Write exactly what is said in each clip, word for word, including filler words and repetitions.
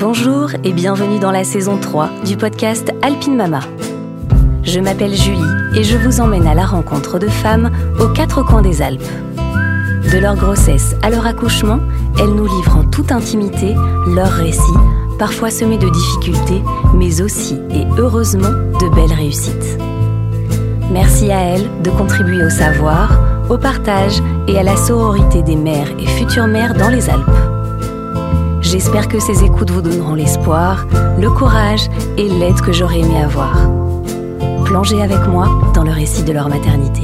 Bonjour et bienvenue dans la saison trois du podcast Alpine Mama. Je m'appelle Julie et je vous emmène à la rencontre de femmes aux quatre coins des Alpes. De leur grossesse à leur accouchement, elles nous livrent en toute intimité leurs récits, parfois semés de difficultés, mais aussi et heureusement de belles réussites. Merci à elles de contribuer au savoir, au partage et à la sororité des mères et futures mères dans les Alpes. J'espère que ces écoutes vous donneront l'espoir, le courage et l'aide que j'aurais aimé avoir. Plongez avec moi dans le récit de leur maternité.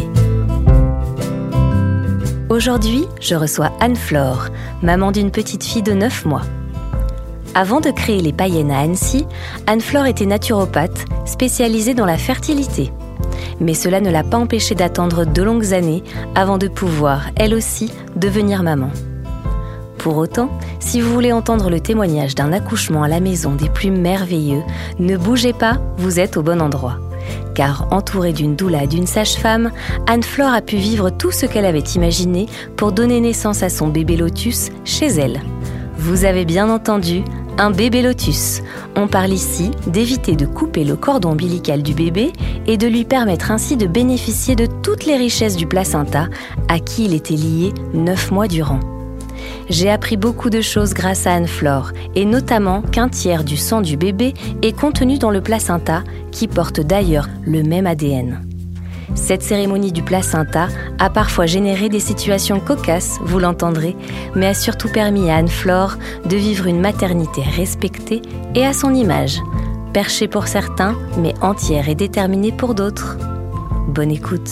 Aujourd'hui, je reçois Anne-Flore, maman d'une petite fille de neuf mois. Avant de créer les Payennes à Annecy, Anne-Flore était naturopathe, spécialisée dans la fertilité. Mais cela ne l'a pas empêchée d'attendre de longues années avant de pouvoir, elle aussi, devenir maman. Pour autant, si vous voulez entendre le témoignage d'un accouchement à la maison des plus merveilleux, ne bougez pas, vous êtes au bon endroit. Car entourée d'une doula et d'une sage-femme, Anne-Flore a pu vivre tout ce qu'elle avait imaginé pour donner naissance à son bébé lotus chez elle. Vous avez bien entendu, un bébé lotus. On parle ici d'éviter de couper le cordon ombilical du bébé et de lui permettre ainsi de bénéficier de toutes les richesses du placenta à qui il était lié neuf mois durant. J'ai appris beaucoup de choses grâce à Anne-Flore, et notamment qu'un tiers du sang du bébé est contenu dans le placenta, qui porte d'ailleurs le même A D N. Cette cérémonie du placenta a parfois généré des situations cocasses, vous l'entendrez, mais a surtout permis à Anne-Flore de vivre une maternité respectée et à son image, perchée pour certains, mais entière et déterminée pour d'autres. Bonne écoute.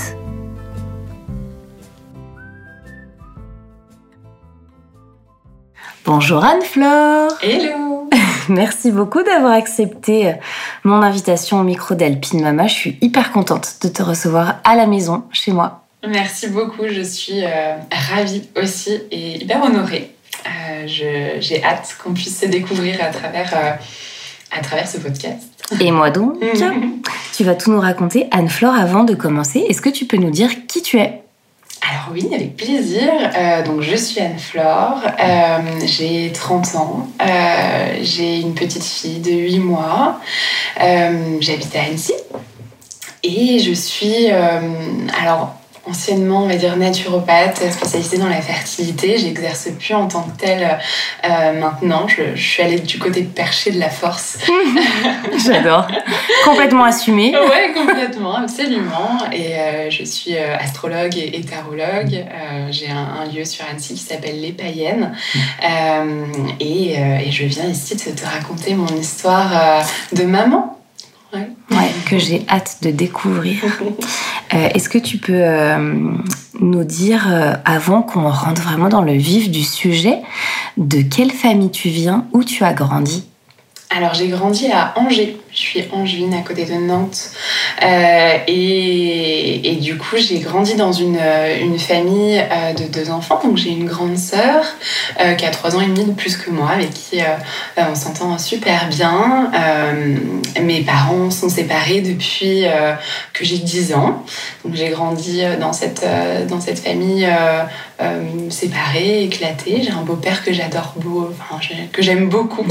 Bonjour Anne-Flore. Hello. Merci beaucoup d'avoir accepté mon invitation au micro d'Alpine Mama. Je suis hyper contente de te recevoir à la maison, chez moi. Merci beaucoup, je suis euh, ravie aussi et hyper honorée. Euh, je, j'ai hâte qu'on puisse se découvrir à travers, euh, à travers ce podcast. Et moi donc, tu vas tout nous raconter. Anne-Flore, avant de commencer, est-ce que tu peux nous dire qui tu es ? Alors oui, avec plaisir. Euh, donc je suis Anne-Flore, euh, j'ai trente ans, euh, j'ai une petite fille de huit mois, euh, j'habite à Annecy et je suis, euh, alors anciennement on va dire naturopathe spécialisée dans la fertilité. J'exerce plus en tant que telle euh, maintenant, je, je suis allée du côté perché de la force. J'adore, complètement assumée. Ouais, complètement, absolument. Et euh, je suis euh, astrologue et, et tarologue. Euh, j'ai un, un lieu sur Annecy qui s'appelle Les Payennes. Euh, et, euh, et je viens ici te, te raconter mon histoire euh, de maman. Ouais. Ouais, que j'ai hâte de découvrir. Euh, est-ce que tu peux euh, nous dire, euh, avant qu'on rentre vraiment dans le vif du sujet, de quelle famille tu viens, où tu as grandi ? Alors, j'ai grandi à Angers. Je suis angevine, à côté de Nantes. Euh, et, et du coup, j'ai grandi dans une, une famille euh, de deux enfants. Donc, j'ai une grande sœur euh, qui a trois ans et demi de plus que moi, avec qui euh, on s'entend super bien. Euh, mes parents sont séparés depuis euh, que j'ai dix ans. Donc, j'ai grandi dans cette, euh, dans cette famille euh, euh, séparée, éclatée. J'ai un beau-père que j'adore, beau, enfin, que j'aime beaucoup.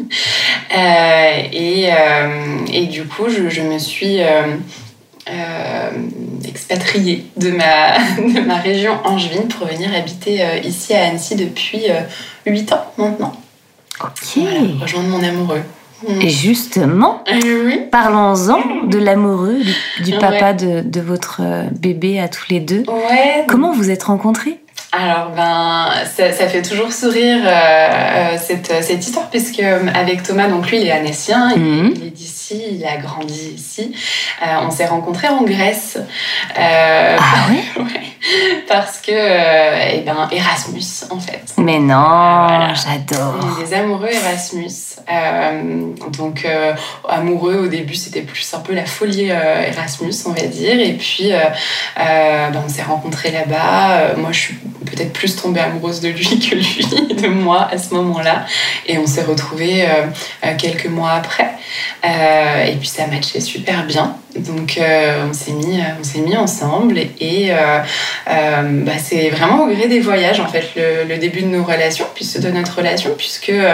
euh, et... Euh, Et du coup, je, je me suis euh, euh, expatriée de ma, de ma région angevine pour venir habiter euh, ici à Annecy depuis euh, huit ans maintenant. Ok. Voilà, rejoindre mon amoureux. Et justement, oui. parlons-en de l'amoureux, du, du papa ouais. de, de votre bébé à tous les deux. Ouais. Comment vous êtes rencontrés ? Alors, ben, ça, ça fait toujours sourire euh, cette, cette histoire, puisque avec Thomas, donc lui, il est annécien, mmh. il, il est d'ici, il a grandi ici. Euh, on s'est rencontrés en Grèce. Euh, ah ouais, ouais. Parce que, euh, eh ben, Erasmus, en fait. Mais non, euh, voilà. J'adore. On est des amoureux Erasmus. Euh, donc, euh, amoureux, au début, c'était plus un peu la folie euh, Erasmus, on va dire. Et puis, euh, euh, ben, on s'est rencontrés là-bas. Euh, moi, je suis peut-être plus tombée amoureuse de lui que lui de moi à ce moment-là, et on s'est retrouvés euh, quelques mois après, euh, et puis ça matchait super bien. Donc euh, on s'est mis, on s'est mis ensemble et euh, euh, bah, c'est vraiment au gré des voyages en fait le, le début de nos relations, puisque de notre relation, puisque euh,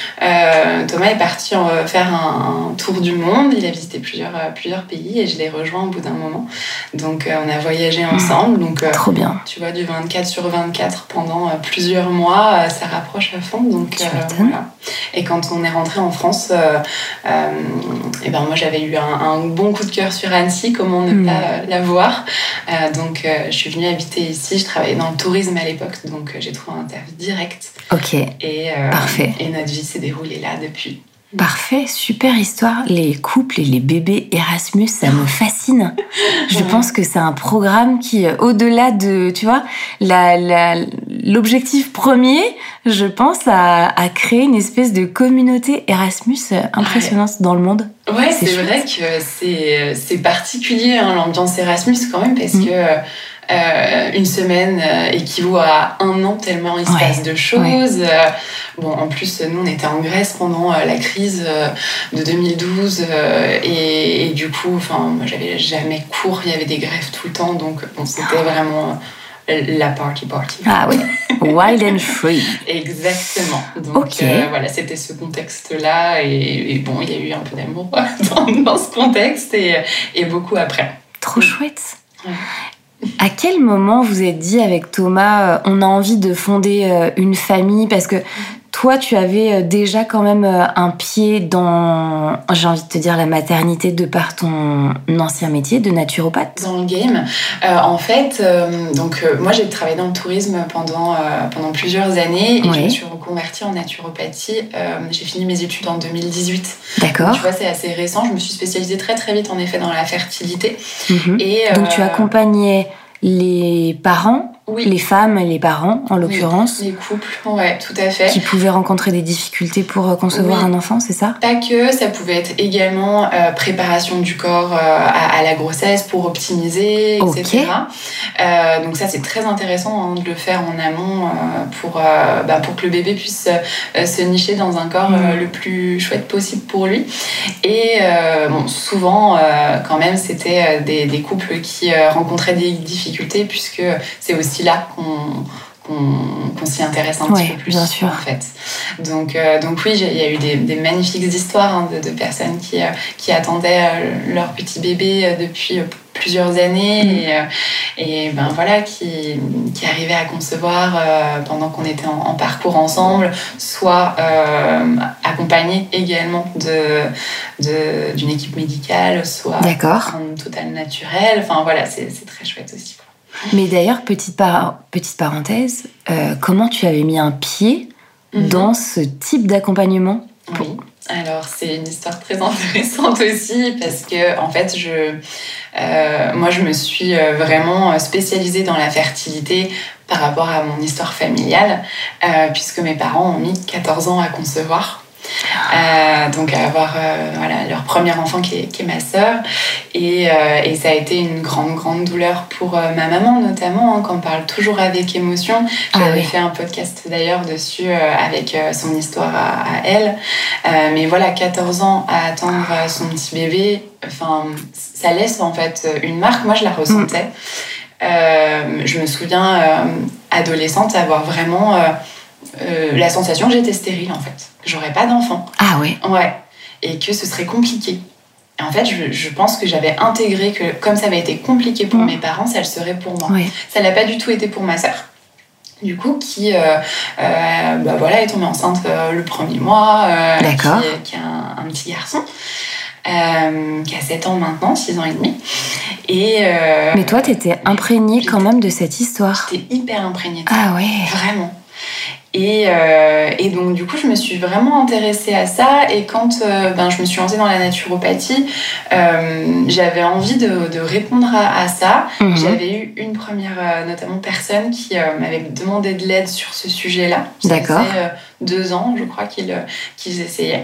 Thomas est parti en, faire un, un tour du monde, il a visité plusieurs, plusieurs pays et je l'ai rejoint au bout d'un moment. Donc euh, on a voyagé ensemble. Donc euh, trop bien. Tu vois, du vingt-quatre sur vingt-quatre pendant euh, plusieurs mois, euh, ça rapproche à fond. Donc tu euh, voilà. Et quand on est rentré en France, euh, euh, et ben moi j'avais eu un, un bon coup de cœur sur Annecy, comment ne mmh. pas euh, la voir. Euh, donc euh, je suis venue habiter ici, je travaillais dans le tourisme à l'époque, donc euh, j'ai trouvé un taf direct. Ok, et, euh, parfait. Et notre vie s'est déroulée là depuis. Parfait, super histoire. Les couples et les bébés Erasmus, ça me fascine. Je ouais. pense que c'est un programme qui, au-delà de, tu vois, la, la, l'objectif premier, je pense à, à créer une espèce de communauté Erasmus impressionnante ouais. dans le monde. Ouais, c'est, c'est vrai que c'est, c'est particulier, hein, l'ambiance Erasmus quand même, parce mmh. que euh, une semaine euh, équivaut à un an tellement il se ouais. passe de choses. Ouais. Euh, bon, en plus, nous, on était en Grèce pendant euh, la crise euh, de deux mille douze euh, et, et du coup, enfin, moi, j'avais jamais cours, il y avait des grèves tout le temps, donc bon, c'était vraiment la party party. Ah oui, wild and free. Exactement. Donc okay. euh, voilà, c'était ce contexte-là et, et bon, il y a eu un peu d'amour dans, dans ce contexte et, et beaucoup après. Trop chouette. Ouais. À quel moment vous êtes dit avec Thomas, euh, on a envie de fonder euh, une famille? Parce que toi, tu avais déjà quand même un pied dans, j'ai envie de te dire, la maternité de par ton ancien métier de naturopathe. Dans le game. Euh, en fait, euh, donc, euh, moi, j'ai travaillé dans le tourisme pendant, euh, pendant plusieurs années et oui. je me suis reconvertie en naturopathie. Euh, j'ai fini mes études en deux mille dix-huit. D'accord. Donc, tu vois, c'est assez récent. Je me suis spécialisée très, très vite, en effet, dans la fertilité. Mmh. Et, euh, donc, tu accompagnais les parents, oui. les femmes et les parents, en l'occurrence. Oui, les couples, ouais, tout à fait. Qui pouvaient rencontrer des difficultés pour concevoir oui. un enfant, c'est ça? Pas que, ça pouvait être également euh, préparation du corps euh, à, à la grossesse pour optimiser, et cetera. Okay. Euh, donc ça, c'est très intéressant hein, de le faire en amont euh, pour, euh, bah, pour que le bébé puisse euh, se nicher dans un corps mmh. euh, le plus chouette possible pour lui. Et euh, bon, souvent, euh, quand même, c'était euh, des, des couples qui euh, rencontraient des difficultés puisque c'est aussi là qu'on, qu'on, qu'on s'y intéresse un ouais, petit peu plus bien sûr. en fait. Donc, euh, donc oui, il y a eu des, des magnifiques histoires hein, de, de personnes qui, euh, qui attendaient euh, leur petit bébé euh, depuis euh, plusieurs années mmh. et, euh, et ben voilà, qui, qui arrivaient à concevoir euh, pendant qu'on était en, en parcours ensemble, soit euh, accompagnés également de, de, d'une équipe médicale, soit D'accord. en total naturel. Enfin voilà, c'est, c'est très chouette aussi. Mais d'ailleurs, petite, par... petite parenthèse, euh, comment tu avais mis un pied mmh. dans ce type d'accompagnement pour... Oui, alors c'est une histoire très intéressante aussi parce que en fait, je, euh, moi, je me suis vraiment spécialisée dans la fertilité par rapport à mon histoire familiale, euh, puisque mes parents ont mis quatorze ans à concevoir. Euh, donc à avoir euh, voilà, leur premier enfant qui est, qui est ma sœur et, euh, et ça a été une grande grande douleur pour euh, ma maman notamment hein, qu'on parle toujours avec émotion. J'avais ah oui. fait un podcast d'ailleurs dessus euh, avec euh, son histoire à, à elle euh, mais voilà, quatorze ans à attendre son petit bébé, enfin ça laisse en fait une marque. Moi je la ressentais. mmh. euh, je me souviens euh, adolescente avoir vraiment euh, Euh, la sensation que j'étais stérile en fait, j'aurais pas d'enfant. Ah ouais. Ouais. Et que ce serait compliqué. Et en fait, je, je pense que j'avais intégré que comme ça avait été compliqué pour mmh. mes parents, ça le serait pour moi. Ouais. Ça l'a pas du tout été pour ma sœur. Du coup, qui euh, euh, bah voilà, est tombée enceinte euh, le premier mois, euh, D'accord. qui, qui a un, un petit garçon. Euh, qui a sept ans maintenant, six ans et demi. Et, euh, mais toi, t'étais imprégnée quand même de cette histoire. J'étais hyper imprégnée de ça. Ah ouais. Vraiment. Et, euh, et donc du coup je me suis vraiment intéressée à ça et quand euh, ben, je me suis lancée dans la naturopathie euh, j'avais envie de, de répondre à, à ça. Mmh. J'avais eu une première euh, notamment personne qui euh, m'avait demandé de l'aide sur ce sujet-là. Ça D'accord. faisait euh, deux ans je crois qu'ils, qu'ils essayaient.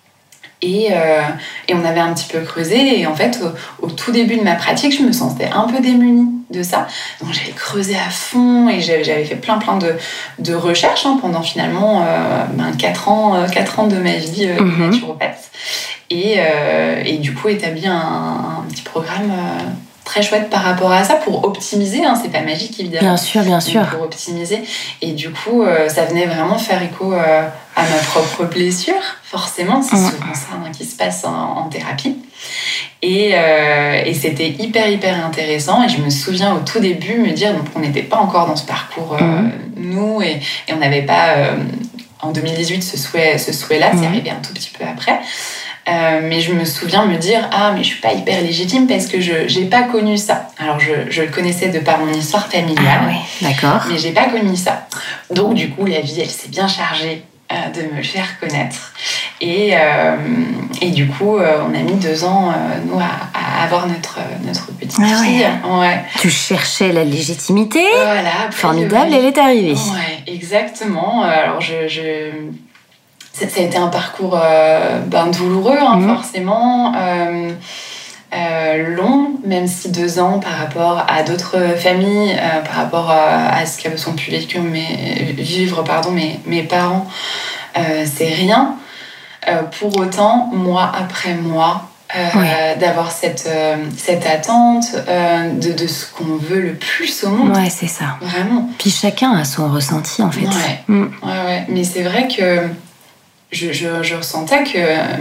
Et, euh, et on avait un petit peu creusé et en fait au, au tout début de ma pratique je me sentais un peu démunie de ça, donc j'avais creusé à fond et j'avais, j'avais fait plein plein de, de recherches hein, pendant finalement euh, ben, quatre ans, euh, quatre ans de ma vie euh, mmh. naturopathe. et, euh, et du coup établi un, un petit programme euh, très chouette par rapport à ça pour optimiser, hein, c'est pas magique évidemment. Bien sûr, bien sûr. Pour optimiser. Et du coup, euh, ça venait vraiment faire écho euh, à ma propre blessure, forcément, c'est mmh. souvent ça hein, qui se passe en, en thérapie. Et, euh, et c'était hyper, hyper intéressant. Et je me souviens au tout début me dire, donc on n'était pas encore dans ce parcours, euh, mmh. nous, et, et on n'avait pas, euh, en deux mille dix-huit, ce, souhait, ce souhait-là, mmh. c'est arrivé un tout petit peu après. Euh, mais je me souviens me dire ah mais je suis pas hyper légitime parce que je j'ai pas connu ça. Alors je je le connaissais de par mon histoire familiale. Ah ouais, d'accord. Mais j'ai pas connu ça. Donc du coup la vie elle s'est bien chargée euh, de me le faire connaître. Et euh, et du coup euh, on a mis deux ans euh, nous à, à avoir notre notre petite ah fille. Ouais. Ouais. Tu cherchais la légitimité. Voilà. Formidable, elle est arrivée. Ouais, exactement. Alors je je Ça, ça a été un parcours euh, ben, douloureux, hein, mmh. forcément, euh, euh, long, même si deux ans par rapport à d'autres familles, euh, par rapport à, à ce qu'elles ont pu vivre mes, vivre, pardon, mes, mes parents, euh, c'est rien. Euh, pour autant, mois après mois, euh, ouais. d'avoir cette, euh, cette attente euh, de, de ce qu'on veut le plus au monde. Ouais, c'est ça. Vraiment. Puis chacun a son ressenti, en fait. Ouais, mmh. ouais, ouais. Mais c'est vrai que Je, je, je ressentais que,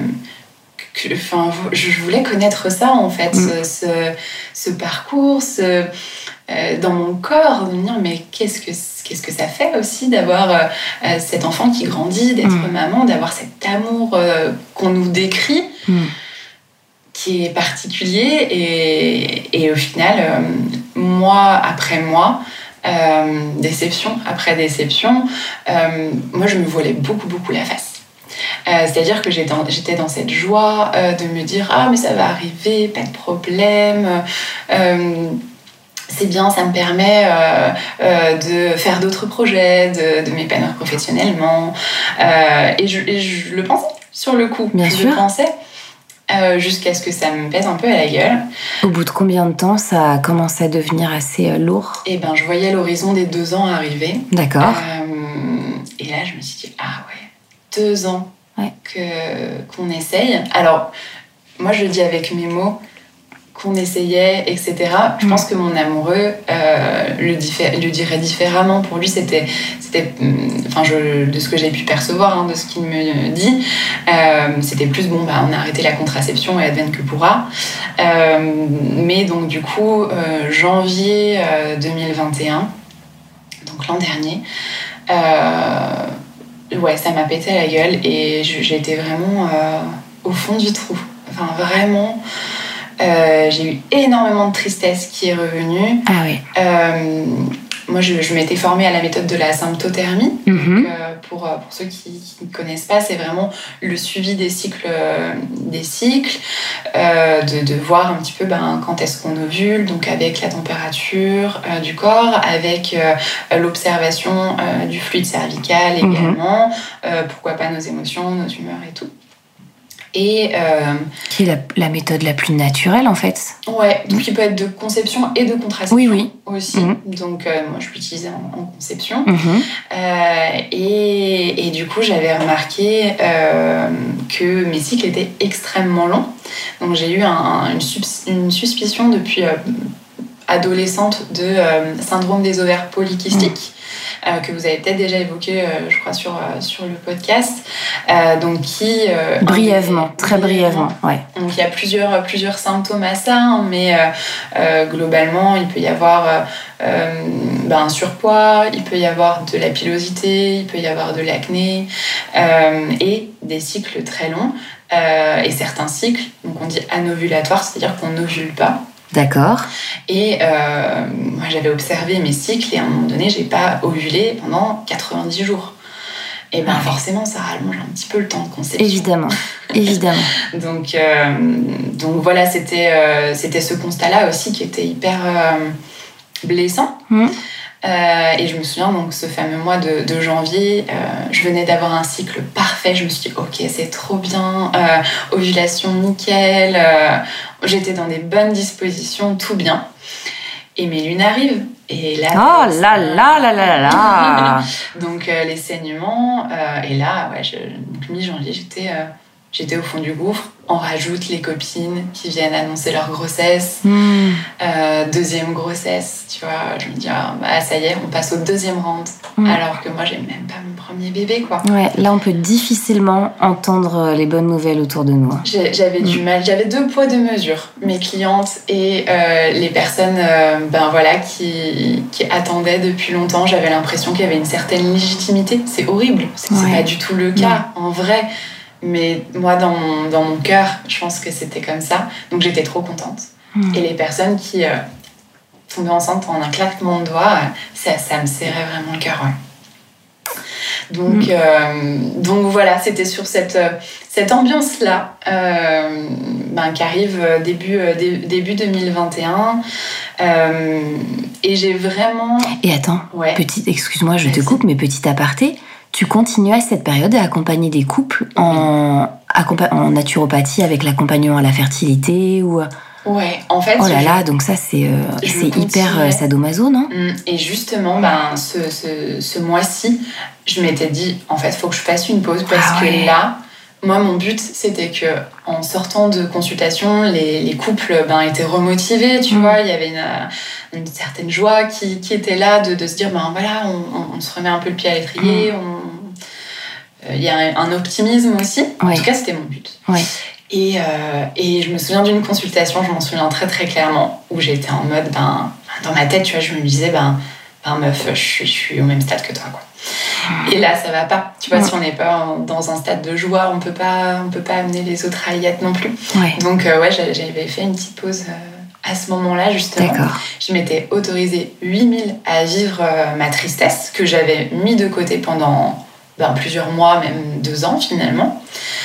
que enfin, je voulais connaître ça en fait, mmh. ce, ce, ce parcours, ce, euh, dans mon corps, de me dire mais qu'est-ce que, qu'est-ce que ça fait aussi d'avoir euh, cet enfant qui grandit, d'être mmh. maman, d'avoir cet amour euh, qu'on nous décrit, mmh. qui est particulier et, et au final, euh, mois après mois, euh, déception après déception, euh, moi je me voilais beaucoup beaucoup la face. Euh, c'est-à-dire que j'étais dans, j'étais dans cette joie euh, de me dire ah mais ça va arriver, pas de problème, euh, c'est bien, ça me permet euh, euh, de faire d'autres projets, de, de m'épanouir professionnellement euh, et, je, et je le pensais sur le coup, bien je sûr. le pensais euh, jusqu'à ce que ça me pèse un peu à la gueule. Au bout de combien de temps ça a commencé à devenir assez euh, lourd? Et ben je voyais l'horizon des deux ans arriver. D'accord. Euh, et là je me suis dit ah ouais, deux ans. Ouais. Que, qu'on essaye. Alors, moi, je le dis avec mes mots, qu'on essayait, et cetera. Je mmh. pense que mon amoureux euh, le, diffé- le dirait différemment. Pour lui, c'était, c'était enfin, je, de ce que j'ai pu percevoir, hein, de ce qu'il me dit, euh, c'était plus, bon, bah, on a arrêté la contraception et advienne que pourra. Euh, mais donc, du coup, euh, janvier euh, deux mille vingt et un, donc l'an dernier, euh, ouais, ça m'a pété à la gueule et j'ai été vraiment euh, au fond du trou. Enfin, vraiment, euh, j'ai eu énormément de tristesse qui est revenue. Ah oui. Euh, moi, je, je m'étais formée à la méthode de la symptothermie. Mm-hmm. Donc, euh, pour, pour ceux qui, qui ne connaissent pas, c'est vraiment le suivi des cycles, euh, des cycles euh, de, de voir un petit peu ben, quand est-ce qu'on ovule, donc avec la température euh, du corps, avec euh, l'observation euh, du fluide cervical également, mm-hmm. euh, pourquoi pas nos émotions, nos humeurs et tout. Et euh, qui est la, la méthode la plus naturelle en fait. Ouais, donc mmh. il peut être de conception et de contraception oui, oui. aussi. Mmh. Donc euh, moi je l'utilisais en, en conception. Mmh. Euh, et, et du coup j'avais remarqué euh, que mes cycles étaient extrêmement longs. Donc j'ai eu un, une, subs- une suspicion depuis euh, adolescente de euh, syndrome des ovaires polykystiques. Mmh. Euh, que vous avez peut-être déjà évoqué, euh, je crois, sur, euh, sur le podcast. Euh, donc, qui... Euh, brièvement, des, très brièvement, ouais. Donc, il y a plusieurs, plusieurs symptômes à ça, hein, mais euh, euh, globalement, il peut y avoir euh, euh, ben, un surpoids, il peut y avoir de la pilosité, il peut y avoir de l'acné, euh, et des cycles très longs. Euh, et certains cycles, donc on dit anovulatoires, c'est-à-dire qu'on n'ovule pas. D'accord. Et euh, moi, j'avais observé mes cycles et à un moment donné, j'ai pas ovulé pendant quatre-vingt-dix jours. Et bien, ah oui. forcément, ça rallonge un petit peu le temps de conception. Évidemment, évidemment. donc, euh, donc voilà, c'était, euh, c'était ce constat-là aussi qui était hyper euh, blessant. Mmh. Euh, et je me souviens, donc, ce fameux mois de, de janvier, euh, je venais d'avoir un cycle parfait. Je me suis dit, ok, c'est trop bien, euh, ovulation nickel, euh, j'étais dans des bonnes dispositions, tout bien. Et mes lunes arrivent. Et là, oh là là là là là donc euh, les saignements. Euh, et là, ouais, je, donc, mi-janvier, j'étais, euh, j'étais au fond du gouffre. On rajoute les copines qui viennent annoncer leur grossesse, Mmh. euh, deuxième grossesse, tu vois. Je me dis, ah, bah, ça y est, on passe au deuxième round. Mmh. Alors que moi, j'ai même pas mon premier bébé, quoi. Ouais, là, on peut difficilement entendre les bonnes nouvelles autour de nous. Hein. J'ai, j'avais mmh. du mal. J'avais deux poids, deux mesures. Mes clientes et euh, les personnes euh, ben, voilà, qui, qui attendaient depuis longtemps. J'avais l'impression qu'il y avait une certaine légitimité. C'est horrible. C'est, ouais. c'est pas du tout le cas, mmh. en vrai. Mais moi, dans mon, dans mon cœur, je pense que c'était comme ça. Donc, j'étais trop contente. Mmh. Et les personnes qui euh, tombaient enceintes en un claquement de doigts, ça, ça me serrait vraiment le cœur. Ouais. Donc, mmh. euh, donc, voilà, c'était sur cette, cette ambiance-là euh, ben, qui arrive début, dé, début deux mille vingt et un. Euh, et j'ai vraiment... Et attends, ouais. petite, excuse-moi, je te coupe, mais petit aparté. Tu continuais à cette période à accompagner des couples en, oui. en naturopathie avec l'accompagnement à la fertilité ou... Ouais, en fait... Oh là je, là, donc ça, c'est, euh, c'est hyper euh, sadomaso, non ? Et justement, ben, ce, ce, ce mois-ci, je m'étais dit, en fait, il faut que je fasse une pause parce ah ouais. que là, moi, mon but, c'était que en sortant de consultation, les, les couples ben, étaient remotivés, tu mmh. vois, il y avait une, une certaine joie qui, qui était là de, de se dire, ben voilà, on, on se remet un peu le pied à l'étrier, mmh. on... Il y a un optimisme aussi. En ouais. tout cas, c'était mon but. Ouais. Et, euh, et je me souviens d'une consultation, je m'en souviens très très clairement, où j'étais en mode, ben, dans ma tête, tu vois, je me disais, ben, ben meuf, je suis, je suis au même stade que toi, quoi. Et là, ça va pas. Tu vois, ouais. si on n'est pas dans un stade de joie, on peut pas, on peut pas amener les autres à y être non plus. Ouais. Donc, euh, ouais, j'avais fait une petite pause euh, à ce moment-là, justement. D'accord. Je m'étais autorisée huit mille à vivre euh, ma tristesse, que j'avais mis de côté pendant... Ben, plusieurs mois, même deux ans finalement.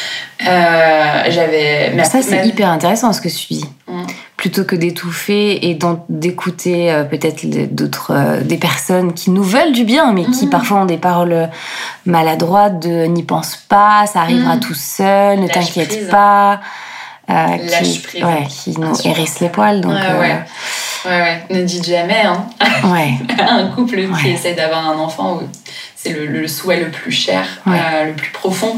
Euh, j'avais... Ma... Ça, c'est ma... hyper intéressant ce que tu dis. Mm. Plutôt que d'étouffer et d'écouter euh, peut-être d'autres, euh, des personnes qui nous veulent du bien, mais mm. qui parfois ont des paroles maladroites de « n'y pense pas, ça arrivera mm. tout seul, ne Lâche t'inquiète prise. pas euh, ». Lâche prise. Ouais, qui nous hérissent les poils. Donc, ouais, euh... ouais. ouais, ouais. Ne dites jamais, hein. Ouais. Un couple ouais. qui essaie d'avoir un enfant... Où... C'est le, le souhait le plus cher, ouais. euh, le plus profond,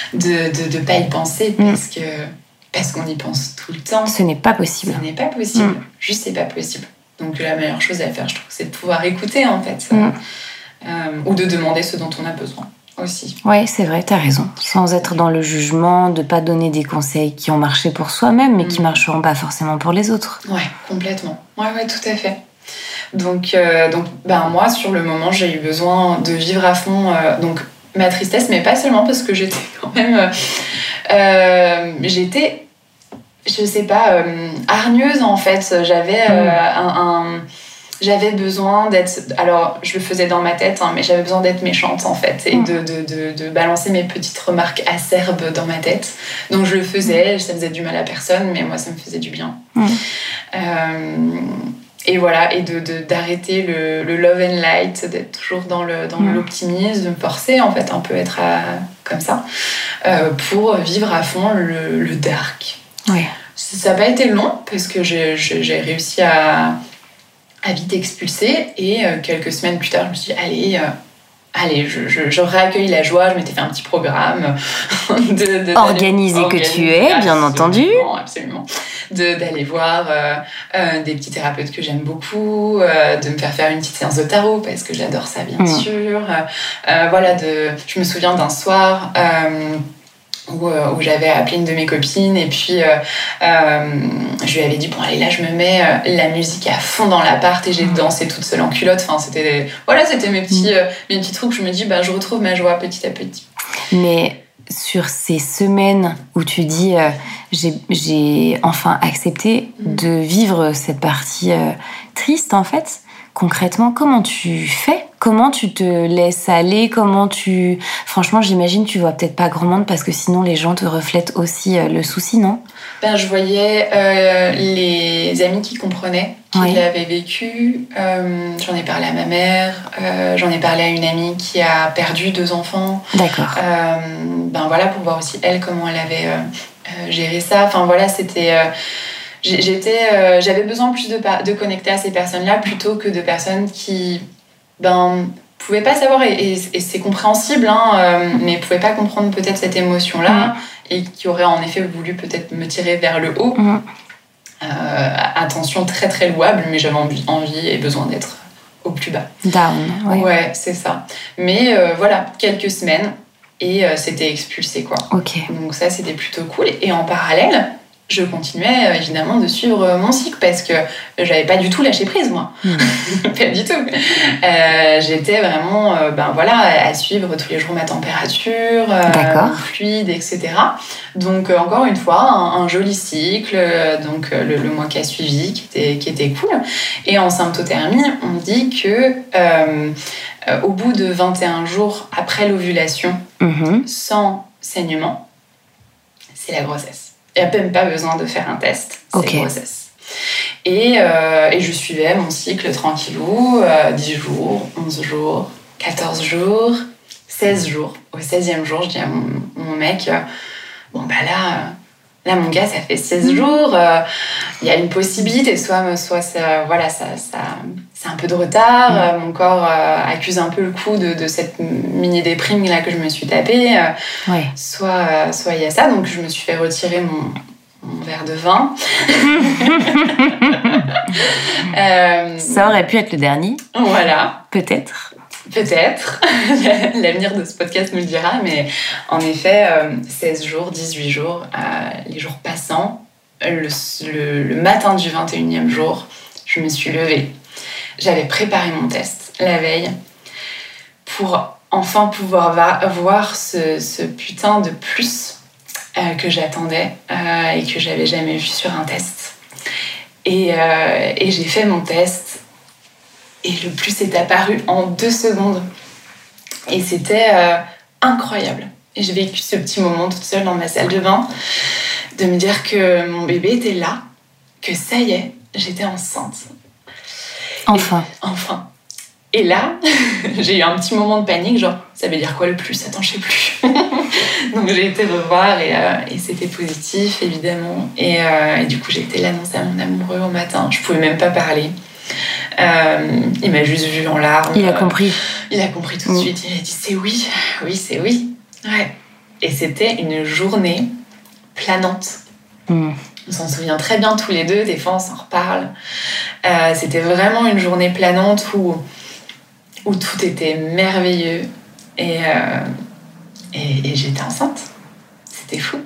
de ne pas y penser mm. parce, que, parce qu'on y pense tout le temps. Ce n'est pas possible. Ce n'est pas possible. Mm. Juste, c'est pas possible. Donc, la meilleure chose à faire, je trouve, c'est de pouvoir écouter, en fait. Mm. Euh, ou de demander ce dont on a besoin aussi. Oui, c'est vrai, t'as raison. Sans être dans le jugement, de pas donner des conseils qui ont marché pour soi-même, mais mm. qui marcheront pas forcément pour les autres. Ouais, complètement. Ouais, ouais, tout à fait. Donc, euh, donc ben, moi, sur le moment, j'ai eu besoin de vivre à fond euh, donc, ma tristesse, mais pas seulement parce que j'étais quand même... Euh, euh, j'étais, je sais pas, euh, hargneuse, en fait. J'avais, euh, un, un, j'avais besoin d'être... Alors, je le faisais dans ma tête, hein, mais j'avais besoin d'être méchante, en fait, et de, de, de, de balancer mes petites remarques acerbes dans ma tête. Donc, je le faisais, ça faisait du mal à personne, mais moi, ça me faisait du bien. Mmh. Euh, Et voilà, et de, de, d'arrêter le, le love and light, d'être toujours dans, le, dans mmh. l'optimisme, de me forcer en fait un peu à être à, comme ça, euh, pour vivre à fond le, le dark. Ouais. Ça n'a pas été long, parce que j'ai, j'ai réussi à, à vite expulser, et euh, quelques semaines plus tard, je me suis dit, allez... Euh, Allez, je, je, je réaccueille la joie, je m'étais fait un petit programme. De, de, Organisé que tu es, bien entendu. Absolument. De, d'aller voir euh, euh, des petits thérapeutes que j'aime beaucoup, euh, de me faire faire une petite séance de tarot, parce que j'adore ça, bien mmh. sûr. Euh, voilà, de, je me souviens d'un soir... Euh, Où, euh, où j'avais appelé une de mes copines et puis euh, euh, je lui avais dit bon allez là je me mets euh, la musique à fond dans l'appart et j'ai mmh. dansé toute seule en culotte, enfin c'était voilà c'était mes petits euh, mes petits trucs, je me dis bah je retrouve ma joie petit à petit. Mais sur ces semaines où tu dis euh, j'ai, j'ai enfin accepté mmh. de vivre cette partie euh, triste en fait, concrètement comment tu fais? Comment tu te laisses aller? Comment tu... Franchement, j'imagine tu vois peut-être pas grand monde parce que sinon les gens te reflètent aussi euh, le souci, non? Ben, je voyais euh, les amis qui comprenaient, qui oui. l'avaient vécu. Euh, j'en ai parlé à ma mère. Euh, j'en ai parlé à une amie qui a perdu deux enfants. D'accord. Euh, ben voilà, pour voir aussi elle comment elle avait euh, géré ça. Enfin voilà, c'était... Euh, j'étais, euh, j'avais besoin plus de, de connecter à ces personnes-là plutôt que de personnes qui... Ben, pouvaient pas savoir, et, et, et c'est compréhensible, hein, euh, mais ne pouvaient pas comprendre peut-être cette émotion-là, mmh. et qui aurait en effet voulu peut-être me tirer vers le haut. Mmh. Euh, attention très très louable, mais j'avais envie, envie et besoin d'être au plus bas. Down, ouais. Ouais, c'est ça. Mais euh, voilà, quelques semaines, et euh, c'était expulsé, quoi. Ok. Donc ça, c'était plutôt cool. Et en parallèle, je continuais euh, évidemment de suivre euh, mon cycle, parce que j'avais pas du tout lâché prise, moi. Mmh. Pas du tout. Euh, j'étais vraiment euh, ben, voilà, à suivre tous les jours ma température, euh, mon fluide, et cetera. Donc, euh, encore une fois, un, un joli cycle, euh, donc euh, le, le mois qui a suivi, qui était, qui était cool. Et en symptothermie, on dit que euh, euh, au bout de vingt et un jours après l'ovulation, mmh. sans saignement, c'est la grossesse. Il n'y a même pas besoin de faire un test, c'est okay. grossesse. Et, euh, et je suivais mon cycle tranquillou, euh, dix jours, onze jours, quatorze jours, seize jours. Au seizième jour, je dis à mon, mon mec, euh, bon bah là, là mon gars, ça fait seize jours, il euh, y a une possibilité, soit, soit ça, voilà, ça, ça, c'est un peu de retard, mmh. euh, mon corps euh, accuse un peu le coup de, de cette mini-déprime là que je me suis tapée, euh, ouais. soit il euh, soit y a ça, donc je me suis fait retirer mon, mon verre de vin. euh, ça aurait pu être le dernier. Voilà. Peut-être. Peut-être. L'avenir de ce podcast nous le dira, mais en effet, euh, seize jours, dix-huit jours, euh, les jours passant, le, le, le matin du vingt et unième jour, je me suis levée. J'avais préparé mon test la veille pour enfin pouvoir va- voir ce, ce putain de plus euh, que j'attendais euh, et que j'avais jamais vu sur un test. Et, euh, et j'ai fait mon test et le plus est apparu en deux secondes. Et c'était euh, incroyable. Et j'ai vécu ce petit moment toute seule dans ma salle de bain, de me dire que mon bébé était là, que ça y est, j'étais enceinte. Enfin. Et, enfin. Et là, j'ai eu un petit moment de panique, genre, ça veut dire quoi le plus ? Attends, je sais plus. Donc j'ai été revoir et, euh, et c'était positif, évidemment. Et, euh, et du coup, j'ai été l'annoncer à mon amoureux au matin. Je pouvais même pas parler. Euh, il m'a juste vue en larmes. Il a compris. Euh, il a compris tout de mmh. suite. Il a dit, c'est oui. Oui, c'est oui. Ouais. Et c'était une journée planante. Mmh. On s'en souvient très bien tous les deux, des fois on s'en reparle. Euh, c'était vraiment une journée planante où, où tout était merveilleux et, euh, et, et j'étais enceinte. C'était fou.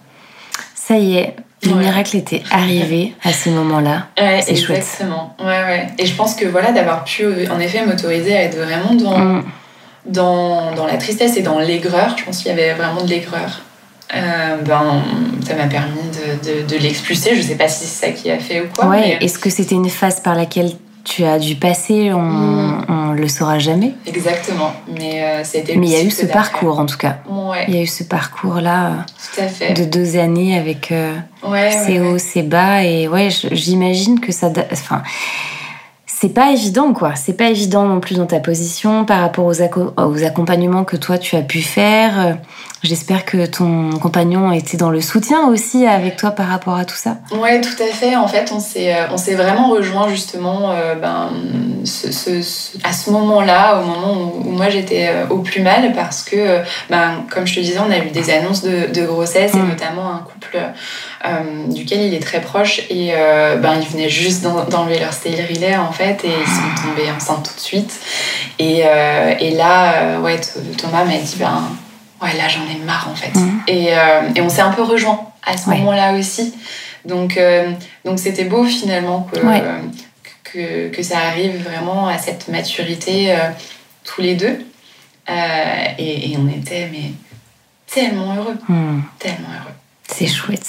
Ça y est, le ouais. miracle était arrivé à ce moment-là. Ouais, c'est chouette. Exactement. Ouais, ouais. Et je pense que voilà, d'avoir pu en effet m'autoriser à être vraiment dans, mmh. dans, dans la tristesse et dans l'aigreur, je pense qu'il y avait vraiment de l'aigreur. Euh, ben, ça m'a permis de, de, de l'expulser. Je sais pas si c'est ça qui a fait ou quoi. Ouais, mais... Est-ce que c'était une phase par laquelle tu as dû passer ? On, mmh. on le saura jamais. Exactement. Mais euh, c'était. Mais il y a eu ce parcours en tout cas. Ouais. Il y a eu ce parcours là. Tout à fait. De deux années avec euh, ouais, ses ouais, hauts, ouais. ses bas et ouais, j'imagine que ça. Enfin. C'est pas évident, quoi. C'est pas évident non plus dans ta position par rapport aux, acco- aux accompagnements que toi, tu as pu faire. J'espère que ton compagnon était dans le soutien aussi avec toi par rapport à tout ça. Ouais, tout à fait. En fait, on s'est, on s'est vraiment rejoints justement euh, ben, ce, ce, ce, à ce moment-là, au moment où, où moi j'étais au plus mal, parce que, ben, comme je te disais, on a eu des annonces de, de grossesse, mmh. et notamment un couple euh, duquel il est très proche, et euh, ben, ils venaient juste d'en, d'enlever leur stérilet, en fait, et ils sont tombés enceintes tout de suite. Et, euh, et là, euh, ouais, Thomas m'a dit, ben, ouais, là, j'en ai marre, en fait. Mmh. Et, euh, et on s'est un peu rejoints à ce ouais. moment-là aussi. Donc, euh, donc, c'était beau, finalement, que, ouais. euh, que, que ça arrive vraiment à cette maturité, euh, tous les deux. Euh, et, et on était, mais, tellement heureux. Mmh. Tellement heureux. C'est chouette.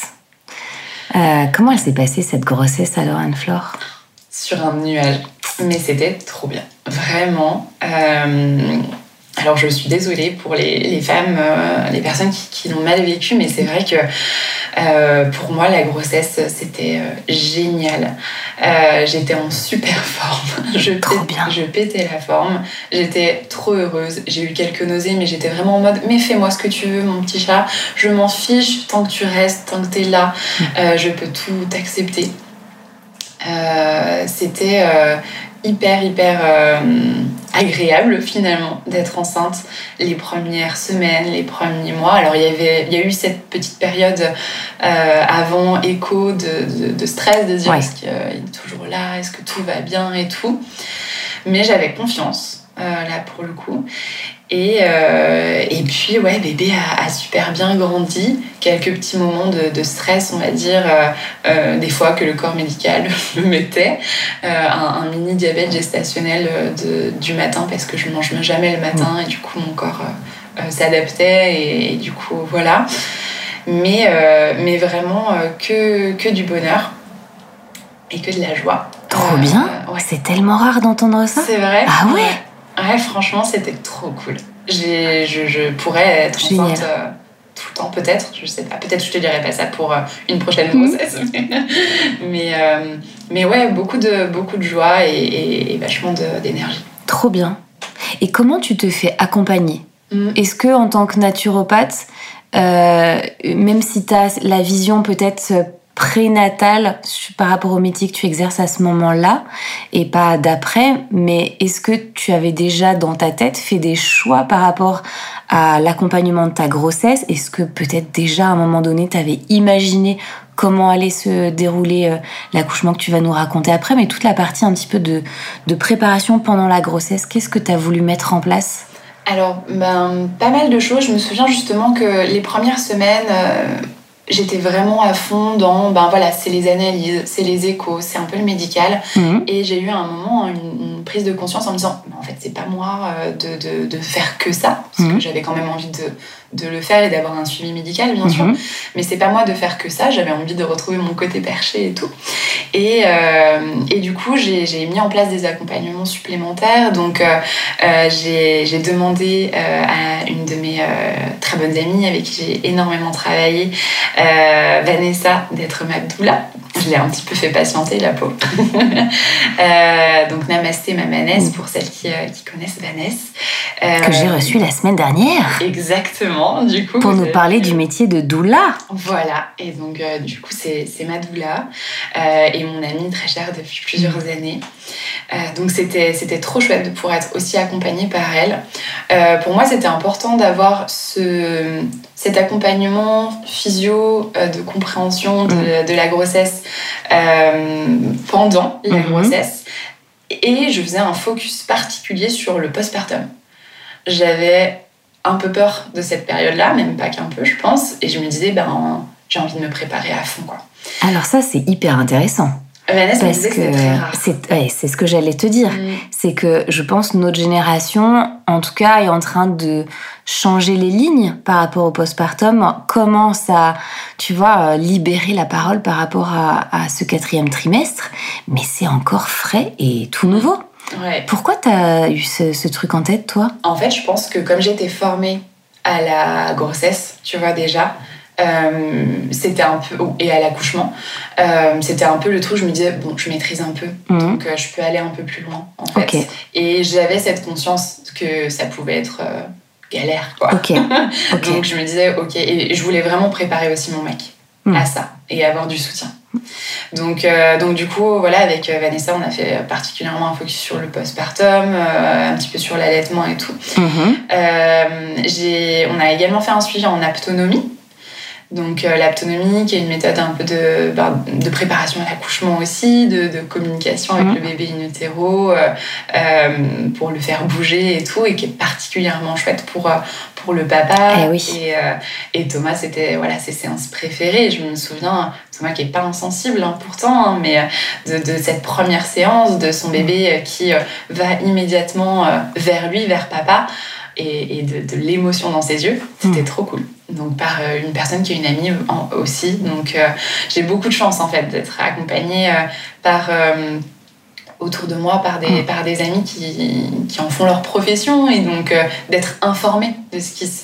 Euh, comment elle s'est passée, cette grossesse, alors, Anne-Flore ? Sur un nuage. Mais c'était trop bien. Vraiment. Euh, alors, je suis désolée pour les, les femmes, euh, les personnes qui, qui l'ont mal vécu, mais c'est vrai que euh, pour moi, la grossesse, c'était euh, génial. Euh, j'étais en super forme. Je trop pétais, bien. Je pétais la forme. J'étais trop heureuse. J'ai eu quelques nausées, mais j'étais vraiment en mode « Mais fais-moi ce que tu veux, mon petit chat. Je m'en fiche tant que tu restes, tant que t'es là. Euh, je peux tout accepter. » Euh, c'était euh, hyper, hyper euh, agréable finalement d'être enceinte les premières semaines, les premiers mois. Alors il y avait, il y a eu cette petite période euh, avant écho de, de, de stress, de dire ouais. est-ce qu'il est toujours là, est-ce que tout va bien et tout. Mais j'avais confiance euh, là pour le coup. Et, euh, et puis, ouais, bébé a, a super bien grandi. Quelques petits moments de, de stress, on va dire, euh, euh, des fois que le corps médical me mettait. Euh, un, un mini diabète gestationnel de, du matin, parce que je ne mange jamais le matin, et du coup, mon corps euh, euh, s'adaptait, et, et du coup, voilà. Mais, euh, mais vraiment euh, que, que du bonheur et que de la joie. Trop euh, bien euh, ouais. C'est tellement rare d'entendre ça. C'est vrai. Ah ouais, ouais. Ouais, franchement, c'était trop cool. J'ai, je, je pourrais être Génial. enceinte euh, tout le temps, peut-être. Je sais pas. Peut-être je te dirai pas ça pour euh, une prochaine grossesse. Mmh. mais, euh, mais ouais, beaucoup de, beaucoup de joie et, et, et vachement de, d'énergie. Trop bien. Et comment tu te fais accompagner ? mmh. Est-ce que en tant que naturopathe, euh, même si tu as la vision peut-être prénatale par rapport au métier que tu exerces à ce moment-là et pas d'après, mais est-ce que tu avais déjà dans ta tête fait des choix par rapport à l'accompagnement de ta grossesse ? Est-ce que peut-être déjà à un moment donné tu avais imaginé comment allait se dérouler euh, l'accouchement que tu vas nous raconter après, mais toute la partie un petit peu de, de préparation pendant la grossesse, qu'est-ce que tu as voulu mettre en place ? Alors, ben, pas mal de choses. Je me souviens justement que les premières semaines... Euh... J'étais vraiment à fond dans, ben voilà, c'est les analyses, c'est les échos, c'est un peu le médical. Mmh. Et j'ai eu à un moment une, une prise de conscience en me disant, en fait, c'est pas moi de, de, de faire que ça, parce mmh. que j'avais quand même envie de, de le faire et d'avoir un suivi médical, bien mmh. sûr. Mais c'est pas moi de faire que ça, j'avais envie de retrouver mon côté perché et tout. Et, euh, et du coup, j'ai, j'ai mis en place des accompagnements supplémentaires. Donc, euh, euh, j'ai, j'ai demandé euh, à une de mes euh, très bonnes amies avec qui j'ai énormément travaillé, euh, Vanessa, d'être ma doula. Je l'ai un petit peu fait patienter, la peau. euh, donc, Namasté Mamanes, pour celles qui, euh, qui connaissent Vanessa. Euh, que j'ai reçue la semaine dernière. Exactement, du coup. Pour nous parler euh, du métier de doula. Voilà, et donc, euh, du coup, c'est, c'est ma doula. Euh, et mon amie très chère depuis plusieurs années. Euh, donc c'était, c'était trop chouette de pouvoir être aussi accompagnée par elle. Euh, pour moi, c'était important d'avoir ce, cet accompagnement physio, euh, de compréhension de, mmh. de la grossesse euh, pendant la mmh. grossesse. Et je faisais un focus particulier sur le postpartum. J'avais un peu peur de cette période-là, même pas qu'un peu, je pense. Et je me disais, ben, j'ai envie de me préparer à fond, quoi. Alors ça, c'est hyper intéressant. Vanessa me disait que c'est très rare. C'est, ouais, c'est ce que j'allais te dire. Mmh. C'est que je pense que notre génération, en tout cas, est en train de changer les lignes par rapport au postpartum, commence à, tu vois, libérer la parole par rapport à, à ce quatrième trimestre, mais c'est encore frais et tout nouveau. Ouais. Pourquoi t'as eu ce, ce truc en tête, toi ? En fait, je pense que comme j'étais formée à la grossesse, tu vois déjà, Euh, c'était un peu, et à l'accouchement, euh, c'était un peu le truc, je me disais, bon, je maîtrise un peu, mmh. donc euh, je peux aller un peu plus loin, en fait. Okay. Et j'avais cette conscience que ça pouvait être euh, galère, quoi. Okay. Okay. Donc je me disais, ok, et je voulais vraiment préparer aussi mon mec mmh. à ça, et avoir du soutien. Donc, euh, donc du coup, voilà, avec Vanessa, on a fait particulièrement un focus sur le postpartum, euh, un petit peu sur l'allaitement et tout. Mmh. Euh, j'ai, on a également fait un suivi en aptonomie. Donc euh, l'aptonomie, qui est une méthode un peu de, bah, de préparation à l'accouchement aussi, de, de communication avec mmh. le bébé in utero, euh, euh, pour le faire bouger et tout, et qui est particulièrement chouette pour, pour le papa. Eh oui. Et, euh, et Thomas, c'était voilà, ses séances préférées. Je me souviens, Thomas qui n'est pas insensible hein, pourtant, hein, mais de, de cette première séance, de son bébé qui euh, va immédiatement euh, vers lui, vers papa, et, et de, de l'émotion dans ses yeux. C'était mmh. trop cool. Donc par euh, une personne qui est une amie en, aussi. Donc euh, j'ai beaucoup de chance en fait d'être accompagnée euh, par euh, autour de moi par des mmh. par des amis qui qui en font leur profession et donc euh, d'être informée de ce qui se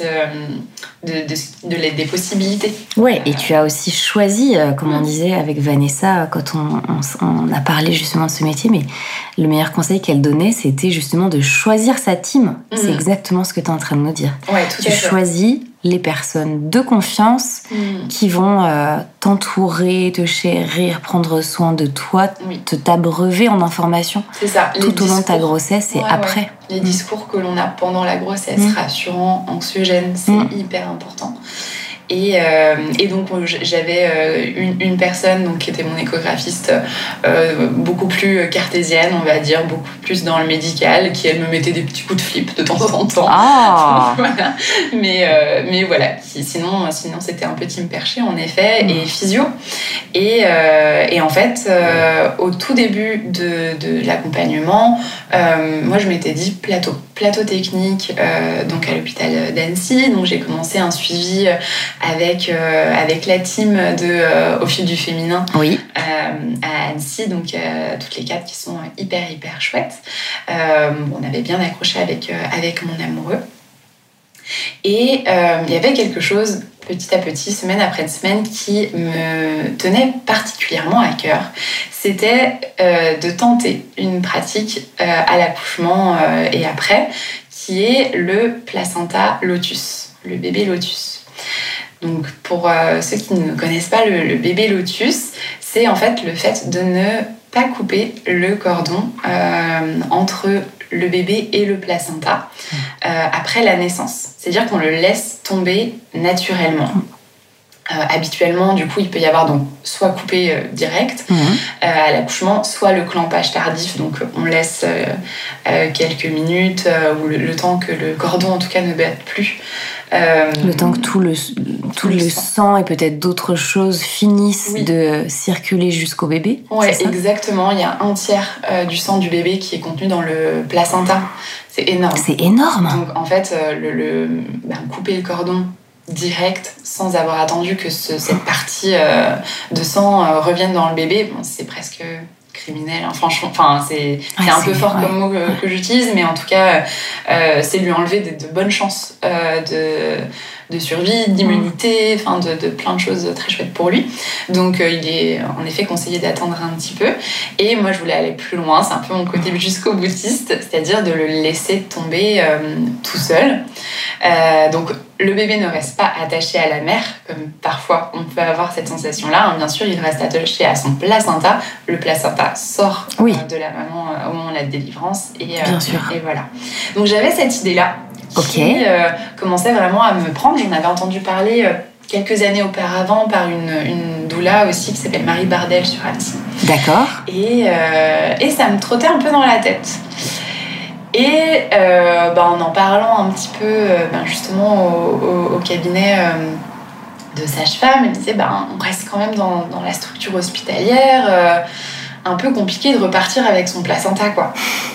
de de, de, de des possibilités. Ouais, et tu as aussi choisi, euh, comme mmh. on disait avec Vanessa quand on, on on a parlé justement de ce métier, mais le meilleur conseil qu'elle donnait, c'était justement de choisir sa team. Mmh. C'est exactement ce que tu es en train de nous dire. Ouais, tout tu à fait. choisis les personnes de confiance mmh. qui vont euh, t'entourer, te chérir, prendre soin de toi, oui. te t'abreuver en informations c'est ça, tout discours, au long de ta grossesse et ouais, après. Ouais. Les mmh. discours que l'on a pendant la grossesse, mmh. rassurants, anxiogènes, c'est mmh. hyper important. Et, euh, et donc j'avais euh, une, une personne donc, qui était mon échographiste euh, beaucoup plus cartésienne, on va dire, beaucoup plus dans le médical, qui elle me mettait des petits coups de flip de temps en temps. Ah. Voilà. Mais, euh, mais voilà, qui, sinon, sinon c'était un petit me percher en effet, mmh. et physio. Et, euh, et en fait, euh, au tout début de, de l'accompagnement, euh, moi je m'étais dit plateau. plateau technique euh, donc à l'hôpital d'Annecy. Donc j'ai commencé un suivi avec, euh, avec la team de euh, Au fil du féminin oui. euh, à Annecy, donc euh, toutes les quatre qui sont hyper hyper chouettes. Euh, on avait bien accroché avec, euh, avec mon amoureux. Et euh, il y avait quelque chose petit à petit, semaine après semaine, qui me tenait particulièrement à cœur. C'était euh, de tenter une pratique euh, à l'accouchement euh, et après, qui est le placenta lotus, le bébé lotus. Donc pour euh, ceux qui ne connaissent pas le, le bébé lotus, c'est en fait le fait de ne pas couper le cordon euh, entre le bébé et le placenta euh, après la naissance. C'est-à-dire qu'on le laisse tomber naturellement. Euh, habituellement, du coup, il peut y avoir donc soit coupé euh, direct mmh. euh, à l'accouchement, soit le clampage tardif. Donc, on laisse euh, euh, quelques minutes euh, ou le, le temps que le cordon, en tout cas, ne batte plus. Euh, le temps que tout le, tout tout le, le sang. sang et peut-être d'autres choses finissent oui. de circuler jusqu'au bébé. Oui, exactement. Il y a un tiers euh, du sang du bébé qui est contenu dans le placenta. C'est énorme. C'est énorme. Donc, en fait, euh, le, le, ben, couper le cordon direct, sans avoir attendu que ce, cette partie euh, de sang euh, revienne dans le bébé, bon, c'est presque criminel, hein, franchement. Enfin, c'est, c'est ouais, un c'est, peu fort ouais. comme mot que, que j'utilise, mais en tout cas, euh, c'est lui enlever de, de bonnes chances euh, de, de survie, d'immunité, enfin, de, de plein de choses très chouettes pour lui. Donc, euh, il est en effet conseillé d'attendre un petit peu. Et moi, je voulais aller plus loin. C'est un peu mon côté jusqu'au boutiste, c'est-à-dire de le laisser tomber euh, tout seul. Euh, donc, le bébé ne reste pas attaché à la mère, comme parfois on peut avoir cette sensation-là. Bien sûr, il reste attaché à son placenta. Le placenta sort oui. euh, de la maman euh, au moment de la délivrance. Et, euh, Bien sûr. Et voilà. Donc, j'avais cette idée-là qui okay. euh, commençait vraiment à me prendre. J'en avais entendu parler euh, quelques années auparavant par une, une doula aussi qui s'appelle Marie Bardel sur Annecy. D'accord. Et, euh, et ça me trottait un peu dans la tête. Et euh, bah, en en parlant un petit peu euh, ben justement au, au, au cabinet euh, de sage-femme, elle me disait ben, on reste quand même dans, dans la structure hospitalière, euh, un peu compliqué de repartir avec son placenta, quoi.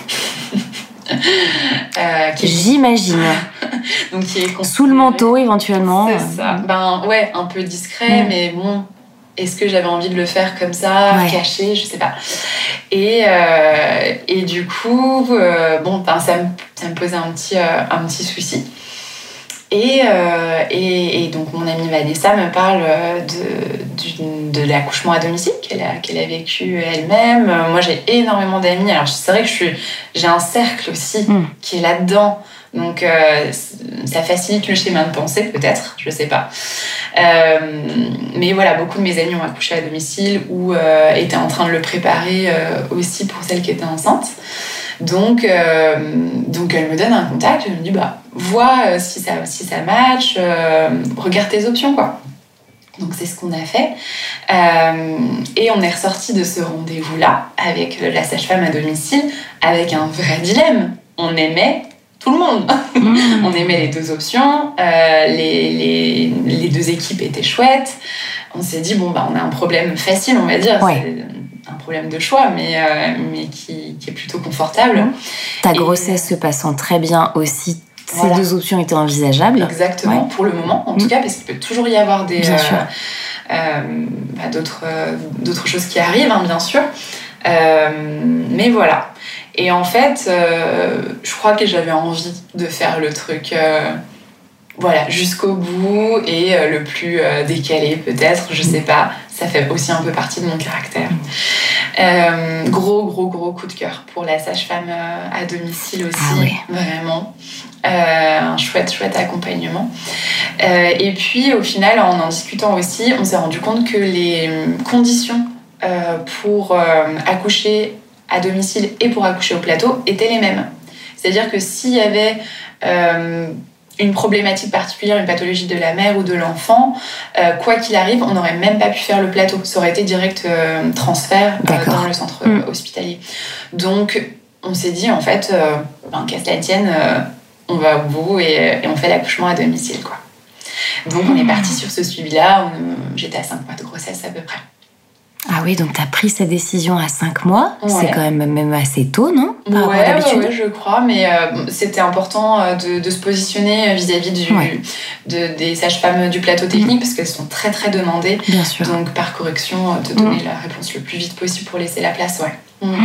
euh, qui est... J'imagine. Donc, qui est sous le manteau éventuellement. C'est ça. Ben ouais, un peu discret, mmh. mais bon. Est-ce que j'avais envie de le faire comme ça, ouais. caché, je sais pas. Et, euh, et du coup, euh, bon, ben, ça, me, ça me posait un petit, euh, un petit souci. Et, euh, et, et donc, mon amie Vanessa me parle de, de, de l'accouchement à domicile qu'elle a, qu'elle a vécu elle-même. Moi, j'ai énormément d'amis. Alors, c'est vrai que je suis, j'ai un cercle aussi mm. qui est là-dedans. Donc, euh, ça facilite le schéma de pensée, peut-être, je sais pas. Euh, mais voilà, beaucoup de mes amis ont accouché à domicile ou euh, étaient en train de le préparer euh, aussi pour celles qui étaient enceintes. Donc, euh, donc elle me donne un contact, elle me dit bah, vois euh, si ça, si ça match, euh, regarde tes options, quoi. Donc, c'est ce qu'on a fait. Euh, et on est ressorti de ce rendez-vous-là avec la sage-femme à domicile avec un vrai dilemme. On aimait tout le monde. Mmh. On aimait les deux options, euh, les, les, les deux équipes étaient chouettes. On s'est dit, bon, bah, on a un problème facile, on va dire. Ouais. C'est un problème de choix, mais, euh, mais qui, qui est plutôt confortable. Mmh. Ta Et... grossesse se passant très bien aussi, ces voilà. deux options étaient envisageables. Exactement, ouais. Pour le moment, en mmh. tout cas, parce qu'il peut toujours y avoir des, bien euh, sûr. Euh, bah, d'autres, euh, d'autres choses qui arrivent, hein, bien sûr. Euh, mais voilà. Et en fait, euh, je crois que j'avais envie de faire le truc euh, voilà, jusqu'au bout et euh, le plus euh, décalé peut-être, je sais pas. Ça fait aussi un peu partie de mon caractère. Euh, gros, gros, gros coup de cœur pour la sage-femme euh, à domicile aussi, ah oui. vraiment. Euh, un chouette, chouette accompagnement. Euh, et puis au final, en en discutant aussi, on s'est rendu compte que les conditions euh, pour euh, accoucher à domicile et pour accoucher au plateau étaient les mêmes. C'est-à-dire que s'il y avait euh, une problématique particulière, une pathologie de la mère ou de l'enfant, euh, quoi qu'il arrive, on n'aurait même pas pu faire le plateau. Ça aurait été direct euh, transfert euh, dans le centre mmh. hospitalier. Donc, on s'est dit, en fait, euh, ben, qu'à cela tienne, euh, on va au bout et, et on fait l'accouchement à domicile, quoi. Donc, mmh. on est parti sur ce suivi-là. On, j'étais à cinq mois de grossesse à peu près. Ah oui, donc tu as pris cette décision à cinq mois. Ouais. C'est quand même, même assez tôt, non? Par ouais, rapport ouais, ouais, je crois, mais euh, c'était important euh, de, de se positionner vis-à-vis du, ouais. de, des sages-femmes du plateau technique, mmh. parce qu'elles sont très très demandées. Bien sûr. Donc par correction, de donner mmh. la réponse le plus vite possible pour laisser la place, ouais.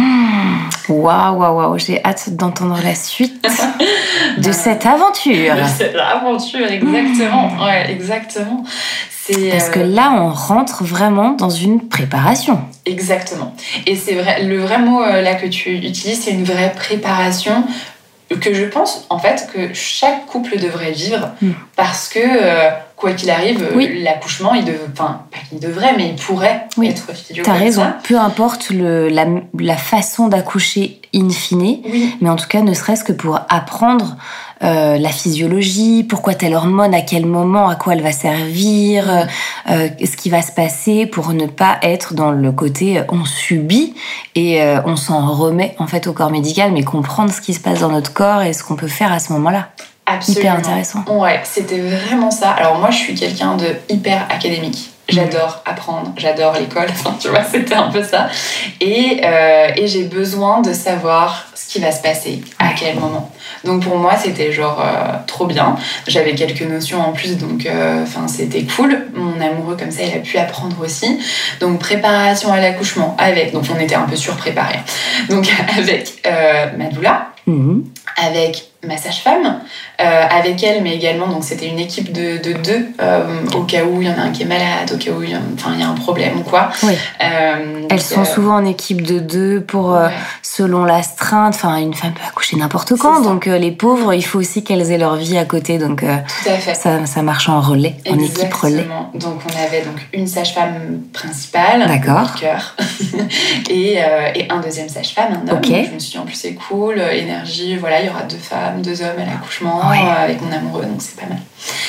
Waouh, waouh, waouh, j'ai hâte d'entendre la suite de cette aventure. De cette aventure, exactement. Mmh. Ouais, exactement. C'est Parce que là, on rentre vraiment dans une préparation. Exactement. Et c'est vrai, le vrai mot là que tu utilises, c'est une vraie préparation que je pense, en fait, que chaque couple devrait vivre mmh. parce que, euh, quoi qu'il arrive, oui. l'accouchement, il dev... enfin, pas qu'il devrait, mais il pourrait oui. être physio. T'as raison. Ça. Peu importe le, la, la façon d'accoucher in fine, oui. mais en tout cas, ne serait-ce que pour apprendre euh, la physiologie, pourquoi telle hormone, à quel moment, à quoi elle va servir, mmh. euh, ce qui va se passer pour ne pas être dans le côté euh, on subit et euh, on s'en remet en fait au corps médical, mais comprendre ce qui se passe dans notre corps et ce qu'on peut faire à ce moment-là. Absolument. Hyper intéressant. Ouais, c'était vraiment ça. Alors moi, je suis quelqu'un de hyper académique. J'adore apprendre, j'adore l'école, enfin, tu vois, c'était un peu ça. Et, euh, et j'ai besoin de savoir ce qui va se passer, à quel moment. Donc pour moi, c'était genre euh, trop bien. J'avais quelques notions en plus, donc euh, c'était cool. Mon amoureux, comme ça, il a pu apprendre aussi. Donc préparation à l'accouchement avec, donc on était un peu surpréparés. Donc avec euh, ma doula, mmh. avec ma sage-femme, euh, avec elle, mais également, donc c'était une équipe de, de deux, euh, au cas où il y en a un qui est malade, au cas où il y a, enfin, il y a un problème ou quoi. Oui. Euh, Elles sont euh, souvent en équipe de deux pour, euh, ouais. selon l'astreinte, enfin, une femme peut accoucher n'importe quand, donc euh, les pauvres, il faut aussi qu'elles aient leur vie à côté, donc euh, tout à fait. Ça, ça marche en relais, Exactement. En équipe relais. Donc on avait donc une sage-femme principale, d'accord. de cœur, et, euh, et un deuxième sage-femme, un homme. Okay. Donc, je me suis dit, en plus c'est cool, énergie, voilà, il y aura deux femmes, deux hommes à l'accouchement, ouais. euh, avec mon amoureux, donc c'est pas mal.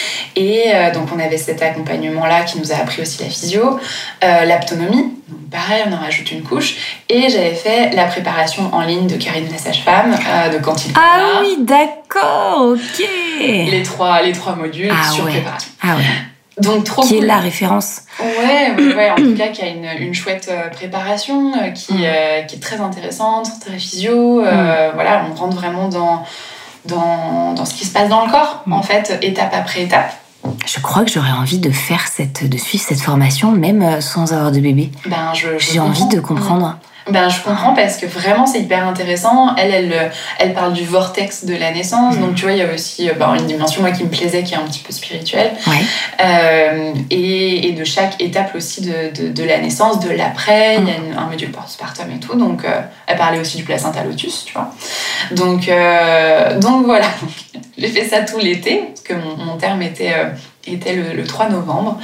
Et euh, donc on avait cet accompagnement-là qui nous a appris aussi la physio, euh, l'aptonomie, donc pareil, on en rajoute une couche, et j'avais fait la préparation en ligne de Karine la sage-femme, euh, de quand il Ah là. Oui, d'accord, ok. Les trois, les trois modules ah, sur ouais. préparation. Ah ouais. Donc trop qui cool. est la référence. Ouais, ouais, ouais, en tout cas qui a une, une chouette euh, préparation, euh, qui, mmh. euh, qui est très intéressante, très physio. Euh, mmh. Voilà, on rentre vraiment dans, dans, dans ce qui se passe dans le corps, mmh. en fait, étape après étape. Je crois que j'aurais envie de faire cette, de suivre cette formation, même sans avoir de bébé. Ben, je, je J'ai comprends. envie de comprendre. Mmh. Ben, je comprends parce que vraiment c'est hyper intéressant. Elle, elle, elle parle du vortex de la naissance, mmh. donc tu vois, il y a aussi ben, une dimension moi qui me plaisait, qui est un petit peu spirituelle, ouais. euh, et, et de chaque étape aussi de, de, de la naissance, de l'après. Mmh. Il y a une, un module postpartum et tout, donc euh, elle parlait aussi du placenta lotus, tu vois. Donc, euh, donc voilà, j'ai fait ça tout l'été, parce que mon, mon terme était, euh, était le, le trois novembre.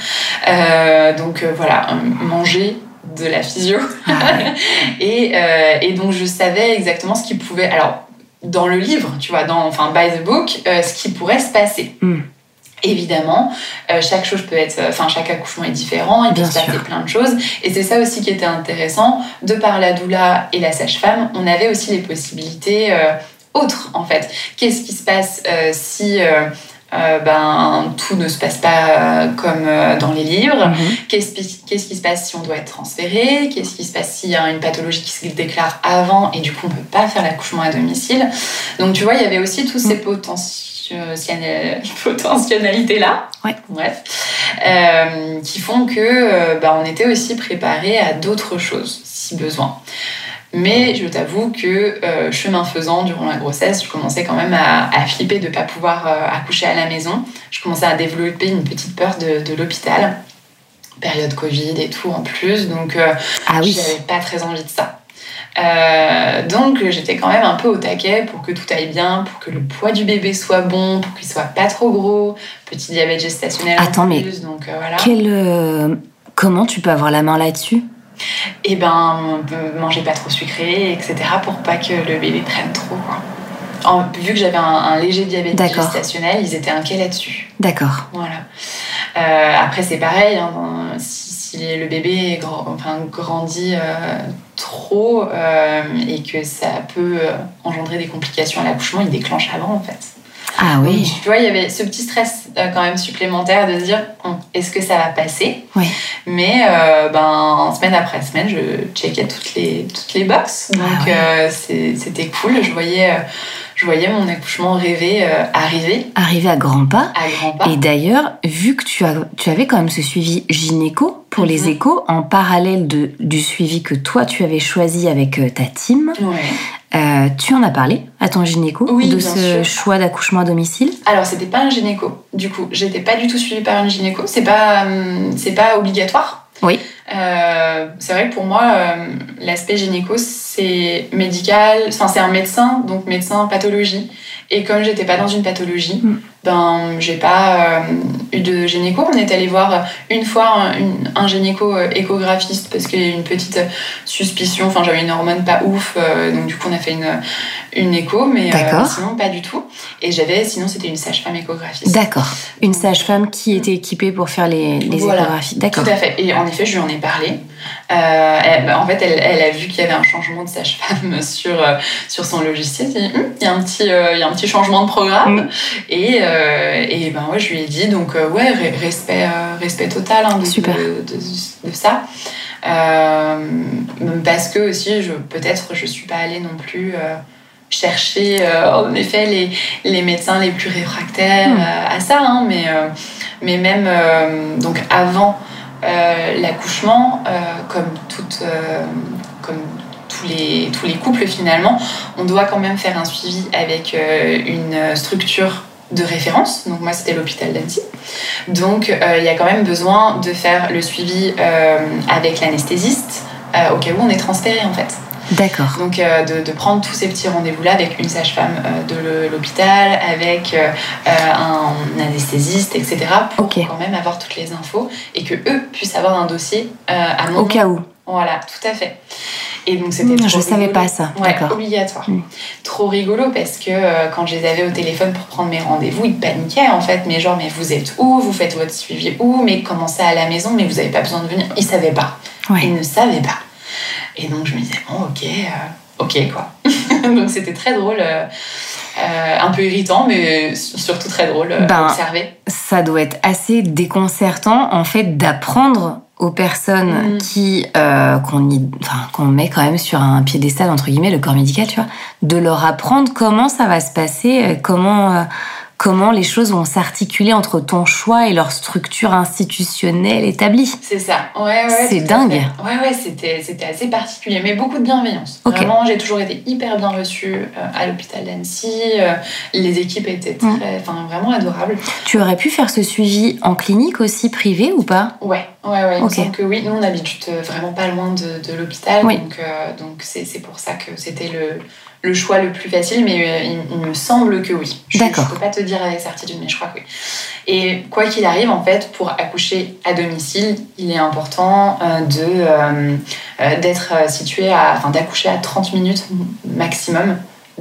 Euh, donc euh, voilà, manger de la physio. Ah ouais. et, euh, et donc, je savais exactement ce qui pouvait... Alors, dans le livre, tu vois, dans, enfin, by the book, euh, ce qui pourrait se passer. Mm. Évidemment, euh, chaque chose peut être... Enfin, chaque accouchement est différent, il peut se passer plein de choses. Et c'est ça aussi qui était intéressant. De par la doula et la sage-femme, on avait aussi les possibilités euh, autres, en fait. Qu'est-ce qui se passe euh, si... Euh, Euh, ben, tout ne se passe pas euh, comme euh, dans les livres. Mm-hmm. Qu'est-ce, qu'est-ce qui se passe si on doit être transféré? Qu'est-ce qui se passe s'il y a une pathologie qui se déclare avant et du coup on ne peut pas faire l'accouchement à domicile? Donc tu vois, il y avait aussi tous ces potentiel... potentialités-là, ouais. bref, euh, qui font que euh, ben, on était aussi préparés à d'autres choses, si besoin. Mais je t'avoue que euh, chemin faisant, durant la grossesse, je commençais quand même à, à flipper de ne pas pouvoir euh, accoucher à la maison. Je commençais à développer une petite peur de, de l'hôpital, période Covid et tout en plus, donc euh, ah oui. j'avais pas très envie de ça. Euh, donc j'étais quand même un peu au taquet pour que tout aille bien, pour que le poids du bébé soit bon, pour qu'il soit pas trop gros, petit diabète gestationnel. Attends, en mais plus, donc, euh, voilà. quel, euh, comment tu peux avoir la main là-dessus? Et ben, manger pas trop sucré, et cetera, pour pas que le bébé prenne trop, quoi. En, vu que j'avais un, un léger diabète D'accord. gestationnel, ils étaient inquiets là-dessus. D'accord. Voilà. Euh, après, c'est pareil, hein, dans, si, si le bébé grand, enfin, grandit euh, trop euh, et que ça peut euh, engendrer des complications à l'accouchement, il déclenche avant, en fait. Ah oui. Donc, tu vois, il y avait ce petit stress euh, quand même supplémentaire de se dire hum, est-ce que ça va passer? Oui. Mais euh, ben, semaine après semaine, je checkais toutes les, toutes les boxes. Donc Ah ouais. euh, c'est, c'était cool. Je voyais, euh, je voyais mon accouchement rêvé euh, arriver. Arriver à grands pas. À grands pas. Et d'ailleurs, vu que tu, as, tu avais quand même ce suivi gynéco pour mm-hmm. les échos, en parallèle de, du suivi que toi, tu avais choisi avec euh, ta team, ouais. Euh, tu en as parlé à ton gynéco oui, de bien ce sûr. choix d'accouchement à domicile? Alors, c'était pas un gynéco, du coup. J'étais pas du tout suivie par un gynéco. C'est pas, c'est pas obligatoire. Oui. Euh, c'est vrai que pour moi, euh, l'aspect gynéco, c'est médical. Enfin, c'est un médecin, donc médecin pathologie. Et comme j'étais pas dans une pathologie, mm. ben j'ai pas euh, eu de gynéco. On est allé voir une fois un, une, un gynéco échographiste parce qu'il y a eu une petite suspicion. Enfin, j'avais une hormone pas ouf, euh, donc du coup on a fait une une écho, mais euh, sinon pas du tout. Et j'avais, sinon c'était une sage-femme échographiste. D'accord. Une sage-femme qui était équipée pour faire les, les voilà. échographies. D'accord. Tout à fait. Et en effet, je lui en ai parlé. Euh, elle, en fait, elle, elle a vu qu'il y avait un changement de sage-femme sur, euh, sur son logiciel. Elle a dit, hm, il y a un petit, euh, il y a un petit changement de programme. Mmh. Et, euh, et ben, ouais, je lui ai dit, donc, euh, ouais, respect, euh, respect total hein, de, Super. De, de, de ça. Euh, parce que aussi, je, peut-être, je ne suis pas allée non plus euh, chercher, euh, en effet, les, les médecins les plus réfractaires mmh. euh, à ça. Hein, mais, euh, mais même, euh, donc, avant... Euh, l'accouchement, euh, comme, toute, euh, comme tous, les, tous les couples finalement, on doit quand même faire un suivi avec euh, une structure de référence. Donc moi, c'était l'hôpital d'Annecy. Donc euh, il y a quand même besoin de faire le suivi euh, avec l'anesthésiste euh, au cas où on est transféré en fait. D'accord. Donc euh, de, de prendre tous ces petits rendez-vous-là avec une sage-femme euh, de l'hôpital, avec euh, un anesthésiste, et cetera pour okay. quand même avoir toutes les infos et que eux puissent avoir un dossier euh, à mon au cas où. Voilà, tout à fait. Et donc c'était mmh, trop je rigolo. savais pas ça. Ouais, D'accord. Obligatoire. Mmh. Trop rigolo parce que euh, quand je les avais au téléphone pour prendre mes rendez-vous, ils paniquaient en fait. Mais genre, mais vous êtes où? Vous faites votre suivi où? Mais comment ça à la maison? Mais vous avez pas besoin de venir. Ils savaient pas. Ouais. Ils ne savaient pas. Et donc je me disais bon, ok, euh, ok quoi. Donc c'était très drôle. Euh, Euh, un peu irritant, mais surtout très drôle euh, ben, à observer. Ça doit être assez déconcertant, en fait, d'apprendre aux personnes mmh. qui, euh, qu'on, y, enfin, qu'on met quand même sur un piédestal, entre guillemets, le corps médical, tu vois, de leur apprendre comment ça va se passer, comment... Euh, comment les choses vont s'articuler entre ton choix et leur structure institutionnelle établie. C'est ça. Ouais, ouais, c'est dingue. Ouais, ouais, c'était, c'était assez particulier, mais beaucoup de bienveillance. Okay. Vraiment, j'ai toujours été hyper bien reçue euh, à l'hôpital d'Annecy. Euh, les équipes étaient très, enfin, mmh. vraiment adorables. Tu aurais pu faire ce suivi en clinique aussi, privé ou pas? Ouais, ouais, ouais. Il okay. me semble que oui. Nous, on habite vraiment pas loin de, de l'hôpital, oui. donc, euh, donc c'est, c'est pour ça que c'était le... le choix le plus facile, mais euh, il, il me semble que oui. Je, D'accord. Je peux pas te dire avec certitude, mais je crois que oui. Et quoi qu'il arrive, en fait, pour accoucher à domicile, il est important euh, de, euh, euh, d'être situé à, enfin, d'accoucher à trente minutes maximum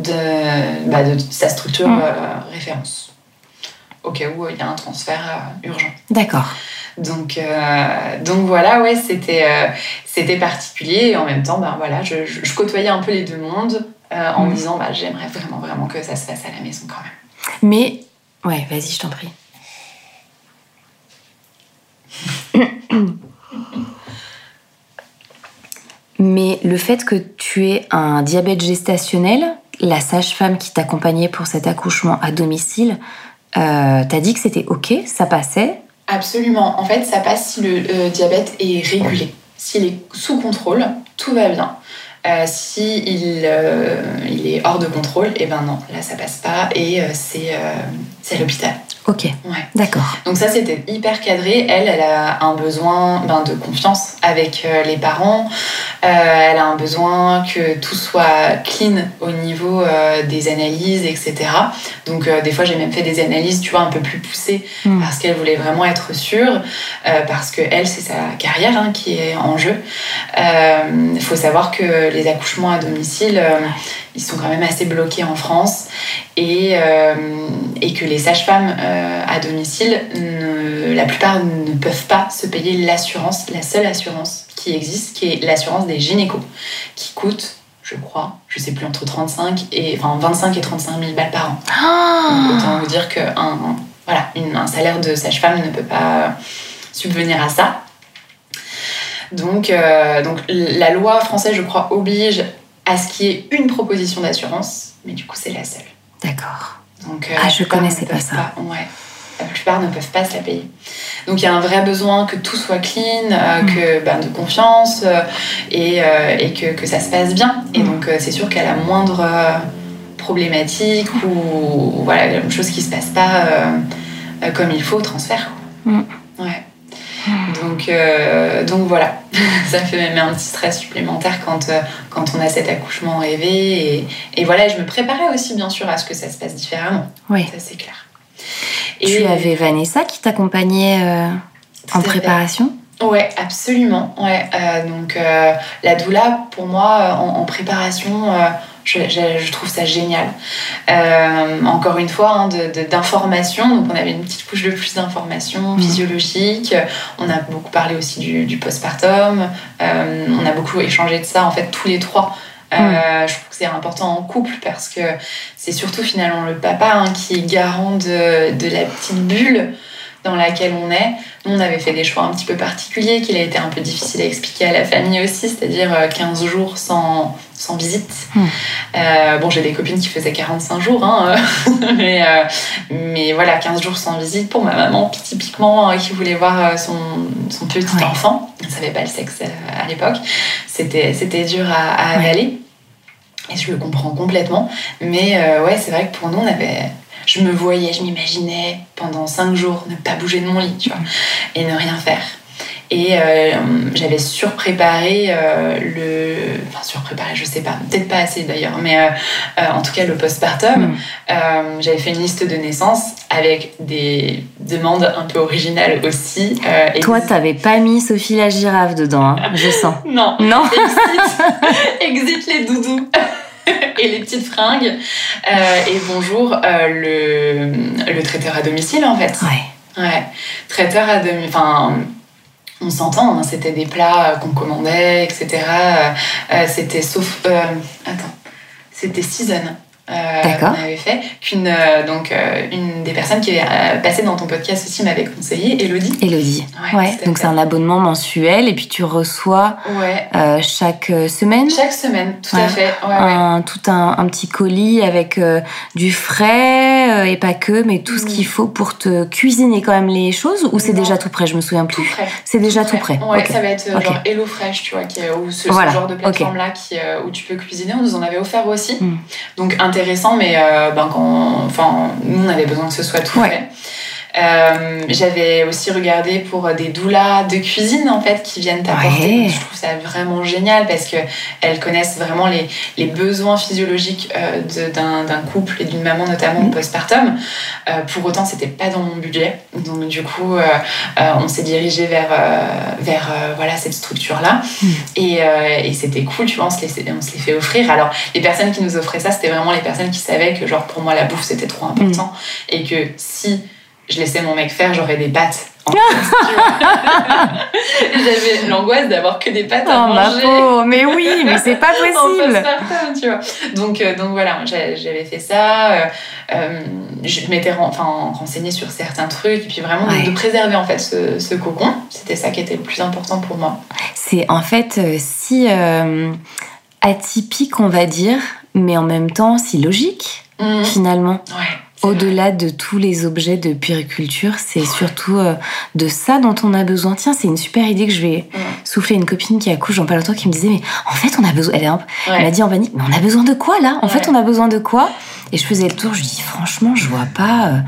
de, bah, de sa structure mmh. euh, référence, au cas où il y a un transfert euh, urgent. D'accord. Donc, euh, donc voilà, ouais, c'était, euh, c'était particulier. Et en même temps, bah, voilà, je, je, je côtoyais un peu les deux mondes. Euh, en mmh. me disant, bah, j'aimerais vraiment, vraiment que ça se fasse à la maison quand même. Mais, ouais, vas-y, je t'en prie. Mais le fait que tu aies un diabète gestationnel, la sage-femme qui t'accompagnait pour cet accouchement à domicile, euh, t'as dit que c'était OK, ça passait? Absolument. En fait, ça passe si le euh, diabète est régulé. S'il est sous contrôle, tout va bien. Euh, si il, euh, il est hors de contrôle, et eh ben non, là ça passe pas et euh, c'est, euh, c'est à l'hôpital. Ok, Ouais. d'accord. Donc ça, c'était hyper cadré. Elle, elle a un besoin ben, de confiance avec euh, les parents. Euh, elle a un besoin que tout soit clean au niveau euh, des analyses, et cetera. Donc euh, des fois, j'ai même fait des analyses, tu vois, un peu plus poussées Mm. parce qu'elle voulait vraiment être sûre, euh, parce que elle, c'est sa carrière hein, qui est en jeu. Il euh, faut savoir que les accouchements à domicile, euh, ils sont quand même assez bloqués en France et, euh, et que les sages-femmes euh, à domicile, ne, la plupart ne peuvent pas se payer l'assurance, la seule assurance qui existe, qui est l'assurance des gynécos, qui coûte, je crois, je sais plus, entre trente-cinq et, enfin, vingt-cinq et trente-cinq mille balles par an. Ah. Donc, autant vous dire qu'un un, voilà, une, un salaire de sage-femme ne peut pas subvenir à ça. Donc, euh, donc la loi française, je crois, oblige à ce qu'il y ait une proposition d'assurance, mais du coup, c'est la seule. D'accord. Donc, euh, ah, je connaissais pas ça. Pas, ouais, la plupart ne peuvent pas se la payer. Donc, il y a un vrai besoin que tout soit clean, euh, mmh. que, ben, de confiance euh, et, euh, et que, que ça se passe bien. Et mmh. donc, euh, c'est sûr qu'à la moindre euh, problématique ou, ou voilà, une chose qui se passe pas euh, euh, comme il faut, transfert. Mmh. Ouais. Donc, euh, donc voilà, ça me fait même un petit stress supplémentaire quand, euh, quand on a cet accouchement rêvé. Et, et voilà, je me préparais aussi bien sûr à ce que ça se passe différemment. Oui. Ça, c'est clair. Et tu avais Vanessa qui t'accompagnait euh, en préparation ? Ouais, absolument. Ouais, euh, donc euh, la doula, pour moi, en, en préparation, euh, je, je, je trouve ça génial. Euh, encore une fois, hein, de, de, d'informations. Donc on avait une petite couche de plus d'informations mmh. physiologiques. On a beaucoup parlé aussi du, du postpartum. Euh, on a beaucoup échangé de ça, en fait, tous les trois. Euh, mmh. Je trouve que c'est important en couple parce que c'est surtout finalement le papa hein, qui est garant de, de la petite bulle dans laquelle on est. Nous, on avait fait des choix un petit peu particuliers qu'il a été un peu difficile à expliquer à la famille aussi, c'est-à-dire quinze jours sans, sans visite. Mmh. Euh, bon, j'ai des copines qui faisaient quarante-cinq jours, hein, mais, euh, mais voilà, quinze jours sans visite pour ma maman, typiquement, euh, qui voulait voir son, son petit ouais. enfant. Elle ne savait pas le sexe à l'époque. C'était, c'était dur à, à avaler. Ouais. Et je le comprends complètement. Mais euh, ouais, c'est vrai que pour nous, on avait... Je me voyais, je m'imaginais pendant cinq jours ne pas bouger de mon lit, tu vois, et ne rien faire. Et euh, j'avais surpréparé euh, le... Enfin, surpréparé, je sais pas, peut-être pas assez d'ailleurs, mais euh, euh, en tout cas le postpartum. Mm. Euh, j'avais fait une liste de naissances avec des demandes un peu originales aussi. Euh, Toi, exit... t'avais pas mis Sophie la girafe dedans, hein, je sens. Non. Non. Exit, exit les doudous. Et les petites fringues. Euh, et bonjour, euh, le, le traiteur à domicile, en fait. Ouais. Ouais. Traiteur à domicile. Enfin, on s'entend, hein, c'était des plats qu'on commandait, et cetera. Euh, c'était sauf. Euh, attends. C'était Season. Euh, D'accord. qu'on avait fait, qu'une, euh, donc, euh, une des personnes qui est euh, passée dans ton podcast aussi m'avait conseillé, Elodie. Elodie, ouais. ouais. Donc c'est un abonnement mensuel et puis tu reçois ouais. euh, chaque semaine. Chaque semaine, tout ouais. à fait. Ouais, un, ouais. Tout un, un petit colis avec euh, du frais euh, et pas que, mais tout mmh. ce qu'il faut pour te cuisiner quand même les choses ou c'est non. déjà tout prêt, je me souviens plus. Tout prêt. C'est déjà tout prêt. Tout prêt. Ouais, okay. ça va être euh, okay. genre Hello Fresh, tu vois, qui est, ou ce, voilà. ce genre de plateforme-là okay. qui, euh, où tu peux cuisiner. On nous en avait offert aussi. Mmh. Donc intéressant, mais euh, ben, quand, enfin, nous, on avait besoin que ce soit tout ouais. fait. Euh, j'avais aussi regardé pour des doulas de cuisine en fait qui viennent t'apporter. Ouais. Je trouve ça vraiment génial parce que elles connaissent vraiment les, les besoins physiologiques euh, de, d'un, d'un couple et d'une maman notamment mmh. postpartum. Euh, pour autant, c'était pas dans mon budget, donc du coup, euh, euh, on s'est dirigé vers euh, vers euh, voilà cette structure là mmh. et, euh, et c'était cool, tu vois. On se les on se les fait offrir. Alors les personnes qui nous offraient ça, c'était vraiment les personnes qui savaient que genre pour moi la bouffe c'était trop important mmh. et que si je laissais mon mec faire, j'aurais des pâtes en place, tu vois. J'avais l'angoisse d'avoir que des pâtes à oh, manger. Ma pauvre, mais oui, mais c'est pas possible. en tu vois. Donc, euh, donc voilà, j'avais fait ça. Euh, euh, je m'étais ren- enfin, renseignée sur certains trucs et puis vraiment ouais. de, de préserver en fait ce, ce cocon. C'était ça qui était le plus important pour moi. C'est en fait euh, si euh, atypique, on va dire, mais en même temps si logique mmh. finalement. Ouais. Au-delà de tous les objets de puériculture, c'est surtout euh, de ça dont on a besoin. Tiens, c'est une super idée que je vais ouais. souffler à une copine qui accouche dans pas longtemps qui me disait mais en fait on a besoin. Elle, est un... ouais. elle m'a dit en panique mais on a besoin de quoi là ? En ouais. fait on a besoin de quoi ? Et je faisais le tour, je dis franchement je vois pas. Euh...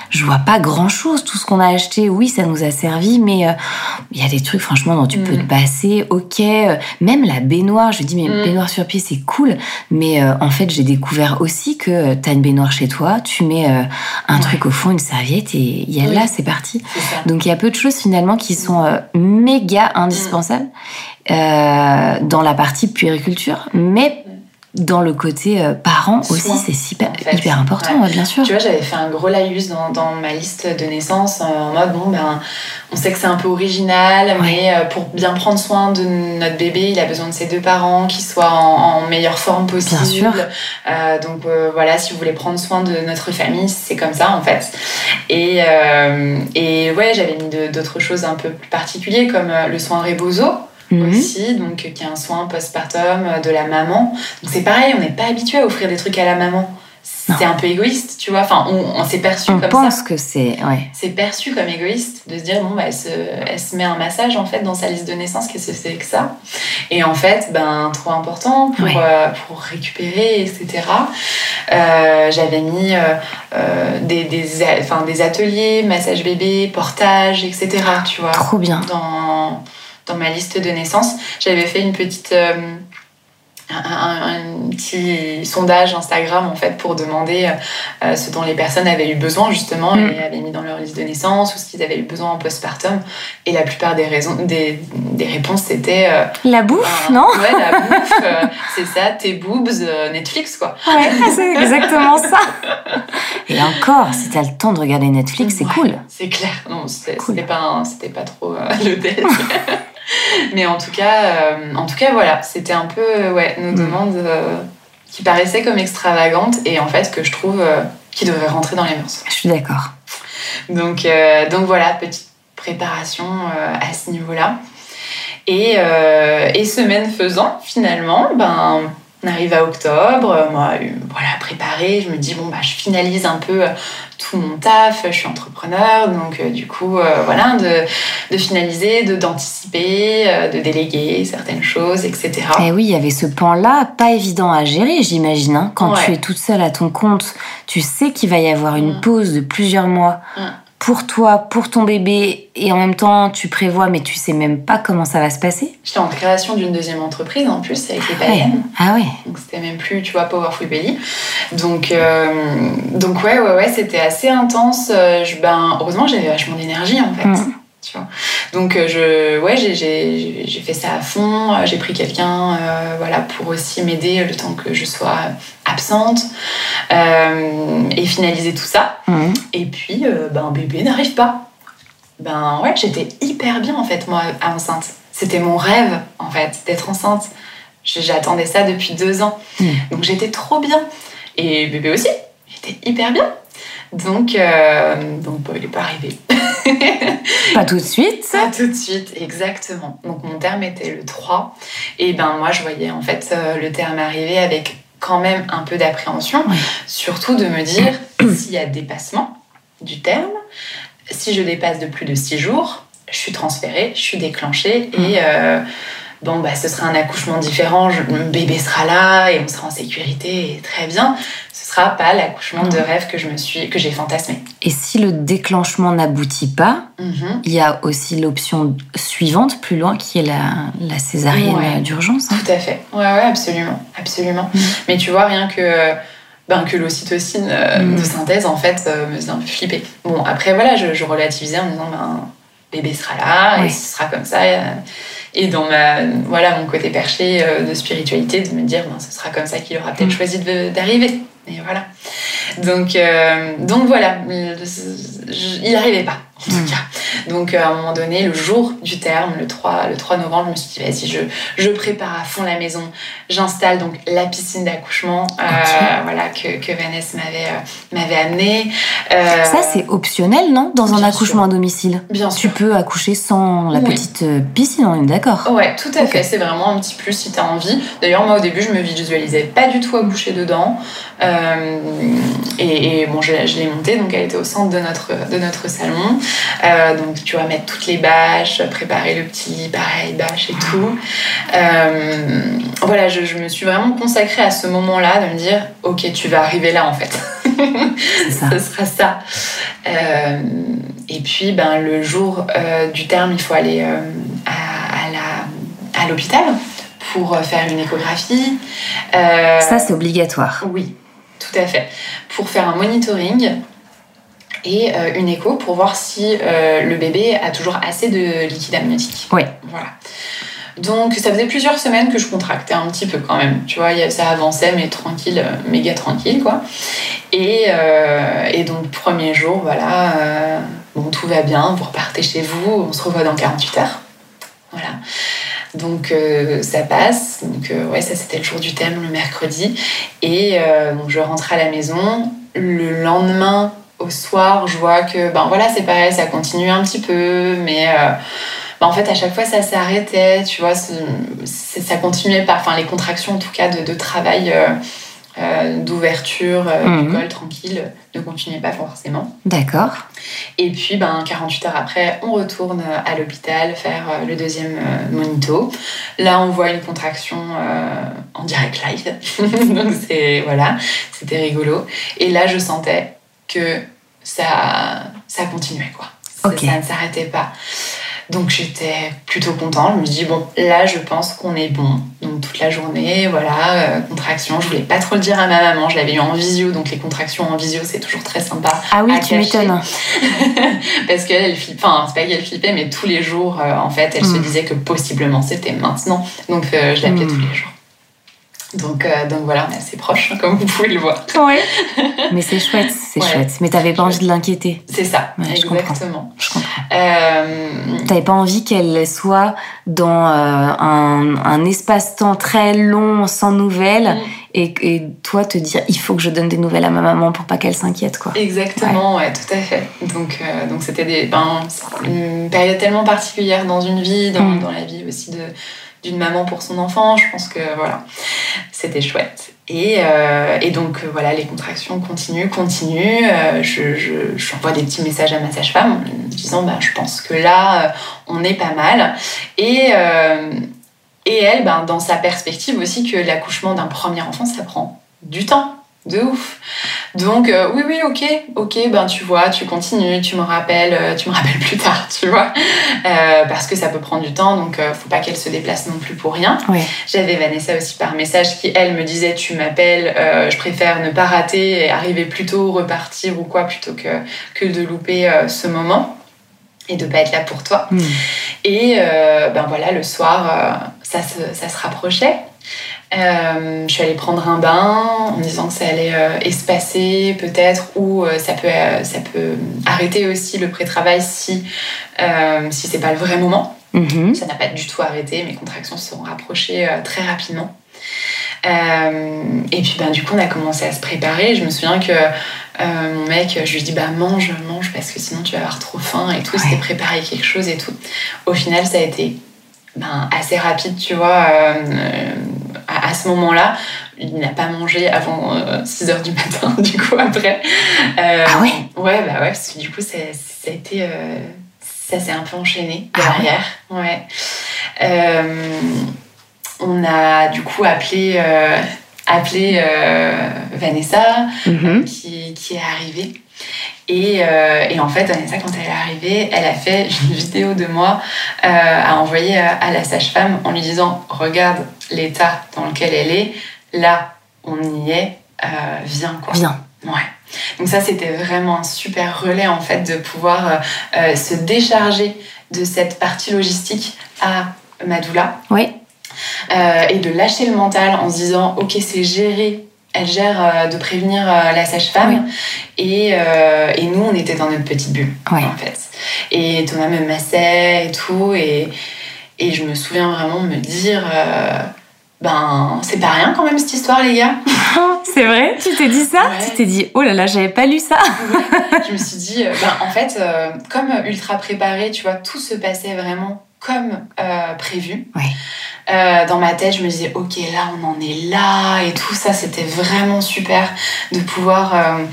je vois pas grand-chose. Tout ce qu'on a acheté, oui, ça nous a servi, mais il euh, y a des trucs, franchement, dont tu mmh. peux te passer. Ok, euh, même la baignoire, je me dis, mais mmh. baignoire sur pied, c'est cool. Mais euh, en fait, j'ai découvert aussi que euh, t'as une baignoire chez toi, tu mets euh, un ouais. truc au fond, une serviette, et il y a oui. là, c'est parti. C'est Donc, il y a peu de choses, finalement, qui sont euh, méga indispensables mmh. euh, dans la partie puériculture, mais dans le côté euh, parents Soin, aussi, c'est super, en fait. hyper important, ouais. Ouais, bien sûr. Tu vois, j'avais fait un gros laïus dans, dans ma liste de naissance en mode, bon, ben, on sait que c'est un peu original, ouais. mais euh, pour bien prendre soin de notre bébé, il a besoin de ses deux parents qui soient en, en meilleure forme possible. Bien sûr. Euh, donc euh, voilà, si vous voulez prendre soin de notre famille, c'est comme ça en fait. Et, euh, et ouais, j'avais mis de, d'autres choses un peu plus particulières comme euh, le soin Rebozo. Mmh. aussi, donc qui est un soin postpartum de la maman. Donc c'est pareil, on n'est pas habitué à offrir des trucs à la maman. C'est non. un peu égoïste, tu vois. Enfin, on, on s'est perçu on comme pense ça. que c'est, ouais. C'est perçu comme égoïste de se dire bon bah elle se, elle se met un massage en fait dans sa liste de naissance, qu'est-ce que c'est que ça ? Et en fait, ben trop important pour ouais. euh, pour récupérer, et cetera. Euh, j'avais mis euh, euh, des des enfin des ateliers massage bébé, portage, et cetera. Tu vois. Trop bien. Dans Dans ma liste de naissance, j'avais fait une petite, euh, un, un, un petit sondage Instagram en fait pour demander euh, ce dont les personnes avaient eu besoin justement mmh. et avaient mis dans leur liste de naissance ou ce qu'ils avaient eu besoin en postpartum. Et la plupart des raisons, des, des réponses c'était euh, la bouffe, euh, non ? Ouais, la bouffe, euh, c'est ça, tes boobs, euh, Netflix quoi. Ouais, c'est exactement ça. Et encore, si t'as le temps de regarder Netflix, c'est ouais, cool. C'est clair. Non, c'était, cool. c'était pas, un, c'était pas trop euh, le délire. Mais en tout cas, euh, en tout cas, voilà, c'était un peu euh, ouais, nos mmh. demandes euh, qui paraissaient comme extravagantes et en fait que je trouve euh, qui devraient rentrer dans les mœurs. Je suis d'accord. Donc, euh, donc voilà, petite préparation euh, à ce niveau-là. Et, euh, et semaine faisant, finalement, ben, on arrive à octobre, moi, euh, voilà, préparée, je me dis, bon, bah, je finalise un peu tout mon taf, je suis entrepreneur, donc euh, du coup, euh, voilà, de, de finaliser, de, d'anticiper, euh, de déléguer certaines choses, et cetera. Et oui, il y avait ce pan-là, pas évident à gérer, j'imagine. Hein. Quand ouais. tu es toute seule à ton compte, tu sais qu'il va y avoir une mmh. pause de plusieurs mois mmh. pour toi, pour ton bébé, et en même temps, tu prévois, mais tu sais même pas comment ça va se passer. J'étais en création d'une deuxième entreprise, en plus, avec les païennes. Ah ouais. Donc, c'était même plus, tu vois, Powerful Belly. Donc, euh, donc ouais, ouais, ouais, c'était assez intense. Je, ben, heureusement, j'avais vachement d'énergie, en fait. Mmh. Tu vois. Donc, je, ouais, j'ai, j'ai, j'ai fait ça à fond. J'ai pris quelqu'un, euh, voilà, pour aussi m'aider le temps que je sois absente euh, et finaliser tout ça. Mmh. Et puis, euh, ben, bébé n'arrive pas. Ben ouais, j'étais hyper bien en fait, moi, enceinte. C'était mon rêve, en fait, d'être enceinte. J'attendais ça depuis deux ans. Mmh. Donc j'étais trop bien. Et bébé aussi, j'étais hyper bien. Donc, euh, donc bon, il n'est pas arrivé. Pas tout de suite. Pas tout de suite, exactement. Donc mon terme était le trois. Et ben moi, je voyais en fait euh, le terme arriver avec quand même un peu d'appréhension. Oui. Surtout de me dire, s'il y a dépassement du terme, si je dépasse de plus de six jours, je suis transférée, je suis déclenchée mmh. et euh, bon, bah, ce sera un accouchement différent, je, le bébé sera là et on sera en sécurité et très bien. Ce sera pas l'accouchement mmh. de rêve que, je me suis, que j'ai fantasmé. Et si le déclenchement n'aboutit pas, il mmh. y a aussi l'option suivante, plus loin, qui est la, la césarienne ouais. d'urgence. Hein. Tout à fait, ouais, ouais, absolument, absolument. Mmh. Mais tu vois, rien que... Ben, que l'ocytocine euh, mmh. de synthèse, en fait, euh, me faisait un peu flipper. Bon, après, voilà, je, je relativisais en me disant, ben, bébé sera là, oui. et ce sera comme ça. Et dans ma, voilà, mon côté perché euh, de spiritualité, de me dire, ben, ce sera comme ça qu'il aura peut-être mmh. choisi de, d'arriver. Et voilà. Donc, euh, donc voilà, il n'arrivait pas, en tout mmh. cas. Donc, à un moment donné, le jour du terme, le trois, le trois novembre, je me suis dit, vas-y, je, je prépare à fond la maison. J'installe donc la piscine d'accouchement okay. euh, voilà, que, que Vanessa m'avait, euh, m'avait amenée. Euh, Ça, c'est optionnel, non ? Dans un accouchement sûr. À domicile. Bien sûr. Tu peux accoucher sans la oui. petite piscine, on est d'accord ? Ouais, tout à okay. fait. C'est vraiment un petit plus si tu as envie. D'ailleurs, moi, au début, je me visualisais pas du tout accoucher dedans. Euh, et, et bon, je, je l'ai montée, donc elle était au centre de notre, de notre salon. Euh, donc donc tu vois, mettre toutes les bâches, préparer le petit lit, pareil, bâches et tout. Euh, voilà, je, je me suis vraiment consacrée à ce moment-là de me dire, ok, tu vas arriver là en fait. C'est ça. Ce sera ça. Euh, et puis, ben, le jour euh, du terme, il faut aller euh, à, à, la, à l'hôpital pour faire une échographie. Euh, ça, c'est obligatoire. Oui, tout à fait. Pour faire un monitoring et euh, une écho pour voir si euh, le bébé a toujours assez de liquide amniotique. Oui. Voilà. Donc, ça faisait plusieurs semaines que je contractais un petit peu quand même. Tu vois, ça avançait, mais tranquille, méga tranquille, quoi. Et, euh, et donc, premier jour, voilà, euh, bon, tout va bien, vous repartez chez vous, on se revoit dans quarante-huit heures. Voilà. Donc, euh, ça passe. Donc, euh, ouais, ça, c'était le jour du thème, le mercredi. Et euh, donc, je rentre à la maison. Le lendemain, au soir, je vois que, ben voilà, c'est pareil, ça continue un petit peu, mais... Euh, Bah en fait, à chaque fois, ça s'arrêtait, tu vois, c'est, c'est, ça continuait pas. Enfin, les contractions, en tout cas, de, de travail, euh, euh, d'ouverture, euh, mmh. du col, tranquille, ne continuaient pas forcément. D'accord. Et puis, ben, quarante-huit heures après, on retourne à l'hôpital faire euh, le deuxième euh, monito. Là, on voit une contraction euh, en direct live. Donc, c'est, voilà, c'était rigolo. Et là, je sentais que ça, ça continuait, quoi. Okay. Ça ne s'arrêtait pas. Donc j'étais plutôt contente, je me dis bon là je pense qu'on est bon, donc toute la journée, voilà, euh, contraction, je voulais pas trop le dire à ma maman, je l'avais eu en visio, donc les contractions en visio c'est toujours très sympa. Ah oui, à tu cacher. m'étonnes. Parce qu'elle elle flippe, enfin c'est pas qu'elle flippait, mais tous les jours euh, en fait elle mmh. se disait que possiblement c'était maintenant, donc euh, je l'appelais mmh. tous les jours. Donc, euh, donc voilà, on est assez proches, hein, comme vous pouvez le voir. Ouais. Mais c'est chouette, c'est ouais. chouette. Mais t'avais pas envie de l'inquiéter. C'est ça, ouais, exactement. Je comprends. Je comprends. Euh... T'avais pas envie qu'elle soit dans euh, un, un espace-temps très long, sans nouvelles, mm. et, et toi te dire, il faut que je donne des nouvelles à ma maman pour pas qu'elle s'inquiète, quoi. Exactement, ouais, ouais tout à fait. Donc, euh, donc c'était des, ben, une période tellement particulière dans une vie, dans, mm. dans la vie aussi de... d'une maman pour son enfant, je pense que voilà, c'était chouette. Et, euh, et donc euh, voilà, les contractions continuent, continuent. Euh, je, je, je envoie des petits messages à ma sage-femme en me disant bah, je pense que là, euh, on est pas mal. Et, euh, et elle, ben, dans sa perspective aussi, que l'accouchement d'un premier enfant, ça prend du temps. De ouf. Donc, euh, oui, oui, ok, ok, ben tu vois, tu continues, tu me rappelles, euh, tu me rappelles plus tard, tu vois, euh, parce que ça peut prendre du temps, donc euh, faut pas qu'elle se déplace non plus pour rien. Oui. J'avais Vanessa aussi par message qui, elle, me disait, tu m'appelles, euh, je préfère ne pas rater et arriver plus tôt, repartir ou quoi, plutôt que, que de louper euh, ce moment et de pas être là pour toi. Mmh. Et euh, ben voilà, le soir, euh, ça, se, ça se rapprochait. Euh, je suis allée prendre un bain en me disant que ça allait euh, espacer peut-être, ou euh, ça, peut, euh, ça peut arrêter aussi le pré-travail si, euh, si c'est pas le vrai moment. Mm-hmm. Ça n'a pas du tout arrêté, mes contractions se sont rapprochées euh, très rapidement. Euh, et puis ben, du coup on a commencé à se préparer. Je me souviens que euh, mon mec, je lui dis bah mange, mange parce que sinon tu vas avoir trop faim et tout. Ouais. C'était préparer quelque chose et tout. Au final ça a été ben, assez rapide, tu vois. Euh, à, à ce moment-là, il n'a pas mangé avant euh, six heures du matin, du coup, après. Euh, ah ouais Ouais, bah ouais, parce que du coup, ça, ça a été... Euh, ça s'est un peu enchaîné derrière. Ah ouais. ouais. Euh, on a, du coup, appelé... Euh, appelé euh, Vanessa, mm-hmm. qui, qui est arrivée. Et, euh, et en fait, Vanessa, quand elle est arrivée, elle a fait une vidéo de moi euh, à envoyer à, à la sage-femme en lui disant « Regarde l'état dans lequel elle est, là, on y est, euh, viens quoi. » Viens. Ouais. Donc ça, c'était vraiment un super relais, en fait, de pouvoir euh, se décharger de cette partie logistique à ma doula. Oui. Euh, et de lâcher le mental en se disant « Ok, c'est géré. » Elle gère euh, de prévenir euh, la sage-femme. Oui. Et, euh, et nous, on était dans notre petite bulle, oui. en fait. Et Thomas me massait et tout. Et, et je me souviens vraiment me dire... Euh, ben, c'est pas rien quand même, cette histoire, les gars. C'est vrai? Tu t'es dit ça? Ouais. Tu t'es dit, oh là là, j'avais pas lu ça. Ouais. Je me suis dit, ben, en fait, euh, comme ultra préparée, tu vois, tout se passait vraiment comme euh, prévu. Ouais. Euh, dans ma tête, je me disais, ok, là, on en est là et tout ça, c'était vraiment super de pouvoir euh,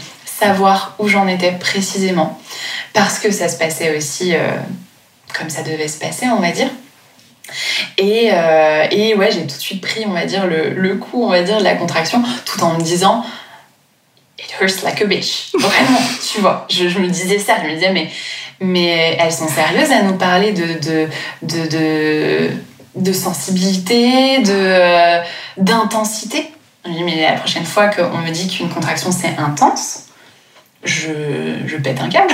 savoir où j'en étais précisément, parce que ça se passait aussi euh, comme ça devait se passer, on va dire. Et, euh, et ouais, j'ai tout de suite pris, on va dire, le, le coup, on va dire, de la contraction, tout en me disant « It hurts like a bitch ». Vraiment, tu vois. Je, je me disais ça, je me disais « mais, mais elles sont sérieuses à nous parler de, de, de, de, de sensibilité, de, euh, d'intensité ». Je me dis « mais la prochaine fois qu'on me dit qu'une contraction, c'est intense, je, je pète un câble ».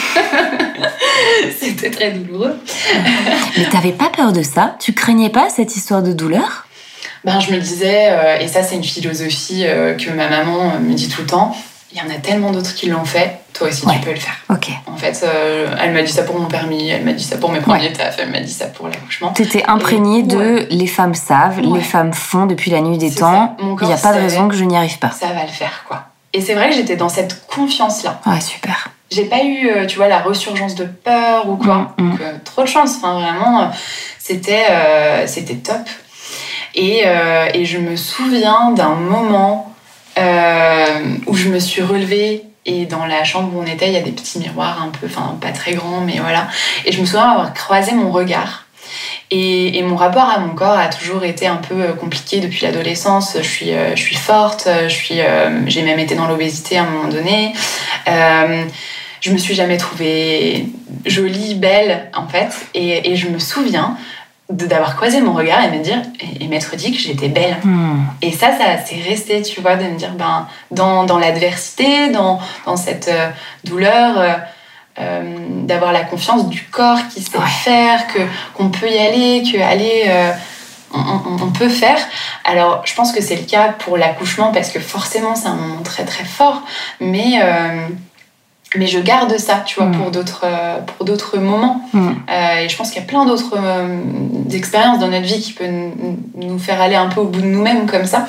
C'était très douloureux. Mais t'avais pas peur de ça? Tu craignais pas cette histoire de douleur? Ben, je me disais, euh, et ça c'est une philosophie euh, que ma maman me dit tout le temps, il y en a tellement d'autres qui l'ont fait, toi aussi ouais. tu peux le faire. Ok. En fait, euh, elle m'a dit ça pour mon permis, elle m'a dit ça pour mes premiers ouais. tafs, elle m'a dit ça pour l'accouchement. T'étais imprégnée et, de ouais. les femmes savent, ouais. les femmes font depuis la nuit des c'est temps, il n'y a pas de raison que je n'y arrive pas. Ça va le faire, quoi. Et c'est vrai que j'étais dans cette confiance-là. Ouais, super. J'ai pas eu, tu vois, la resurgence de peur ou quoi. Mmh, Donc, mmh. Euh, trop de chance. Enfin, vraiment, euh, c'était, euh, c'était top. Et, euh, et je me souviens d'un moment euh, où je me suis relevée et dans la chambre où on était, il y a des petits miroirs un peu, enfin, pas très grands, mais voilà. Et je me souviens avoir croisé mon regard. Et, et mon rapport à mon corps a toujours été un peu compliqué depuis l'adolescence. Je suis, euh, je suis forte, je suis, euh, j'ai même été dans l'obésité à un moment donné. Euh, je me suis jamais trouvée jolie, belle, en fait. Et, et je me souviens de, d'avoir croisé mon regard et me dire, et, et m'être dit que j'étais belle. Mmh. Et ça, ça c'est resté, tu vois, de me dire, ben, dans, dans l'adversité, dans, dans cette euh, douleur... Euh, Euh, d'avoir la confiance du corps qui sait ouais. faire, que, qu'on peut y aller, que aller, euh, on, on, on peut faire. Alors, je pense que c'est le cas pour l'accouchement parce que forcément, c'est un moment très très fort, mais, euh, mais je garde ça, tu vois, mmh. pour, d'autres, euh, pour d'autres moments. Mmh. Euh, et je pense qu'il y a plein d'autres euh, expériences dans notre vie qui peuvent n- nous faire aller un peu au bout de nous-mêmes comme ça.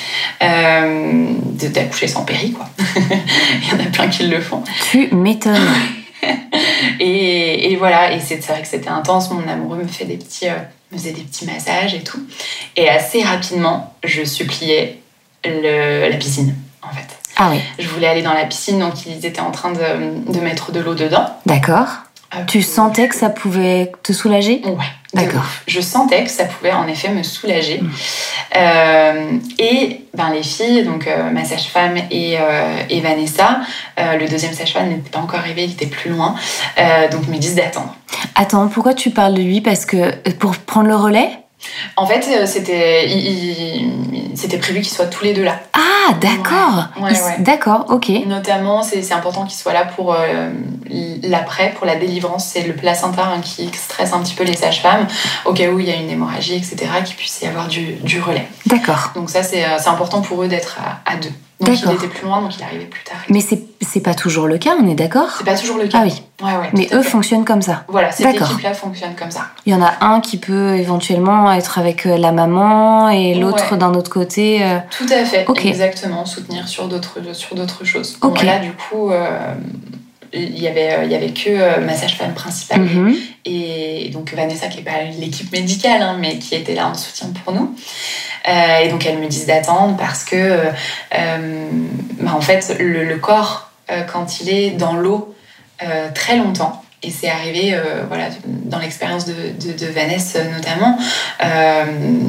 Euh, de, d'accoucher sans péri, quoi. Il y en a plein qui le font. Tu m'étonnes. et, et voilà, et c'est, c'est vrai que c'était intense. Mon amoureux me fait des petits, euh, me faisait des petits massages et tout. Et assez rapidement, je suppliais le, la piscine, en fait. Ah oui. Je voulais aller dans la piscine, donc ils étaient en train de, de mettre de l'eau dedans. D'accord. Euh, tu sentais que ça pouvait te soulager ? Ouais. D'accord. Je sentais que ça pouvait en effet me soulager. Mmh. Euh, et ben, les filles, donc euh, ma sage-femme et, euh, et Vanessa, euh, le deuxième sage-femme n'était pas encore arrivé, il était plus loin, euh, donc me disent d'attendre. Attends, pourquoi tu parles de lui ? Parce que pour prendre le relais ? En fait, c'était, il, il, c'était prévu qu'ils soient tous les deux là. Ah, d'accord. Ouais, ouais, ouais. D'accord, ok. Notamment, c'est, c'est important qu'ils soient là pour euh, l'après, pour la délivrance. C'est le placenta hein, qui stresse un petit peu les sages-femmes, au cas où il y a une hémorragie, et cetera, qu'il puisse y avoir du, du relais. D'accord. Donc ça, c'est, c'est important pour eux d'être à, à deux. Donc d'accord. Il était plus loin, donc il arrivait plus tard. Mais c'est, c'est pas toujours le cas, on est d'accord ? C'est pas toujours le cas. Ah oui. Ouais, ouais, mais eux fonctionnent comme ça. Voilà, cette d'accord. équipe-là fonctionne comme ça. Il y en a un qui peut éventuellement être avec la maman et l'autre ouais. d'un autre côté. Euh... Tout à fait, okay. Exactement, soutenir sur d'autres, sur d'autres choses. Ok. Bon, là, du coup, euh, il y avait, il y avait que euh, ma sage-femme principale mm-hmm. et, et donc Vanessa, qui n'est pas l'équipe médicale, hein, mais qui était là en soutien pour nous. Euh, et donc, elles me disent d'attendre parce que, euh, bah, en fait, le, le corps, euh, quand il est dans l'eau euh, très longtemps, et c'est arrivé euh, voilà, dans l'expérience de, de, de Vanessa notamment, euh,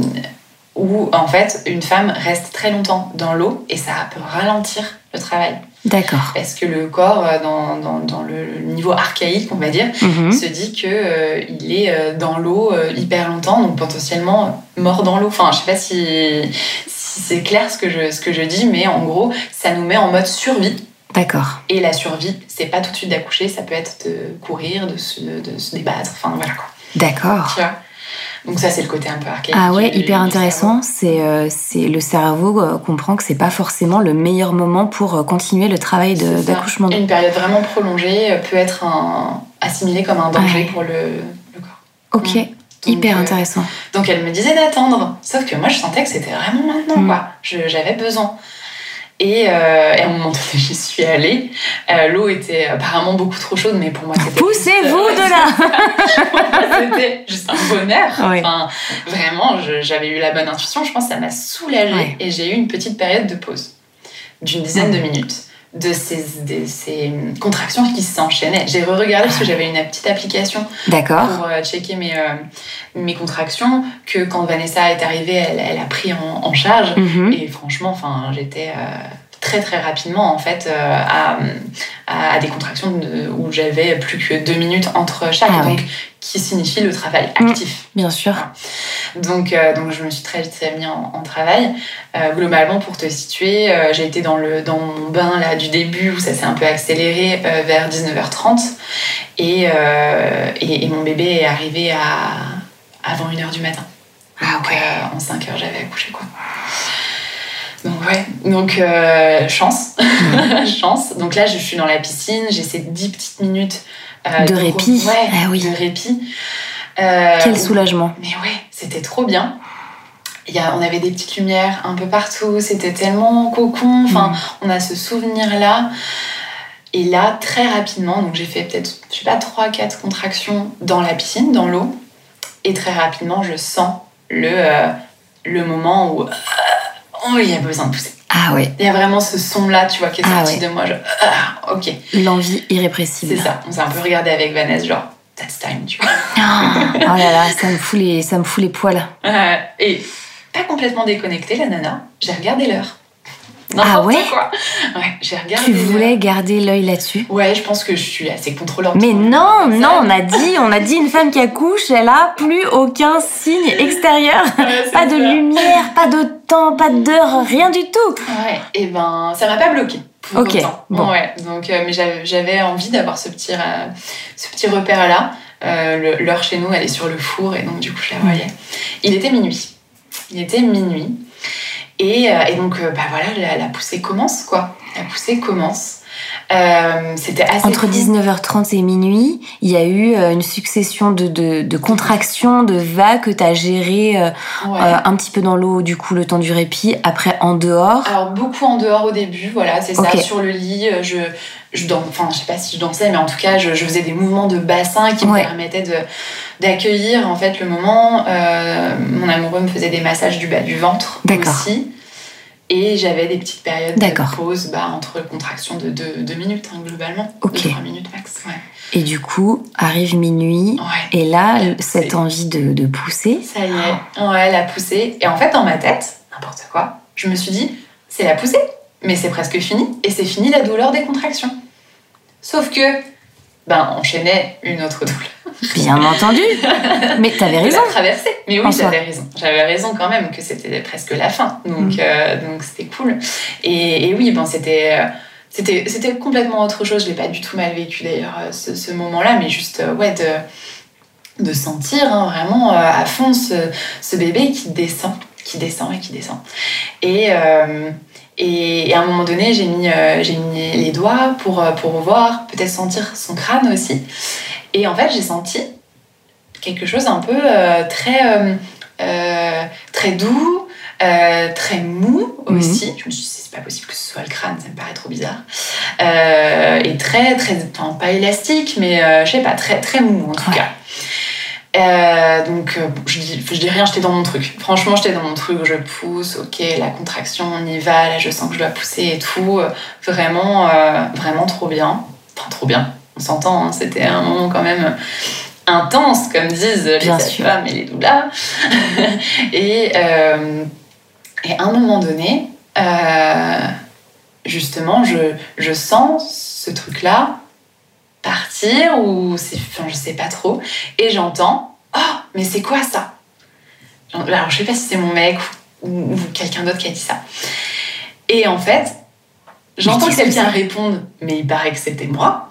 où en fait, une femme reste très longtemps dans l'eau et ça peut ralentir le travail. D'accord. Parce que le corps, dans, dans, dans le niveau archaïque, on va dire, mm-hmm. se dit qu'il euh, est dans l'eau euh, hyper longtemps, donc potentiellement mort dans l'eau. Enfin, je sais pas si, si c'est clair ce que, je, ce que je dis, mais en gros, ça nous met en mode survie. D'accord. Et la survie, c'est pas tout de suite d'accoucher, ça peut être de courir, de se, de se débattre, enfin voilà quoi. D'accord. Tu vois ? Donc ça, c'est le côté un peu archaïque. Ah ouais, du, hyper du intéressant. C'est, euh, c'est le cerveau euh, comprend que c'est pas forcément le meilleur moment pour euh, continuer le travail de, d'accouchement. Une période vraiment prolongée peut être un, assimilée comme un danger ouais. pour le, le corps. Ok, mmh. hyper donc, intéressant. Euh, donc elle me disait d'attendre, sauf que moi je sentais que c'était vraiment maintenant, mmh. quoi. Je, j'avais besoin. Et, euh, et à un moment donné, j'y suis allée. Euh, l'eau était apparemment beaucoup trop chaude, mais pour moi, c'était... Poussez-vous juste, de là pour moi, c'était juste un bonheur. Oui. Enfin, vraiment, je, j'avais eu la bonne intuition. Je pense que ça m'a soulagée. Oui. Et j'ai eu une petite période de pause d'une dizaine mmh. de minutes. de ces, de ces contractions qui s'enchaînaient. J'ai re-regardé parce que j'avais une petite application D'accord. pour euh, checker mes, euh, mes contractions, que quand Vanessa est arrivée, elle, elle a pris en, en charge. Mm-hmm. Et franchement, j'étais euh, très très rapidement en fait, euh, à, à, à des contractions de, où j'avais plus que deux minutes entre chaque. Ah, donc, oui. Qui signifie le travail actif. Mmh, bien sûr. Voilà. Donc, euh, donc je me suis très vite mis en, en travail. Euh, globalement, pour te situer, euh, j'ai été dans, le, dans mon bain là, du début où ça s'est un peu accéléré euh, vers dix-neuf heures trente. Et, euh, et, et mon bébé est arrivé à, avant une heure du matin. Ah donc, ouais. euh, en cinq heures, j'avais accouché, quoi. Donc ouais, donc euh, chance, mmh. chance. Donc là, je suis dans la piscine, j'ai ces dix petites minutes Euh, de, de répit. Ouais, ah oui. de répit. Euh, Quel soulagement. Mais ouais, c'était trop bien. Il y a, on avait des petites lumières un peu partout, c'était tellement cocon. Enfin, mmh. on a ce souvenir-là. Et là, très rapidement, donc j'ai fait peut-être, je sais pas, trois quatre contractions dans la piscine, dans l'eau. Et très rapidement, je sens le, euh, le moment où oh, il y a besoin de pousser. Ah ouais. Il y a vraiment ce son-là, tu vois, qui est ah sorti ouais. de moi. Je, ah, ok. L'envie irrépressible. C'est ça. On s'est un peu regardé avec Vanessa, genre, that's time, tu vois. Oh, oh là là, ça me fout les, ça me fout les poils. Euh, et pas complètement déconnectée, la nana. J'ai regardé l'heure. Ah ouais. Quoi. Ouais, j'ai regardé. Tu voulais garder l'œil là-dessus. Ouais, je pense que je suis assez contrôleur. Mais non, non, on a dit, on a dit une femme qui accouche, elle a plus aucun signe extérieur, ouais, pas de ça. Lumière, pas de temps, pas d'heure, rien du tout. Ouais, et ben ça m'a pas bloqué. Ok. Longtemps. Bon. Ouais, donc euh, mais j'avais, j'avais envie d'avoir ce petit, euh, ce petit repère là. Euh, le, l'heure chez nous, elle est sur le four et donc du coup je la voyais. Il était minuit. Il était minuit. Et, euh, et donc, euh, bah voilà, la, la poussée commence, quoi. La poussée commence. Euh, c'était assez Entre cool. dix-neuf heures trente et minuit, il y a eu euh, une succession de, de, de contractions, de vagues que tu as gérées euh, ouais. euh, un petit peu dans l'eau, du coup, le temps du répit, après en dehors. Alors, beaucoup en dehors au début, voilà, c'est okay. ça. Sur le lit, je, je danse, enfin, je sais pas si je dansais, mais en tout cas, je, je faisais des mouvements de bassin qui ouais. me permettaient de, d'accueillir, en fait, le moment. Euh, mon amoureux me faisait des massages du bas du ventre aussi. Et j'avais des petites périodes D'accord. de pause bah, entre contractions de deux minutes, hein, globalement. Ok. trois minutes max, ouais. Et du coup, arrive minuit, ouais. et là, cette envie de, de pousser... Ça y est, ouais, la poussée. Et en fait, dans ma tête, n'importe quoi, je me suis dit, c'est la poussée, mais c'est presque fini, et c'est fini la douleur des contractions. Sauf que, ben, enchaînait une autre douleur. Bien entendu. Mais t'avais raison. La traversée. Mais oui, j'avais raison. J'avais raison quand même que c'était presque la fin. Donc, mmh. euh, donc c'était cool. Et, et oui, bon, c'était, c'était, c'était complètement autre chose. Je l'ai pas du tout mal vécu d'ailleurs ce, ce moment-là, mais juste ouais de de sentir hein, vraiment à fond ce, ce bébé qui descend, qui descend et qui descend. Et euh, Et, et à un moment donné, j'ai mis, euh, j'ai mis les doigts pour, pour voir, peut-être sentir son crâne aussi. Et en fait, j'ai senti quelque chose un peu euh, très, euh, euh, très doux, euh, très mou aussi. Mmh. Je me suis dit, c'est pas possible que ce soit le crâne, ça me paraît trop bizarre. Euh, et très, très, enfin, pas élastique, mais euh, je sais pas, très, très mou en tout ouais. cas. Euh, donc euh, je dis, je dis rien, j'étais dans mon truc. Franchement, j'étais dans mon truc, je pousse, ok, la contraction, on y va, là je sens que je dois pousser et tout. Vraiment, euh, vraiment trop bien. Enfin, trop bien, on s'entend, hein, c'était un moment quand même intense, comme disent les sages-femmes et les doulas. et, euh, et à un moment donné, euh, justement, je, je sens ce truc-là partir ou c'est, enfin, je sais pas trop, et j'entends oh mais c'est quoi ça, alors je sais pas si c'est mon mec ou, ou quelqu'un d'autre qui a dit ça, et en fait j'entends que quelqu'un répondre, mais il paraît que c'était moi.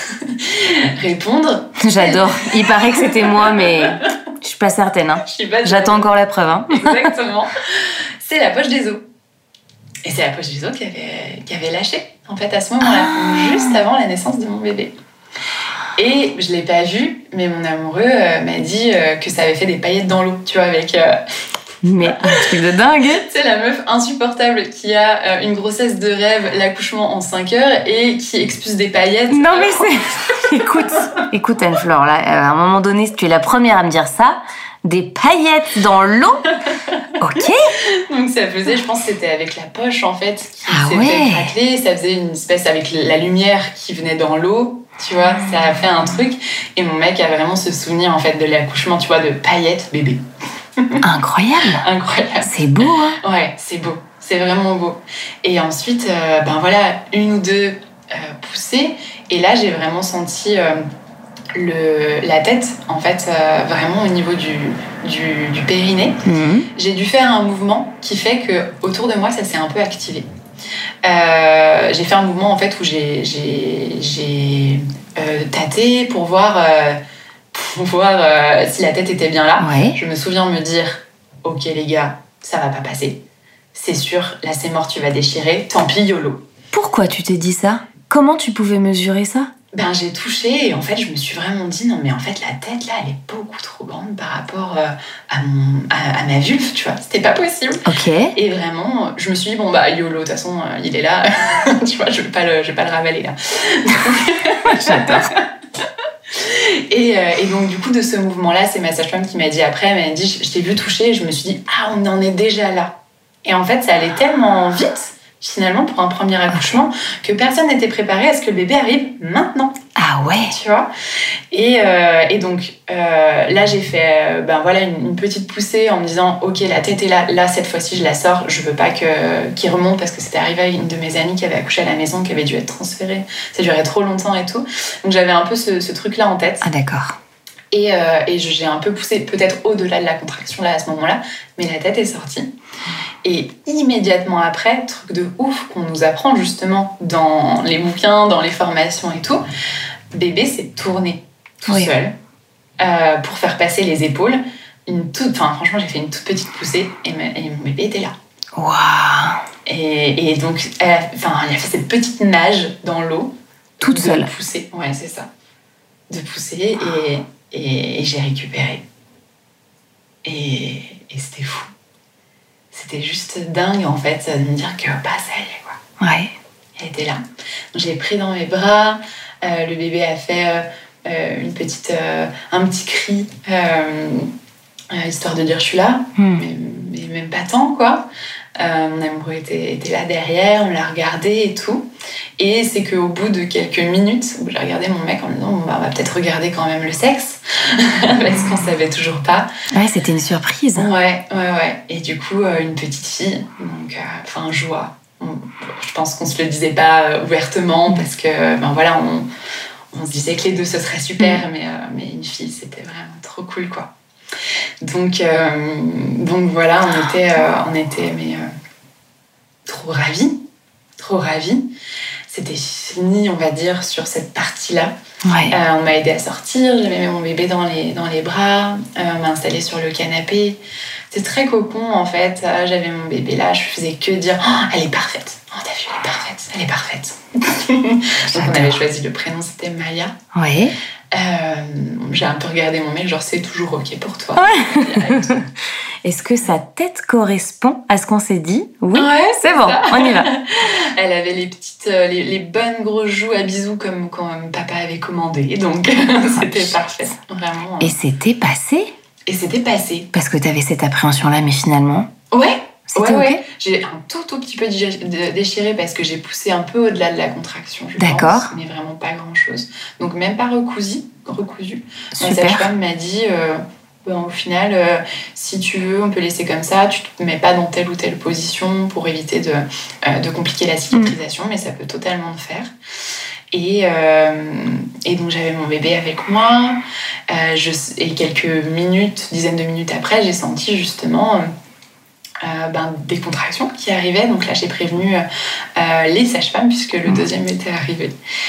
Répondre, j'adore, il paraît que c'était moi, mais je suis pas certaine, hein. Je suis pas j'attends encore la preuve, hein. Exactement. C'est la poche des os, et c'est la poche des os qui avait, qui avait lâché en fait à ce moment-là, ah. juste avant la naissance de mon bébé. Et je l'ai pas vu, mais mon amoureux euh, m'a dit euh, que ça avait fait des paillettes dans l'eau, tu vois, avec, euh, Mais un truc de dingue. C'est la meuf insupportable qui a une grossesse de rêve, l'accouchement en cinq heures et qui expulse des paillettes. Non mais c'est... écoute, écoute Anne-Flore, là, à un moment donné, tu es la première à me dire ça, des paillettes dans l'eau. Ok. Donc ça faisait, je pense que c'était avec la poche en fait, qui ah s'était ouais. craquelée, ça faisait une espèce avec la lumière qui venait dans l'eau, tu vois, ça a fait un truc. Et mon mec a vraiment ce souvenir en fait de l'accouchement, tu vois, de paillettes bébé. Incroyable. Incroyable. C'est beau, hein. Ouais, c'est beau. C'est vraiment beau. Et ensuite, euh, ben voilà, une ou deux euh, poussées. Et là, j'ai vraiment senti euh, le, la tête, en fait, euh, vraiment au niveau du, du, du périnée. Mmh. J'ai dû faire un mouvement qui fait que autour de moi, ça s'est un peu activé. Euh, j'ai fait un mouvement, en fait, où j'ai, j'ai, j'ai euh, tâté pour voir... Euh, pour voir euh, si la tête était bien là. Ouais. Je me souviens me dire « Ok les gars, ça va pas passer. C'est sûr, là c'est mort, tu vas déchirer. Tant pis, YOLO. » Pourquoi tu t'es dit ça ? Comment tu pouvais mesurer ça ? Ben j'ai touché et en fait je me suis vraiment dit « Non mais en fait la tête là, elle est beaucoup trop grande par rapport euh, à, mon, à, à ma vulve, tu vois. C'était pas possible. » Ok. Et vraiment, je me suis dit « Bon bah YOLO, de toute façon, euh, il est là. Tu vois, je vais pas le, je vais pas le ravaler là. » J'adore. Et, euh, et donc, du coup, de ce mouvement-là, c'est ma sage-femme qui m'a dit après, elle m'a dit, je, je t'ai vu toucher, et je me suis dit, ah, on en est déjà là. Et en fait, ça allait tellement vite, finalement, pour un premier accouchement, que personne n'était préparé à ce que le bébé arrive maintenant. Ah ouais. Tu vois. Et, euh, et donc, euh, là, j'ai fait euh, ben, voilà, une, une petite poussée en me disant, ok, la tête est là, là, cette fois-ci, je la sors, je veux pas que, qu'il remonte, parce que c'était arrivé à une de mes amies qui avait accouché à la maison, qui avait dû être transférée. Ça durait trop longtemps et tout. Donc, j'avais un peu ce, ce truc-là en tête. Ah d'accord. Et, euh, et j'ai un peu poussé, peut-être au-delà de la contraction, là, à ce moment-là, mais la tête est sortie. Et immédiatement après, truc de ouf qu'on nous apprend justement dans les bouquins, dans les formations et tout, bébé s'est tourné tout oui. seul euh, pour faire passer les épaules. Une toute, enfin, franchement, j'ai fait une toute petite poussée et, ma, et mon bébé était là. Waouh. Et, et donc, elle, enfin, il a fait cette petite nage dans l'eau. Toute seule. De pousser, ouais, c'est ça. De pousser et, et, et j'ai récupéré. Et, et c'était fou. C'était juste dingue, en fait, de me dire que, bah, ça y est, quoi. Ouais. Elle était là. Donc, je l'ai pris dans mes bras. Euh, le bébé a fait euh, une petite, euh, un petit cri, euh, euh, histoire de dire je suis là, mm. mais, mais même pas tant, quoi. Euh, mon amoureux était, était là derrière, on l'a regardé et tout. Et c'est qu'au bout de quelques minutes, où j'ai regardé mon mec en me disant bon, bah, on va peut-être regarder quand même le sexe, parce qu'on savait toujours pas. Ouais, c'était une surprise. Ouais, ouais, ouais. Et du coup, euh, une petite fille, donc, enfin, euh, joie. Je pense qu'on se le disait pas ouvertement parce que ben voilà, on, on se disait que les deux ce serait super, mais, euh, mais une fille c'était vraiment trop cool quoi. Donc, euh, donc voilà, on était, euh, on était mais, euh, trop ravis, trop ravis. C'était fini, on va dire, sur cette partie-là. Ouais. Euh, on m'a aidé à sortir, j'avais mis mon bébé dans les, dans les bras, euh, on m'a installée sur le canapé. C'était très cocon en fait, euh, j'avais mon bébé là, je faisais que dire oh, elle est parfaite, oh t'as vu, elle est parfaite, elle est parfaite. Donc on avait choisi le prénom, c'était Maya. Ouais. Euh, j'ai un peu regardé mon mail, genre c'est toujours ok pour toi. Ouais. Est-ce que sa tête correspond à ce qu'on s'est dit ? Oui, ouais, c'est, c'est bon, ça. On y va. Elle avait les petites, euh, les, les bonnes grosses joues à bisous comme quand papa avait commandé, donc c'était oh, parfait, vraiment. Et c'était passé ? Et c'était passé. Parce que t'avais cette appréhension-là, mais finalement... Ouais, c'était ouais, okay. ouais. J'ai un tout, tout petit peu déchiré parce que j'ai poussé un peu au-delà de la contraction, je D'accord. pense, mais vraiment pas grand-chose. Donc même pas recousu. recousu. Super. Ma sage-femme m'a dit, euh, bon, au final, euh, si tu veux, on peut laisser comme ça, tu te mets pas dans telle ou telle position pour éviter de, euh, de compliquer la cicatrisation, mmh. mais ça peut totalement le faire. Et, euh, et donc j'avais mon bébé avec moi euh, je, et quelques minutes, dizaines de minutes après, j'ai senti justement euh, ben, des contractions qui arrivaient. Donc là j'ai prévenu euh, les sages-femmes puisque le deuxième était arrivé.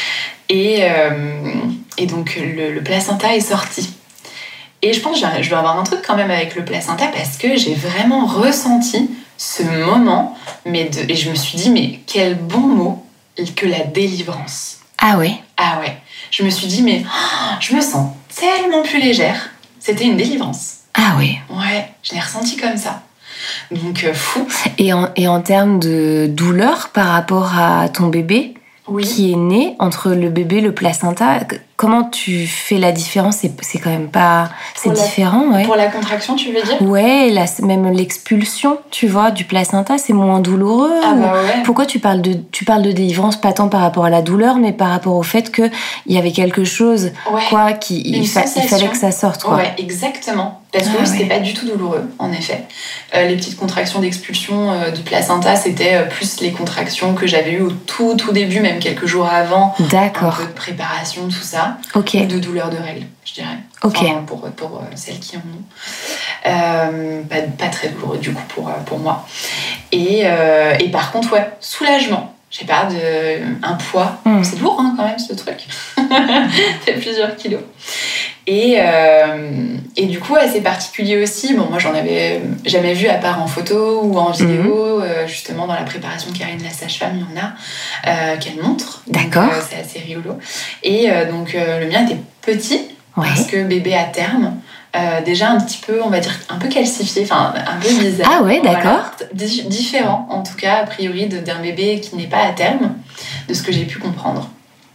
Et, euh, et donc le, le placenta est sorti. Et je pense que je dois avoir un truc quand même avec le placenta parce que j'ai vraiment ressenti ce moment mais de, et je me suis dit mais quel bon mot que la délivrance. Ah ouais. Ah ouais. Je me suis dit, mais oh, je me sens tellement plus légère. C'était une délivrance. Ah ouais. Ouais, je l'ai ressenti comme ça. Donc, euh, fou. Et en, et en termes de douleur par rapport à ton bébé oui. qui est né, entre le bébé, le placenta, comment tu fais la différence? C'est, c'est quand même pas... C'est pour différent, la, ouais. Pour la contraction, tu veux dire? Ouais, la, même l'expulsion, tu vois, du placenta, c'est moins douloureux. Ah bah ouais. Pourquoi tu parles, de, tu parles de délivrance, pas tant par rapport à la douleur, mais par rapport au fait qu'il y avait quelque chose, ouais. quoi, qui, il, fa- il fallait que ça sorte, quoi. Ouais, exactement. Parce que ah, c'était ouais. pas du tout douloureux, en effet. Euh, les petites contractions d'expulsion euh, du placenta, c'était euh, plus les contractions que j'avais eues au tout, tout début, même quelques jours avant. D'accord. Un peu de préparation, tout ça. Ok. Ou de douleur de règles, je dirais. Ok. Enfin, pour, pour euh, celles qui en ont. Euh, pas, pas très douloureux, du coup, pour, pour moi. Et, euh, et par contre, ouais, soulagement. Je sais pas, de, un poids. Mmh. C'est lourd, hein, quand même, ce truc. Ça fait plusieurs kilos. Et, euh, et du coup, assez particulier aussi. Bon, moi, j'en avais jamais vu à part en photo ou en vidéo. Mmh. Euh, justement, dans la préparation de Karine, la sage-femme, il y en a euh, qu'elle montre. D'accord. Donc, euh, c'est assez rigolo. Et euh, donc, euh, le mien était petit ouais. parce que bébé à terme. Euh, déjà un petit peu, on va dire, un peu calcifié, enfin un peu bizarre. Ah ouais, d'accord. Voilà. Différent, en tout cas, a priori, de, d'un bébé qui n'est pas à terme, de ce que j'ai pu comprendre.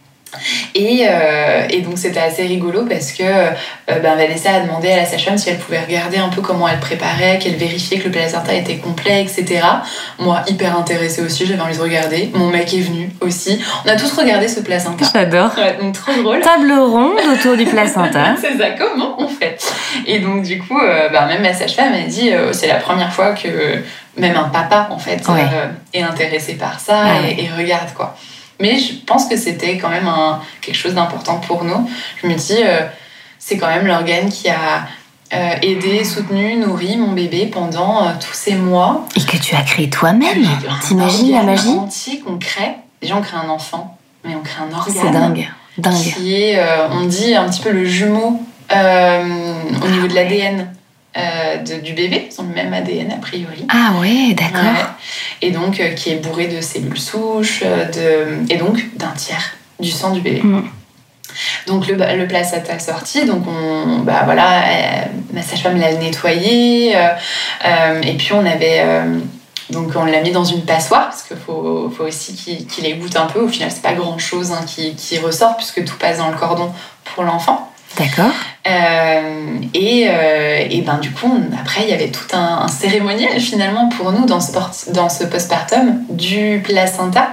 Et, euh, et donc c'était assez rigolo parce que euh, ben Vanessa a demandé à la sage-femme si elle pouvait regarder un peu comment elle préparait, qu'elle vérifiait que le placenta était complet, et cetera. Moi, hyper intéressée aussi, j'avais envie de regarder. Mon mec est venu aussi. On a tous regardé ce placenta. J'adore. Ouais, donc trop drôle. Table ronde autour du placenta. C'est ça, comment on fait? Et donc du coup, euh, ben, même la sage-femme a dit euh, c'est la première fois que même un papa en fait ouais. euh, est intéressé par ça ah, et, ouais. et regarde quoi. Mais je pense que c'était quand même un, quelque chose d'important pour nous. Je me dis, euh, c'est quand même l'organe qui a euh, aidé, soutenu, nourri mon bébé pendant euh, tous ces mois. Et que tu as créé toi-même. T'imagines la magie? Entier qu'on crée. Déjà, on crée un enfant, mais on crée un organe. C'est dingue, dingue. Qui est, euh, on dit, un petit peu le jumeau euh, au niveau de l'A D N. Euh, de, du bébé, ils ont le même A D N a priori. Ah ouais, d'accord. Ouais. Et donc euh, qui est bourré de cellules souches, de, et donc d'un tiers du sang du bébé. Mm. Donc le, le placenta sorti, donc on, bah voilà, euh, ma sage-femme l'a nettoyé, euh, euh, et puis on avait, euh, donc on l'a mis dans une passoire parce qu'il faut, faut aussi qu'il, qu'il égoutte un peu. Au final, c'est pas grand-chose hein, qui, qui ressort puisque tout passe dans le cordon pour l'enfant. D'accord. Euh, et, euh, et ben du coup, on, après, il y avait tout un, un cérémonial finalement pour nous dans ce, port, dans ce postpartum du placenta,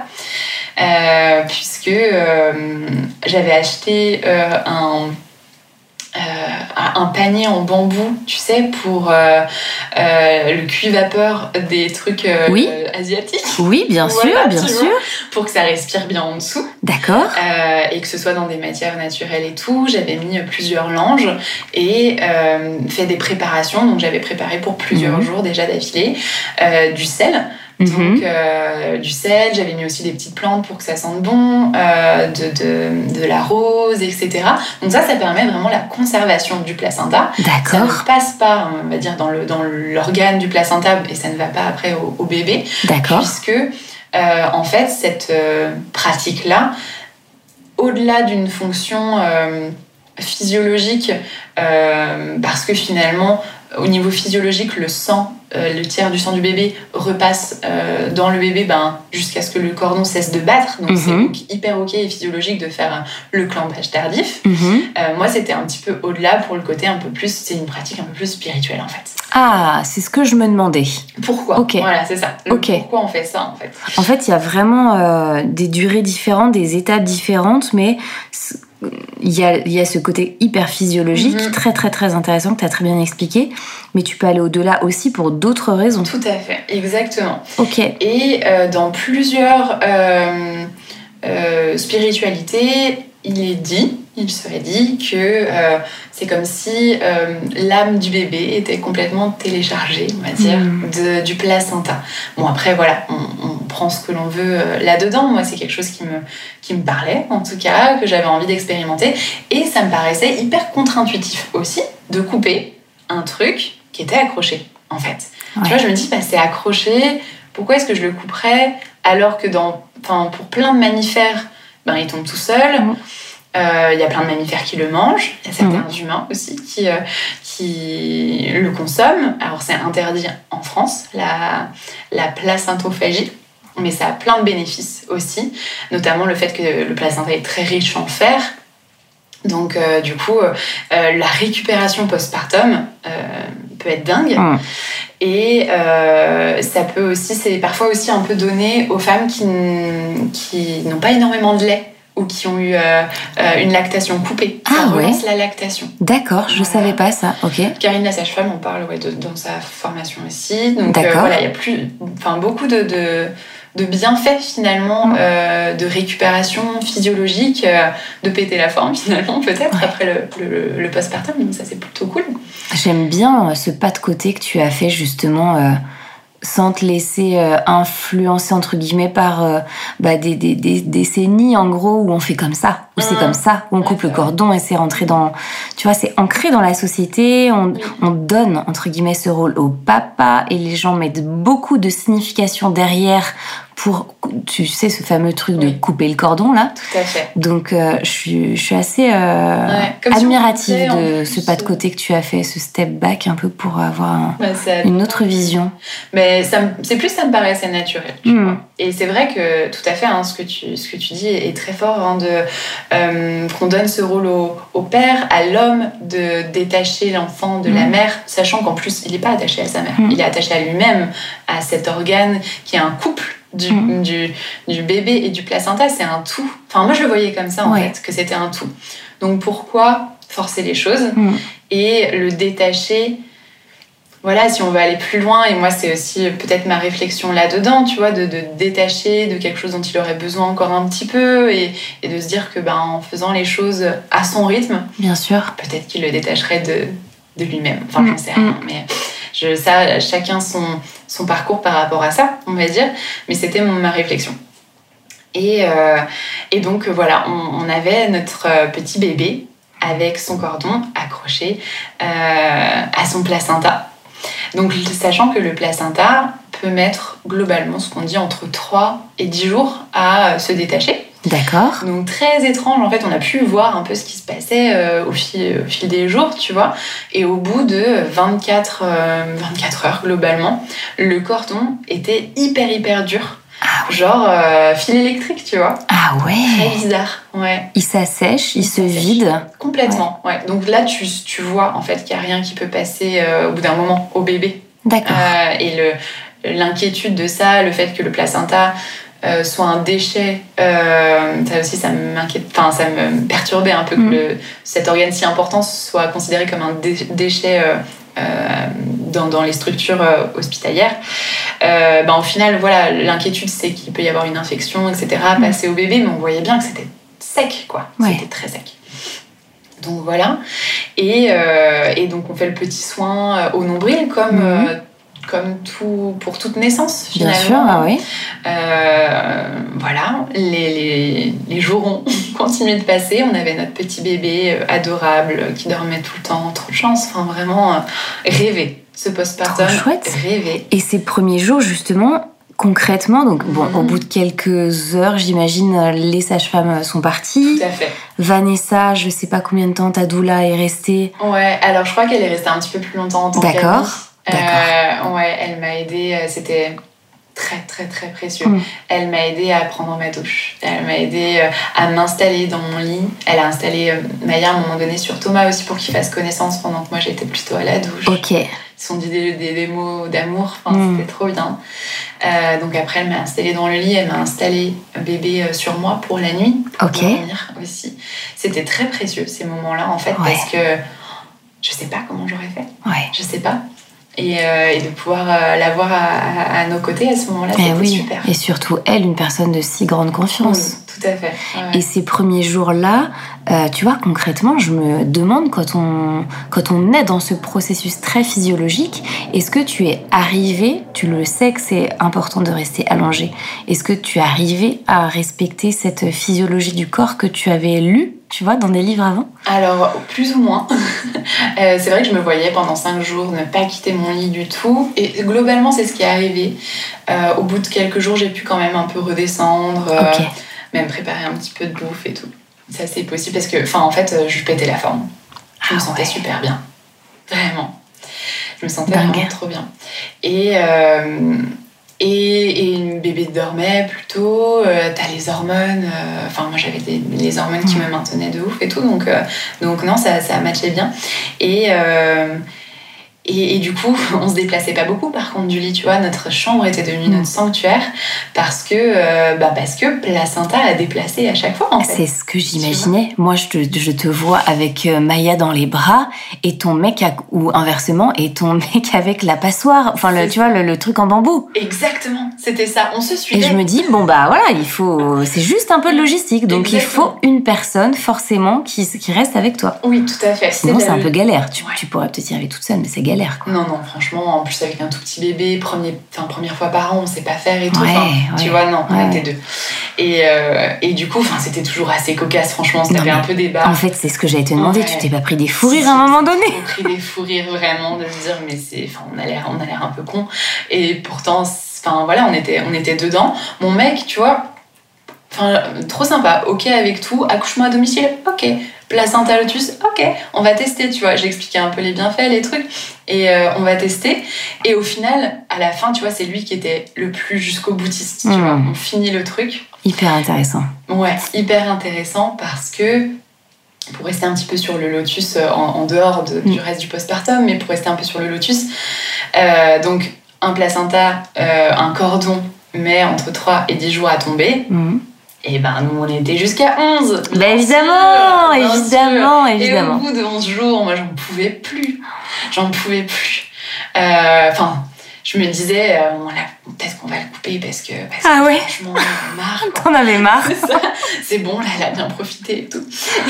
euh, puisque euh, j'avais acheté euh, un, euh, un panier en bambou, tu sais, pour euh, euh, le cuit-vapeur des trucs euh, oui. euh, asiatiques. Oui, bien voilà, sûr, bien sûr. Vois, pour que ça respire bien en dessous. D'accord. Euh, et que ce soit dans des matières naturelles et tout. J'avais mis plusieurs langes et euh, fait des préparations. Donc j'avais préparé pour plusieurs mmh. jours déjà d'affilée euh, du sel. Donc mmh. euh, du sel, j'avais mis aussi des petites plantes pour que ça sente bon, euh, de, de, de la rose, et cetera. Donc ça, ça permet vraiment la conservation du placenta. D'accord. Ça ne passe pas, on va dire, dans, le, dans l'organe du placenta et ça ne va pas après au, au bébé. D'accord. Puisque, euh, en fait, cette euh, pratique-là, au-delà d'une fonction euh, physiologique, euh, parce que finalement, au niveau physiologique, le sang, euh, le tiers du sang du bébé repasse euh, dans le bébé ben, jusqu'à ce que le cordon cesse de battre. Donc mm-hmm. c'est hyper ok et physiologique de faire le clampage tardif. Mm-hmm. Euh, moi, c'était un petit peu au-delà pour le côté un peu plus, c'est une pratique un peu plus spirituelle en fait. Ah, c'est ce que je me demandais. Pourquoi ? Ok. Voilà, c'est ça. Le okay. Pourquoi on fait ça en fait ? En fait, il y a vraiment euh, des durées différentes, des étapes différentes, mais il y a, il y a ce côté hyper physiologique, mm-hmm. très très très intéressant que tu as très bien expliqué, mais tu peux aller au-delà aussi pour d'autres raisons. Tout à fait, exactement. Ok. Et euh, dans plusieurs euh, euh, spiritualités, il est dit, il serait dit que euh, c'est comme si euh, l'âme du bébé était complètement téléchargée, on va dire, mmh. de, du placenta. Bon, après, voilà, on, on prend ce que l'on veut euh, là-dedans. Moi, c'est quelque chose qui me, qui me parlait, en tout cas, que j'avais envie d'expérimenter. Et ça me paraissait hyper contre-intuitif aussi de couper un truc qui était accroché, en fait. Ouais. Tu vois, je me dis, bah, c'est accroché, pourquoi est-ce que je le couperais alors que dans, pour plein de mammifères, ben, il tombe tout seul. Mmh. Euh, il y a plein de mammifères qui le mangent. Il y a certains Mmh. humains aussi qui, euh, qui le consomment. Alors, c'est interdit en France, la, la placentophagie. Mais ça a plein de bénéfices aussi, notamment le fait que le placenta est très riche en fer. Donc, euh, du coup, euh, la récupération postpartum euh, peut être dingue. Mmh. Et euh, ça peut aussi, c'est parfois aussi un peu donné aux femmes qui, n- qui n'ont pas énormément de lait ou qui ont eu euh, euh, une lactation coupée. Ça Ah relance ouais. la lactation. D'accord, je ne Voilà. savais pas ça. Ok. Karine la sage-femme en parle ouais, de, dans sa formation aussi. Donc D'accord. euh, voilà, il y a plus, enfin beaucoup de, de, de bienfaits finalement, mmh. euh, de récupération physiologique, euh, de péter la forme finalement peut-être ouais. après le, le, le postpartum. Donc ça c'est plutôt cool. J'aime bien ce pas de côté que tu as fait justement. Euh... sans te laisser euh, influencer entre guillemets par euh, bah, des, des, des décennies en gros où on fait comme ça, où mmh. c'est comme ça, où on coupe ouais, le cordon et c'est rentré dans, tu vois, c'est ancré dans la société, on, mmh. on donne entre guillemets ce rôle au papa et les gens mettent beaucoup de signification derrière pour, tu sais, ce fameux truc oui. de couper le cordon là. Tout à fait. Donc euh, je suis je suis assez euh, ouais, admirative si de ce pas de côté que tu as fait, ce step back un peu pour avoir un, bah, une autre vision. Mais ça, c'est plus ça me paraît assez naturel. Tu mmh. vois. Et c'est vrai que tout à fait, hein, ce que tu ce que tu dis est très fort, hein, de euh, qu'on donne ce rôle au, au père, à l'homme, de détacher l'enfant de mmh. la mère, sachant qu'en plus il n'est pas attaché à sa mère, mmh. il est attaché à lui-même, à cet organe qui est un couple. Du, mmh. du, du bébé et du placenta, c'est un tout. Enfin, moi, je le voyais comme ça, en ouais. fait, que c'était un tout. Donc, pourquoi forcer les choses mmh. et le détacher. Voilà, si on veut aller plus loin, et moi, c'est aussi peut-être ma réflexion là-dedans, tu vois, de, de détacher de quelque chose dont il aurait besoin encore un petit peu et, et de se dire que, ben, en faisant les choses à son rythme, bien sûr, peut-être qu'il le détacherait de, de lui-même. Enfin, mmh. j'en sais rien, mais... Je, ça, chacun son, son parcours par rapport à ça, on va dire, mais c'était mon, ma réflexion. Et, euh, et donc, voilà, on, on avait notre petit bébé avec son cordon accroché euh, à son placenta. Donc, sachant que le placenta peut mettre globalement ce qu'on dit entre trois et dix jours à se détacher. D'accord. Donc très étrange, en fait, on a pu voir un peu ce qui se passait euh, au, fil, au fil des jours, tu vois. Et au bout de vingt-quatre, euh, vingt-quatre heures, globalement, le cordon était hyper, hyper dur. Ah ouais. Genre euh, fil électrique, tu vois. Ah ouais. Très bizarre, ouais. Il s'assèche, il, il se vide. Complètement, ouais. ouais. Donc là, tu, tu vois, en fait, qu'il n'y a rien qui peut passer euh, au bout d'un moment au bébé. D'accord. Euh, et le, l'inquiétude de ça, le fait que le placenta... Euh, soit un déchet, euh, ça aussi ça m'inquiète, enfin ça me perturbait un peu mmh. que le, cet organe si important soit considéré comme un dé- déchet euh, euh, dans, dans les structures euh, hospitalières. Euh, ben, au final, voilà, l'inquiétude c'est qu'il peut y avoir une infection, et cetera, mmh. passer au bébé, mais on voyait bien que c'était sec, quoi. Ouais. C'était très sec. Donc voilà. Et, euh, et donc on fait le petit soin au nombril comme. Mmh. Euh, comme tout, pour toute naissance, finalement. Bien sûr, ah oui. Euh, voilà, les, les, les jours ont continué de passer. On avait notre petit bébé adorable qui dormait tout le temps. Trop de chance, enfin vraiment euh, rêver. Ce postpartum, trop chouette. Rêver. Et ces premiers jours, justement, concrètement, donc bon, mmh. au bout de quelques heures, j'imagine, les sages-femmes sont parties. Tout à fait. Vanessa, je sais pas combien de temps ta doula est restée. Ouais, alors je crois qu'elle est restée un petit peu plus longtemps en tant qu'amie. D'accord. Euh, ouais, elle m'a aidée, c'était très très très précieux. Mmh. Elle m'a aidée à prendre ma douche, elle m'a aidée à m'installer dans mon lit. Elle a installé Maya à un moment donné sur Thomas aussi pour qu'il fasse connaissance pendant que moi j'étais plutôt à la douche. Ok. Ils se sont dit des, des, des mots d'amour, enfin, mmh. c'était trop bien. Euh, donc après elle m'a installée dans le lit, elle m'a installé bébé sur moi pour la nuit, pour okay. dormir aussi. C'était très précieux ces moments-là en fait, ouais. parce que je sais pas comment j'aurais fait. Ouais. Je sais pas. Et, euh, et de pouvoir euh, l'avoir à, à, à nos côtés à ce moment-là, c'était oui. super. Et surtout, elle, une personne de si grande confiance. Oui, tout à fait. Ouais. Et ces premiers jours-là, euh, tu vois, concrètement, je me demande, quand on, quand on est dans ce processus très physiologique, est-ce que tu es arrivé, tu le sais que c'est important de rester allongé, est-ce que tu es arrivé à respecter cette physiologie du corps que tu avais lue, tu vois, dans des livres avant ? Alors, plus ou moins. euh, c'est vrai que je me voyais pendant cinq jours ne pas quitter mon lit du tout. Et globalement, c'est ce qui est arrivé. Euh, au bout de quelques jours, j'ai pu quand même un peu redescendre, euh, okay. même préparer un petit peu de bouffe et tout. Ça, c'est possible parce que, enfin, en fait, je pétais la forme. Je me ah sentais ouais. super bien. Vraiment. Je me sentais Dingue. vraiment trop bien. Et, euh, et, et bébé dormait plutôt. Euh, t'as les hormones. Enfin, euh, moi, j'avais des, les hormones qui me maintenaient de ouf et tout. Donc, euh, donc non, ça, ça matchait bien. Et... Euh, Et, et du coup, on se déplaçait pas beaucoup par contre du lit, tu vois. Notre chambre était devenue notre sanctuaire parce que, euh, bah parce que Placenta a déplacé à chaque fois, en fait. C'est ce que j'imaginais. Moi, je te, je te vois avec Maya dans les bras et ton mec, à, ou inversement, et ton mec avec la passoire. Enfin, le, tu vois, le, le truc en bambou. Exactement, c'était ça. On se suivait. Et je me dis, bon bah voilà, il faut... C'est juste un peu de logistique. Donc Exactement. Il faut une personne, forcément, qui, qui reste avec toi. Oui, tout à fait. Sinon, c'est, c'est un peu galère. Tu, ouais. tu pourrais peut-être y arriver toute seule, mais c'est galère. Quoi. Non, non, franchement, en plus avec un tout petit bébé, premier, enfin, première fois par an, on sait pas faire et tout. Ouais, enfin, ouais, tu vois, non, on ouais. était deux. Et, euh, et du coup, c'était toujours assez cocasse, franchement, ça avait un peu débat. En fait, c'est ce que j'allais te demander, ouais. Tu t'es pas pris des fous rires si, à un moment donné? J'ai pris des fous rires vraiment, de se dire, mais c'est, enfin, on a l'air, on a l'air un peu con. Et pourtant, enfin voilà, on était, on était dedans. Mon mec, tu vois, enfin, trop sympa, ok avec tout, accouchement à domicile, ok. Placenta lotus, ok, on va tester, tu vois. J'ai expliqué un peu les bienfaits, les trucs, et euh, on va tester. Et au final, à la fin, tu vois, c'est lui qui était le plus jusqu'au boutiste, tu mmh. vois. On finit le truc. Hyper intéressant. Ouais, hyper intéressant parce que, pour rester un petit peu sur le lotus, en, en dehors de, mmh. du reste du postpartum, mais pour rester un peu sur le lotus, euh, donc un placenta, euh, un cordon, met entre trois et dix jours à tomber. Mmh. Et ben nous on était jusqu'à onze. Bah évidemment, sûr, évidemment, sûr. évidemment. Et au bout de onze jours, moi j'en pouvais plus. J'en pouvais plus. Enfin, euh, je me disais, euh, on l'a, peut-être qu'on va le couper parce que, parce ah que ouais. franchement, on en a marre. T'en avais marre. C'est, ça. C'est bon, là elle a bien profité et tout.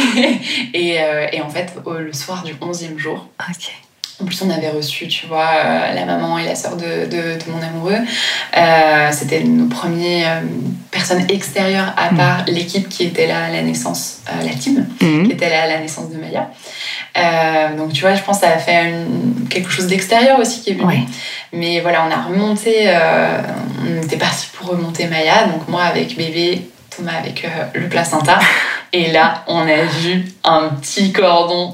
et, euh, et en fait, au, le soir du onzième jour, ok. En plus, on avait reçu, tu vois, euh, la maman et la sœur de, de, de mon amoureux. Euh, c'était nos premières euh, personnes extérieures, à part mmh. l'équipe qui était là à la naissance, euh, la team, mmh. qui était là à la naissance de Maya. Euh, donc, tu vois, je pense que ça a fait une, quelque chose d'extérieur aussi qui est venu. Ouais. Mais voilà, on a remonté, euh, on était partis pour remonter Maya. Donc, moi avec bébé, Thomas avec euh, le placenta. Et là, on a vu un petit cordon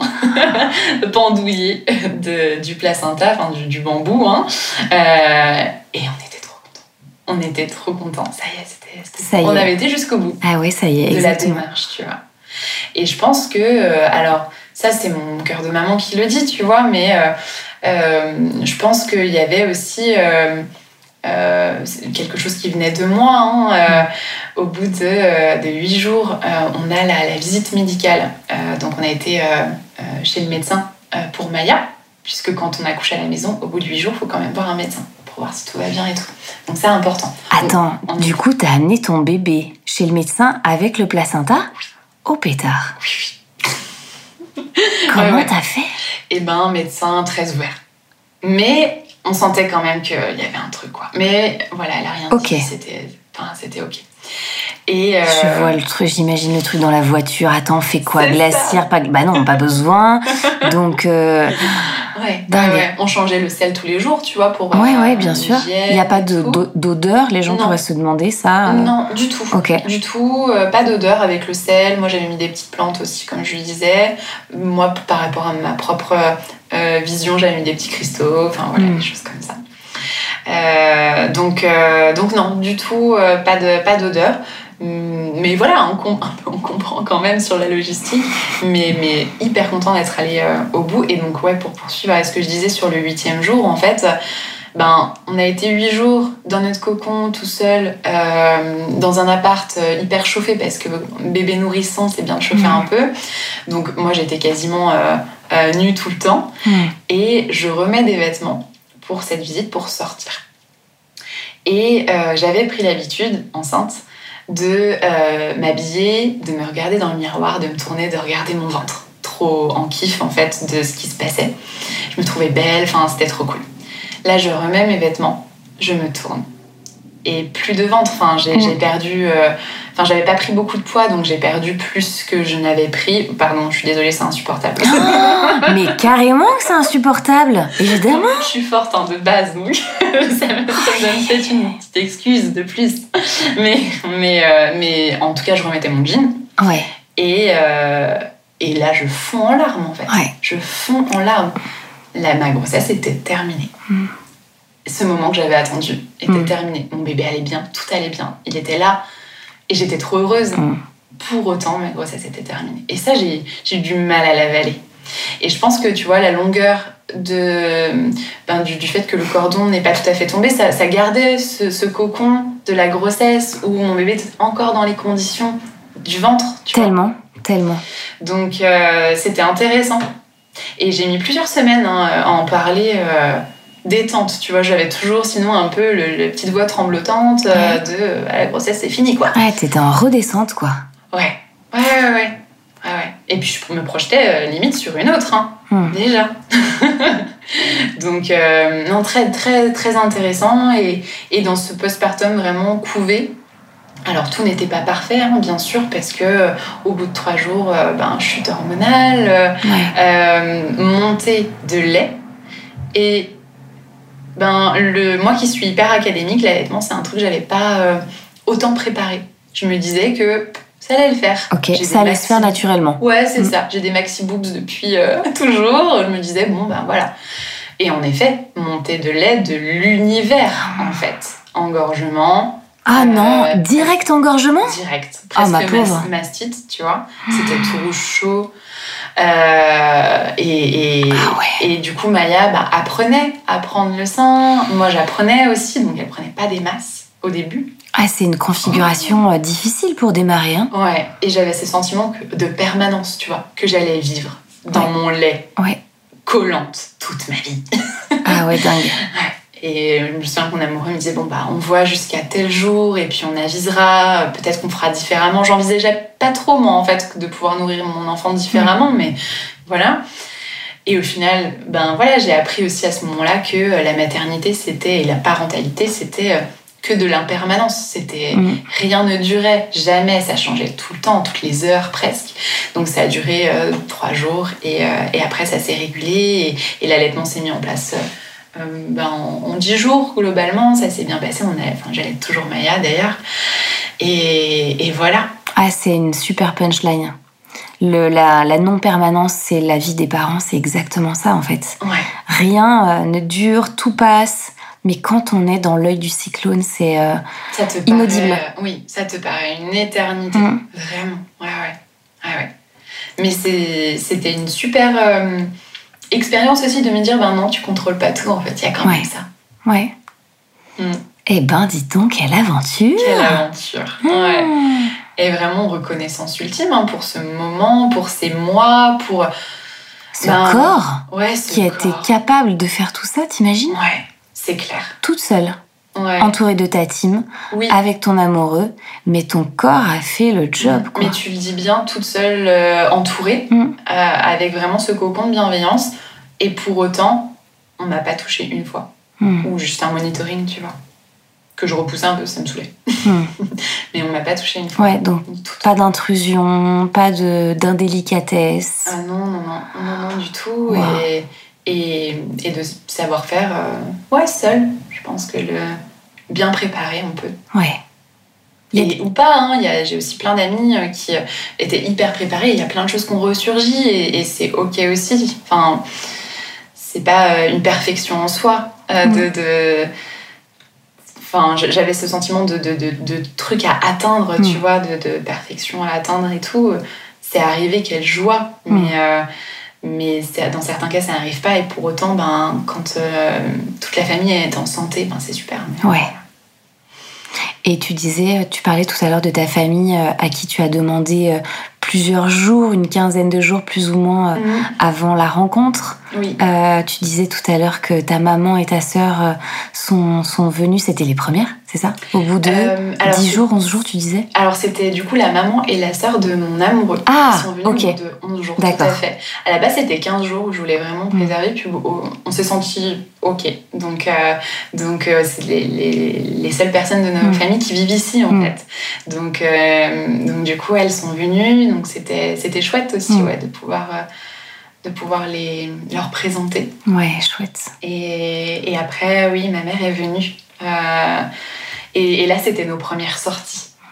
pendouillé de, du placenta, enfin du, du bambou. Hein. Euh, et on était trop contents. On était trop contents. Ça y est, c'était, c'était... Ça y est. On avait été jusqu'au bout. Ah oui, ça y est, de exactement. la démarche, tu vois. Et je pense que... Euh, alors, ça, c'est mon cœur de maman qui le dit, tu vois, mais euh, euh, je pense qu'il y avait aussi... Euh, Euh, c'est quelque chose qui venait de moi. Hein. Euh, au bout de, euh, de huit jours, euh, on a la, la visite médicale. Euh, donc, on a été euh, euh, chez le médecin euh, pour Maya, puisque quand on accouche à la maison, au bout de huit jours, il faut quand même voir un médecin pour voir si tout va bien et tout. Donc, c'est important. Attends, on, on du est... coup, t'as amené ton bébé chez le médecin avec le placenta ? Oui. Oh pétard. Oui, oui. Comment ouais, ouais. t'as fait ? Eh ben, médecin très ouvert. Mais... on sentait quand même qu'il y avait un truc, quoi. Mais voilà, elle a rien okay. dit, c'était, enfin, c'était ok. Et euh... je vois le truc, j'imagine le truc dans la voiture. Attends, on fait quoi ? Glacière, pas... Bah non, pas besoin. Donc, euh... ouais, ouais, ouais, on changeait le sel tous les jours, tu vois, pour... Ouais, euh, ouais, bien sûr. Il n'y a pas de, d'odeur, les gens non. pourraient se demander ça. Non, du tout. Okay. Du tout, euh, pas d'odeur avec le sel. Moi, j'avais mis des petites plantes aussi, comme je lui disais. Moi, par rapport à ma propre... Euh, vision, j'avais mis des petits cristaux, enfin voilà, mmh. des choses comme ça. Euh, donc, euh, donc non, du tout, euh, pas, de, pas d'odeur. Mais voilà, on, com- on comprend quand même sur la logistique, mais, mais hyper content d'être allé euh, au bout. Et donc, ouais, pour poursuivre à ce que je disais sur le huitième jour, en fait, ben, on a été huit jours dans notre cocon, tout seul, euh, dans un appart euh, hyper chauffé, parce que bébé nourrissant, c'est bien de chauffer mmh. un peu. Donc, moi, j'étais quasiment euh, euh, nue tout le temps. Mmh. Et je remets des vêtements pour cette visite, pour sortir. Et euh, j'avais pris l'habitude, enceinte, de euh, m'habiller, de me regarder dans le miroir, de me tourner, de regarder mon ventre. Trop en kiff, en fait, de ce qui se passait. Je me trouvais belle, enfin, c'était trop cool. Là, je remets mes vêtements, je me tourne. Et plus de ventre, enfin, j'ai, mmh. j'ai perdu... Euh, enfin, j'avais pas pris beaucoup de poids, donc j'ai perdu plus que je n'avais pris. Pardon, je suis désolée, c'est insupportable. Oh, mais carrément que c'est insupportable, évidemment. Je suis forte hein, de base, donc ça me donne peut-être une petite excuse de plus. Mais, mais, euh, mais en tout cas, je remettais mon jean. Ouais. Et, euh, et là, je fonds en larmes, en fait. Ouais. Je fonds en larmes. Là, ma grossesse était terminée. Mm. Ce moment que j'avais attendu était mm. terminé. Mon bébé allait bien, tout allait bien. Il était là et j'étais trop heureuse. Mm. Pour autant, ma grossesse était terminée. Et ça, j'ai, j'ai eu du mal à l'avaler. Et je pense que, tu vois, la longueur de, ben, du, du fait que le cordon n'est pas tout à fait tombé, ça, ça gardait ce, ce cocon de la grossesse où mon bébé était encore dans les conditions du ventre. Tu tellement, vois. tellement. Donc, euh, c'était intéressant. Et j'ai mis plusieurs semaines hein, à en parler euh, détente. Tu vois, j'avais toujours sinon un peu le, la petite voix tremblotante euh, de euh, la grossesse, c'est fini, quoi. Ouais, t'étais en redescente, quoi. Ouais, ouais, ouais, ouais. Ouais, ouais. Et puis je me projetais euh, limite sur une autre, hein, mmh. déjà. Donc, euh, non, très, très, très intéressant. Et, et dans ce postpartum vraiment couvé, alors tout n'était pas parfait, hein, bien sûr, parce que euh, au bout de trois jours, euh, ben, chute hormonale, euh, ouais. euh, montée de lait. Et ben, le, moi qui suis hyper académique, l'allaitement, c'est un truc que j'avais pas euh, autant préparé. Je me disais que ça allait le faire. Ok, j'ai ça allait maxi... se faire naturellement. Ouais, c'est mmh. ça. J'ai des maxi boobs depuis euh, toujours. Je me disais, bon, ben voilà. Et en effet, montée de lait de l'univers, en fait. Engorgement. Ah euh, non, direct engorgement ? Direct. Presque oh, ma pauvre. Mas- mastite, tu vois. C'était tout rouge chaud. Euh, et, et, ah ouais. et du coup, Maya bah, apprenait à prendre le sein. Moi, j'apprenais aussi. Donc, elle prenait pas des masses au début. Ah, c'est une configuration oh. difficile pour démarrer, hein. Ouais, et j'avais ce sentiment que, de permanence, tu vois, que j'allais vivre dans ouais. mon lait, ouais. collante toute ma vie. Ah ouais, dingue. Ouais. Et je me souviens que mon amoureux me disait, bon, bah, on voit jusqu'à tel jour, et puis on avisera, peut-être qu'on fera différemment. J'envisageais pas trop, moi, en fait, de pouvoir nourrir mon enfant différemment, mmh. mais voilà. Et au final, ben voilà, j'ai appris aussi à ce moment-là que la maternité, c'était, et la parentalité, c'était... que de l'impermanence, c'était mmh. rien ne durait jamais, ça changeait tout le temps, toutes les heures presque. Donc ça a duré euh, trois jours et, euh, et après ça s'est régulé et, et l'allaitement s'est mis en place euh, ben, en, en dix jours globalement, ça s'est bien passé. On a, enfin j'allais toujours Maya d'ailleurs et, et voilà. Ah c'est une super punchline. Le, la, la non-permanence, c'est la vie des parents, c'est exactement ça en fait. Ouais. Rien euh, ne dure, tout passe. Mais quand on est dans l'œil du cyclone, c'est euh, ça te inaudible. Paraît, oui, ça te paraît une éternité. Mmh. Vraiment. Ouais, ouais. ouais, ouais. Mais c'est, c'était une super euh, expérience aussi de me dire, ben non, tu contrôles pas tout, en fait. Il y a quand ouais. même ça. Ouais. Mmh. Eh ben, dis donc, quelle aventure. Quelle aventure. Mmh. Ouais. Et vraiment reconnaissance ultime hein, pour ce moment, pour ces mois, pour... Ce ben, corps ouais, ce qui a corps. été capable de faire tout ça, t'imagines ? Ouais. C'est clair. Toute seule, ouais. entourée de ta team, oui. avec ton amoureux, mais ton corps a fait le job. Quoi. Mais tu le dis bien, toute seule, euh, entourée, mm. euh, avec vraiment ce cocon de bienveillance. Et pour autant, on m'a pas touchée une fois. Mm. Ou juste un monitoring, tu vois. Que je repoussais un peu, ça me saoulait. Mm. Mais on m'a pas touchée une fois. Ouais, donc tout, pas d'intrusion, pas de, d'indélicatesse. Ah non, non, non, non, non, du tout. Wow. Et... Et, et de savoir faire, euh, ouais, seul. Je pense que le bien préparé, on peut. Ouais. Et, ou pas, hein. Y a, j'ai aussi plein d'amis qui étaient hyper préparés. Il y a plein de choses qui ont ressurgi et, et c'est ok aussi. Enfin, c'est pas une perfection en soi. Euh, mmh. de, de... Enfin, j'avais ce sentiment de, de, de, de trucs à atteindre, mmh. tu vois, de, de perfection à atteindre et tout. C'est arrivé, quelle joie. Mmh. Mais... Euh, Mais dans certains cas, ça n'arrive pas. Et pour autant, ben, quand euh, toute la famille est en santé, ben, c'est super. Mais ouais. Et tu disais, tu parlais tout à l'heure de ta famille à qui tu as demandé plusieurs jours, une quinzaine de jours plus ou moins mmh. avant la rencontre. Oui. Euh, tu disais tout à l'heure que ta maman et ta sœur sont, sont venues, c'était les premières, c'est ça ? Au bout de euh, alors, dix jours, onze jours, tu disais ? Alors c'était du coup la maman et la sœur de mon amoureux. Ah, qui sont venues ok. au bout de onze jours, d'accord. Tout à fait. À la base, c'était quinze jours où je voulais vraiment préserver, mmh. puis on s'est sentis ok. Donc, euh, donc euh, c'est les, les, les seules personnes de notre mmh. famille qui vivent ici, en mmh. fait. Donc, euh, donc du coup, elles sont venues, donc c'était, c'était chouette aussi mmh. ouais, de pouvoir... Euh, de pouvoir les, leur présenter. Ouais, chouette. Et, et après, oui, ma mère est venue. Euh, et, et là, c'était nos premières sorties.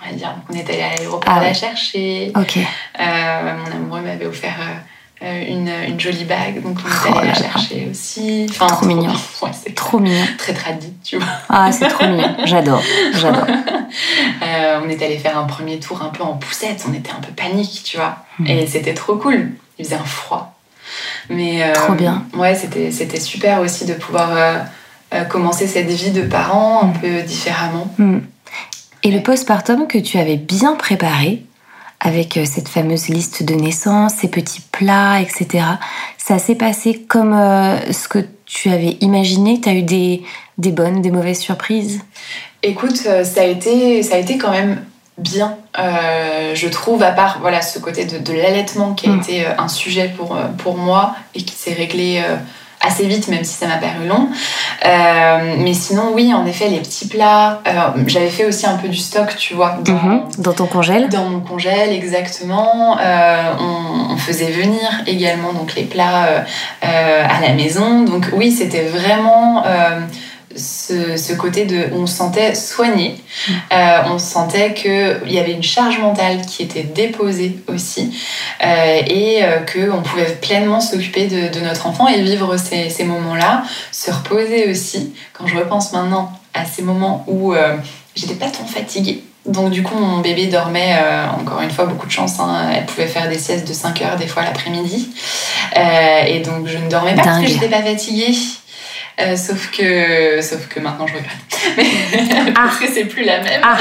on va dire. Donc, on est allé à l'aéroport ah, la ouais. chercher. Ok. Euh, mon amoureux m'avait offert euh, une, une jolie bague, donc on est Oh allé là la là. chercher aussi. Enfin, Trop mignon. Ouais, c'est Trop mignon. très tradit, tu vois. Ah, c'est trop mignon. J'adore. J'adore. Euh, on est allé faire un premier tour un peu en poussette. On était un peu panique, tu vois. Mmh. Et c'était trop cool. Il faisait un froid. Mais, euh, Trop bien. Ouais, c'était, c'était super aussi de pouvoir euh, euh, commencer cette vie de parents un mmh. peu différemment. Mmh. Et ouais. Le postpartum que tu avais bien préparé, avec cette fameuse liste de naissance, ces petits plats, et cetera, ça s'est passé comme euh, ce que tu avais imaginé? Tu as eu des, des bonnes, des mauvaises surprises? Écoute, ça a été, ça a été quand même bien, euh, je trouve, à part voilà, ce côté de, de l'allaitement qui a mmh. été un sujet pour, pour moi et qui s'est réglé euh, assez vite, même si ça m'a paru long. Euh, mais sinon, oui, en effet, les petits plats. Euh, j'avais fait aussi un peu du stock, tu vois. Dans, mmh. dans ton congèle? Dans mon congèle, exactement. Euh, on, on faisait venir également donc, les plats euh, euh, à la maison. Donc oui, c'était vraiment... Euh, Ce, ce côté de on se sentait soigné, mmh. euh, on sentait qu'il y avait une charge mentale qui était déposée aussi euh, et euh, qu'on pouvait pleinement s'occuper de, de notre enfant et vivre ces, ces moments-là, se reposer aussi. Quand je repense maintenant à ces moments où euh, j'étais pas tant fatiguée, donc du coup mon bébé dormait, euh, encore une fois beaucoup de chance, hein, elle pouvait faire des siestes de cinq heures des fois l'après-midi euh, et donc je ne dormais pas Dingue. Parce que j'étais pas fatiguée. Euh, sauf que sauf que maintenant je regrette mais, ah. parce que c'est plus la même ah.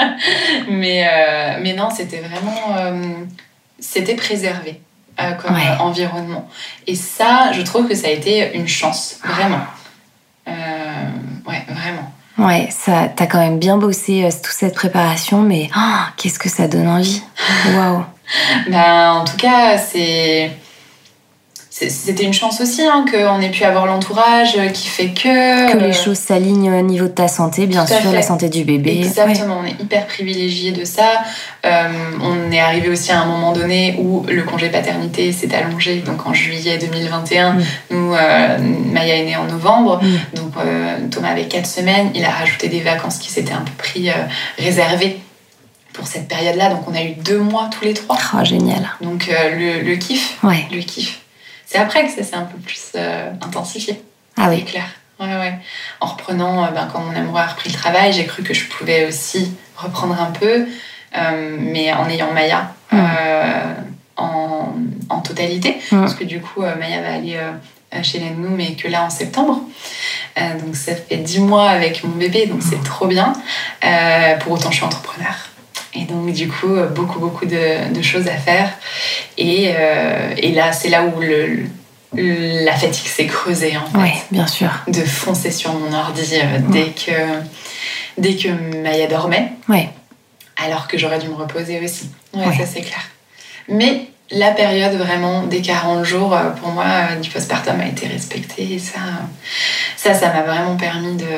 mais euh, mais non, c'était vraiment euh, c'était préservé euh, comme ouais. environnement, et ça je trouve que ça a été une chance, vraiment. euh, ouais vraiment ouais, ça t'as quand même bien bossé euh, toute cette préparation, mais oh, qu'est-ce que ça donne envie. Waouh. Ben en tout cas c'est C'était une chance aussi hein, qu'on ait pu avoir l'entourage qui fait que... Que les choses s'alignent au niveau de ta santé, bien sûr, fait. La santé du bébé. Exactement, ouais. On est hyper privilégiés de ça. Euh, on est arrivé aussi à un moment donné où le congé paternité s'est allongé. Donc en juillet deux mille vingt et un, mmh. nous, euh, Maya est née en novembre. Mmh. Donc euh, Thomas avait quatre semaines. Il a rajouté des vacances qui s'étaient un peu pris euh, réservées pour cette période-là. Donc on a eu deux mois tous les trois. Oh, génial. Donc euh, le, le kiff, ouais. le kiff. C'est après que ça s'est un peu plus euh, intensifié. Ah oui. C'est clair. Ouais, ouais. En reprenant, euh, ben, quand mon amoureux a repris le travail, j'ai cru que je pouvais aussi reprendre un peu, euh, mais en ayant Maya mmh. euh, en, en totalité. Mmh. Parce que du coup, euh, Maya va aller euh, chez les nounous, mais que là en septembre. Euh, donc ça fait dix mois avec mon bébé, donc mmh. c'est trop bien. Euh, pour autant, je suis entrepreneur. Et donc, du coup, beaucoup, beaucoup de, de choses à faire. Et, euh, et là, c'est là où le, le, la fatigue s'est creusée, en fait. Oui, bien sûr. De foncer sur mon ordi euh, mmh. dès, que, dès que Maya dormait. Oui. Alors que j'aurais dû me reposer aussi. Ouais, oui. Ça, c'est clair. Mais la période, vraiment, des quarante jours, pour moi, du postpartum a été respectée. Et ça, ça, ça m'a vraiment permis de,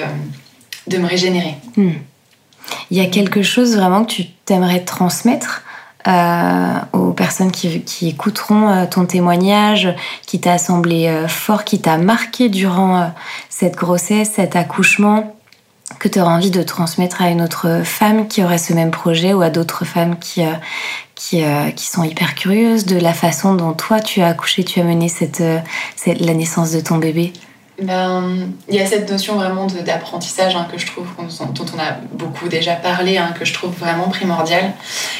de me régénérer. Mmh. Il y a quelque chose vraiment que tu t'aimerais transmettre euh, aux personnes qui, qui écouteront euh, ton témoignage, qui t'a semblé euh, fort, qui t'a marqué durant euh, cette grossesse, cet accouchement, que tu auras envie de transmettre à une autre femme qui aurait ce même projet, ou à d'autres femmes qui, euh, qui, euh, qui sont hyper curieuses de la façon dont toi tu as accouché, tu as mené cette, euh, cette, la naissance de ton bébé? Ben, il y a cette notion vraiment de, d'apprentissage hein, que je trouve, dont on a beaucoup déjà parlé, hein, que je trouve vraiment primordial.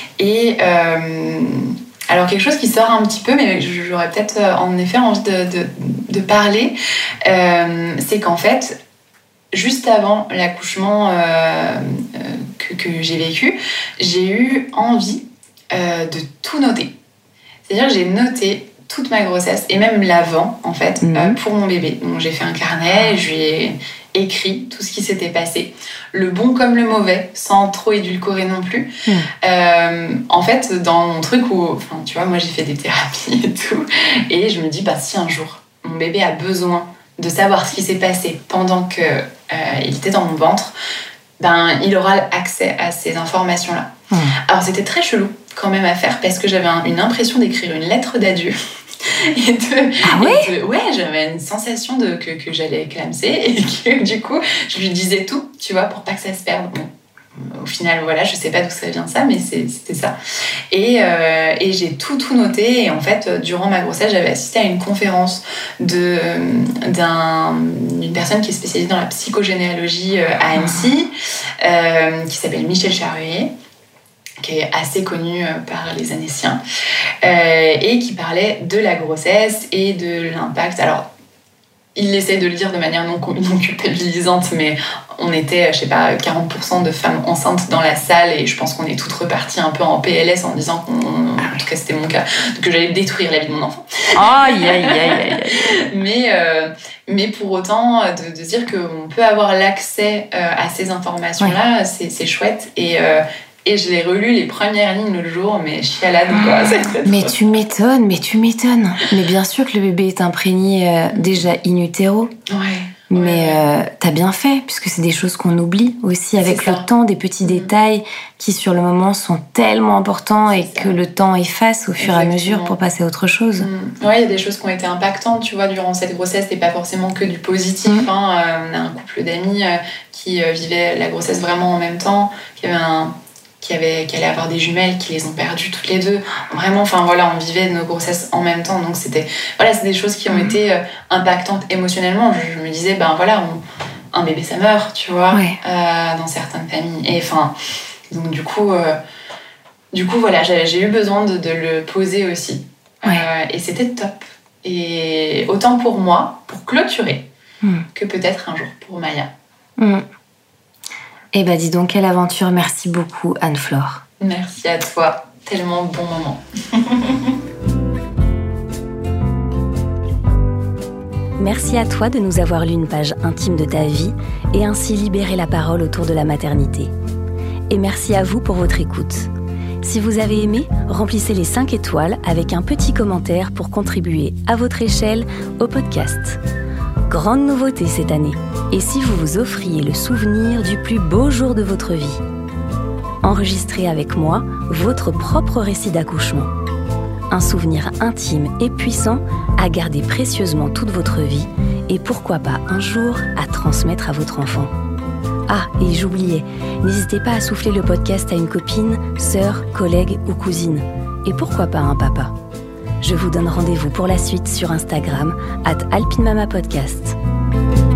Et euh, alors quelque chose qui sort un petit peu, mais j'aurais peut-être en effet envie de, de, de parler, euh, c'est qu'en fait, juste avant l'accouchement euh, que, que j'ai vécu, j'ai eu envie euh, de tout noter. C'est-à-dire que j'ai noté toute ma grossesse, et même l'avant, en fait, mmh. euh, pour mon bébé. Donc, j'ai fait un carnet, je lui ai écrit tout ce qui s'était passé, le bon comme le mauvais, sans trop édulcorer non plus. Mmh. Euh, en fait, dans mon truc où, enfin, tu vois, moi, j'ai fait des thérapies et tout, et je me dis, bah, si un jour, mon bébé a besoin de savoir ce qui s'est passé pendant qu'il euh, était dans mon ventre, ben, il aura accès à ces informations-là. Mmh. Alors, c'était très chelou, quand même, à faire, parce que j'avais un, une impression d'écrire une lettre d'adieu. Et de, ah ouais, et de, ouais, j'avais une sensation de, que, que j'allais éclamer et que du coup, je lui disais tout, tu vois, pour pas que ça se perde. Bon, au final, voilà, je sais pas d'où ça vient ça, mais c'est, c'était ça. Et, euh, et j'ai tout, tout noté. Et en fait, durant ma grossesse, j'avais assisté à une conférence de, d'un, d'une personne qui est spécialisée dans la psychogénéalogie à Annecy, euh, qui s'appelle Michel Charuet, qui est assez connu par les Annéciens, euh, et qui parlait de la grossesse et de l'impact. Alors, il essaie de le dire de manière non, non culpabilisante, mais on était, je sais pas, quarante pour cent de femmes enceintes dans la salle, et je pense qu'on est toutes reparties un peu en P L S en disant qu'on, en tout cas c'était mon cas, que j'allais détruire la vie de mon enfant. Aïe, aïe, aïe, aïe. Mais, euh, mais pour autant, de, de dire qu'on peut avoir l'accès euh, à ces informations-là, ouais. c'est, c'est chouette. Et, euh, et je l'ai relu les premières lignes l'autre jour, mais chialade, quoi. C'est mais tu m'étonnes, mais tu m'étonnes. Mais bien sûr que le bébé est imprégné euh, déjà in utero. Ouais. Mais ouais. euh, t'as bien fait, puisque c'est des choses qu'on oublie aussi avec le temps, des petits mmh. détails qui sur le moment sont tellement importants et que le temps efface au fur Exactement. et à mesure pour passer à autre chose. Mmh. Ouais, il y a des choses qui ont été impactantes, tu vois, durant cette grossesse, et pas forcément que du positif. Mmh. Hein. Euh, on a un couple d'amis euh, qui euh, vivaient la grossesse vraiment en même temps, qui avait un... Qui, avait, qui allaient avoir des jumelles, qui les ont perdues toutes les deux. Vraiment, enfin voilà, on vivait nos grossesses en même temps. Donc c'était, voilà, c'est des choses qui ont mmh. été euh, impactantes émotionnellement. Je, je me disais, ben voilà, on, un bébé ça meurt, tu vois, ouais. euh, dans certaines familles. Et enfin, donc du coup, euh, du coup voilà, j'ai, j'ai eu besoin de, de le poser aussi. Ouais. Euh, et c'était top. Et autant pour moi, pour clôturer, mmh. que peut-être un jour pour Maya. Mmh. Eh ben dis donc, quelle aventure. Merci beaucoup, Anne-Flore. Merci à toi. Tellement bon moment. Merci à toi de nous avoir lu une page intime de ta vie et ainsi libéré la parole autour de la maternité. Et merci à vous pour votre écoute. Si vous avez aimé, remplissez les cinq étoiles avec un petit commentaire pour contribuer à votre échelle au podcast. Grande nouveauté cette année. Et si vous vous offriez le souvenir du plus beau jour de votre vie ? Enregistrez avec moi votre propre récit d'accouchement. Un souvenir intime et puissant à garder précieusement toute votre vie et pourquoi pas un jour à transmettre à votre enfant. Ah, et j'oubliais, n'hésitez pas à souffler le podcast à une copine, sœur, collègue ou cousine. Et pourquoi pas un papa ? Je vous donne rendez-vous pour la suite sur Instagram, arobase alpinemamapodcast.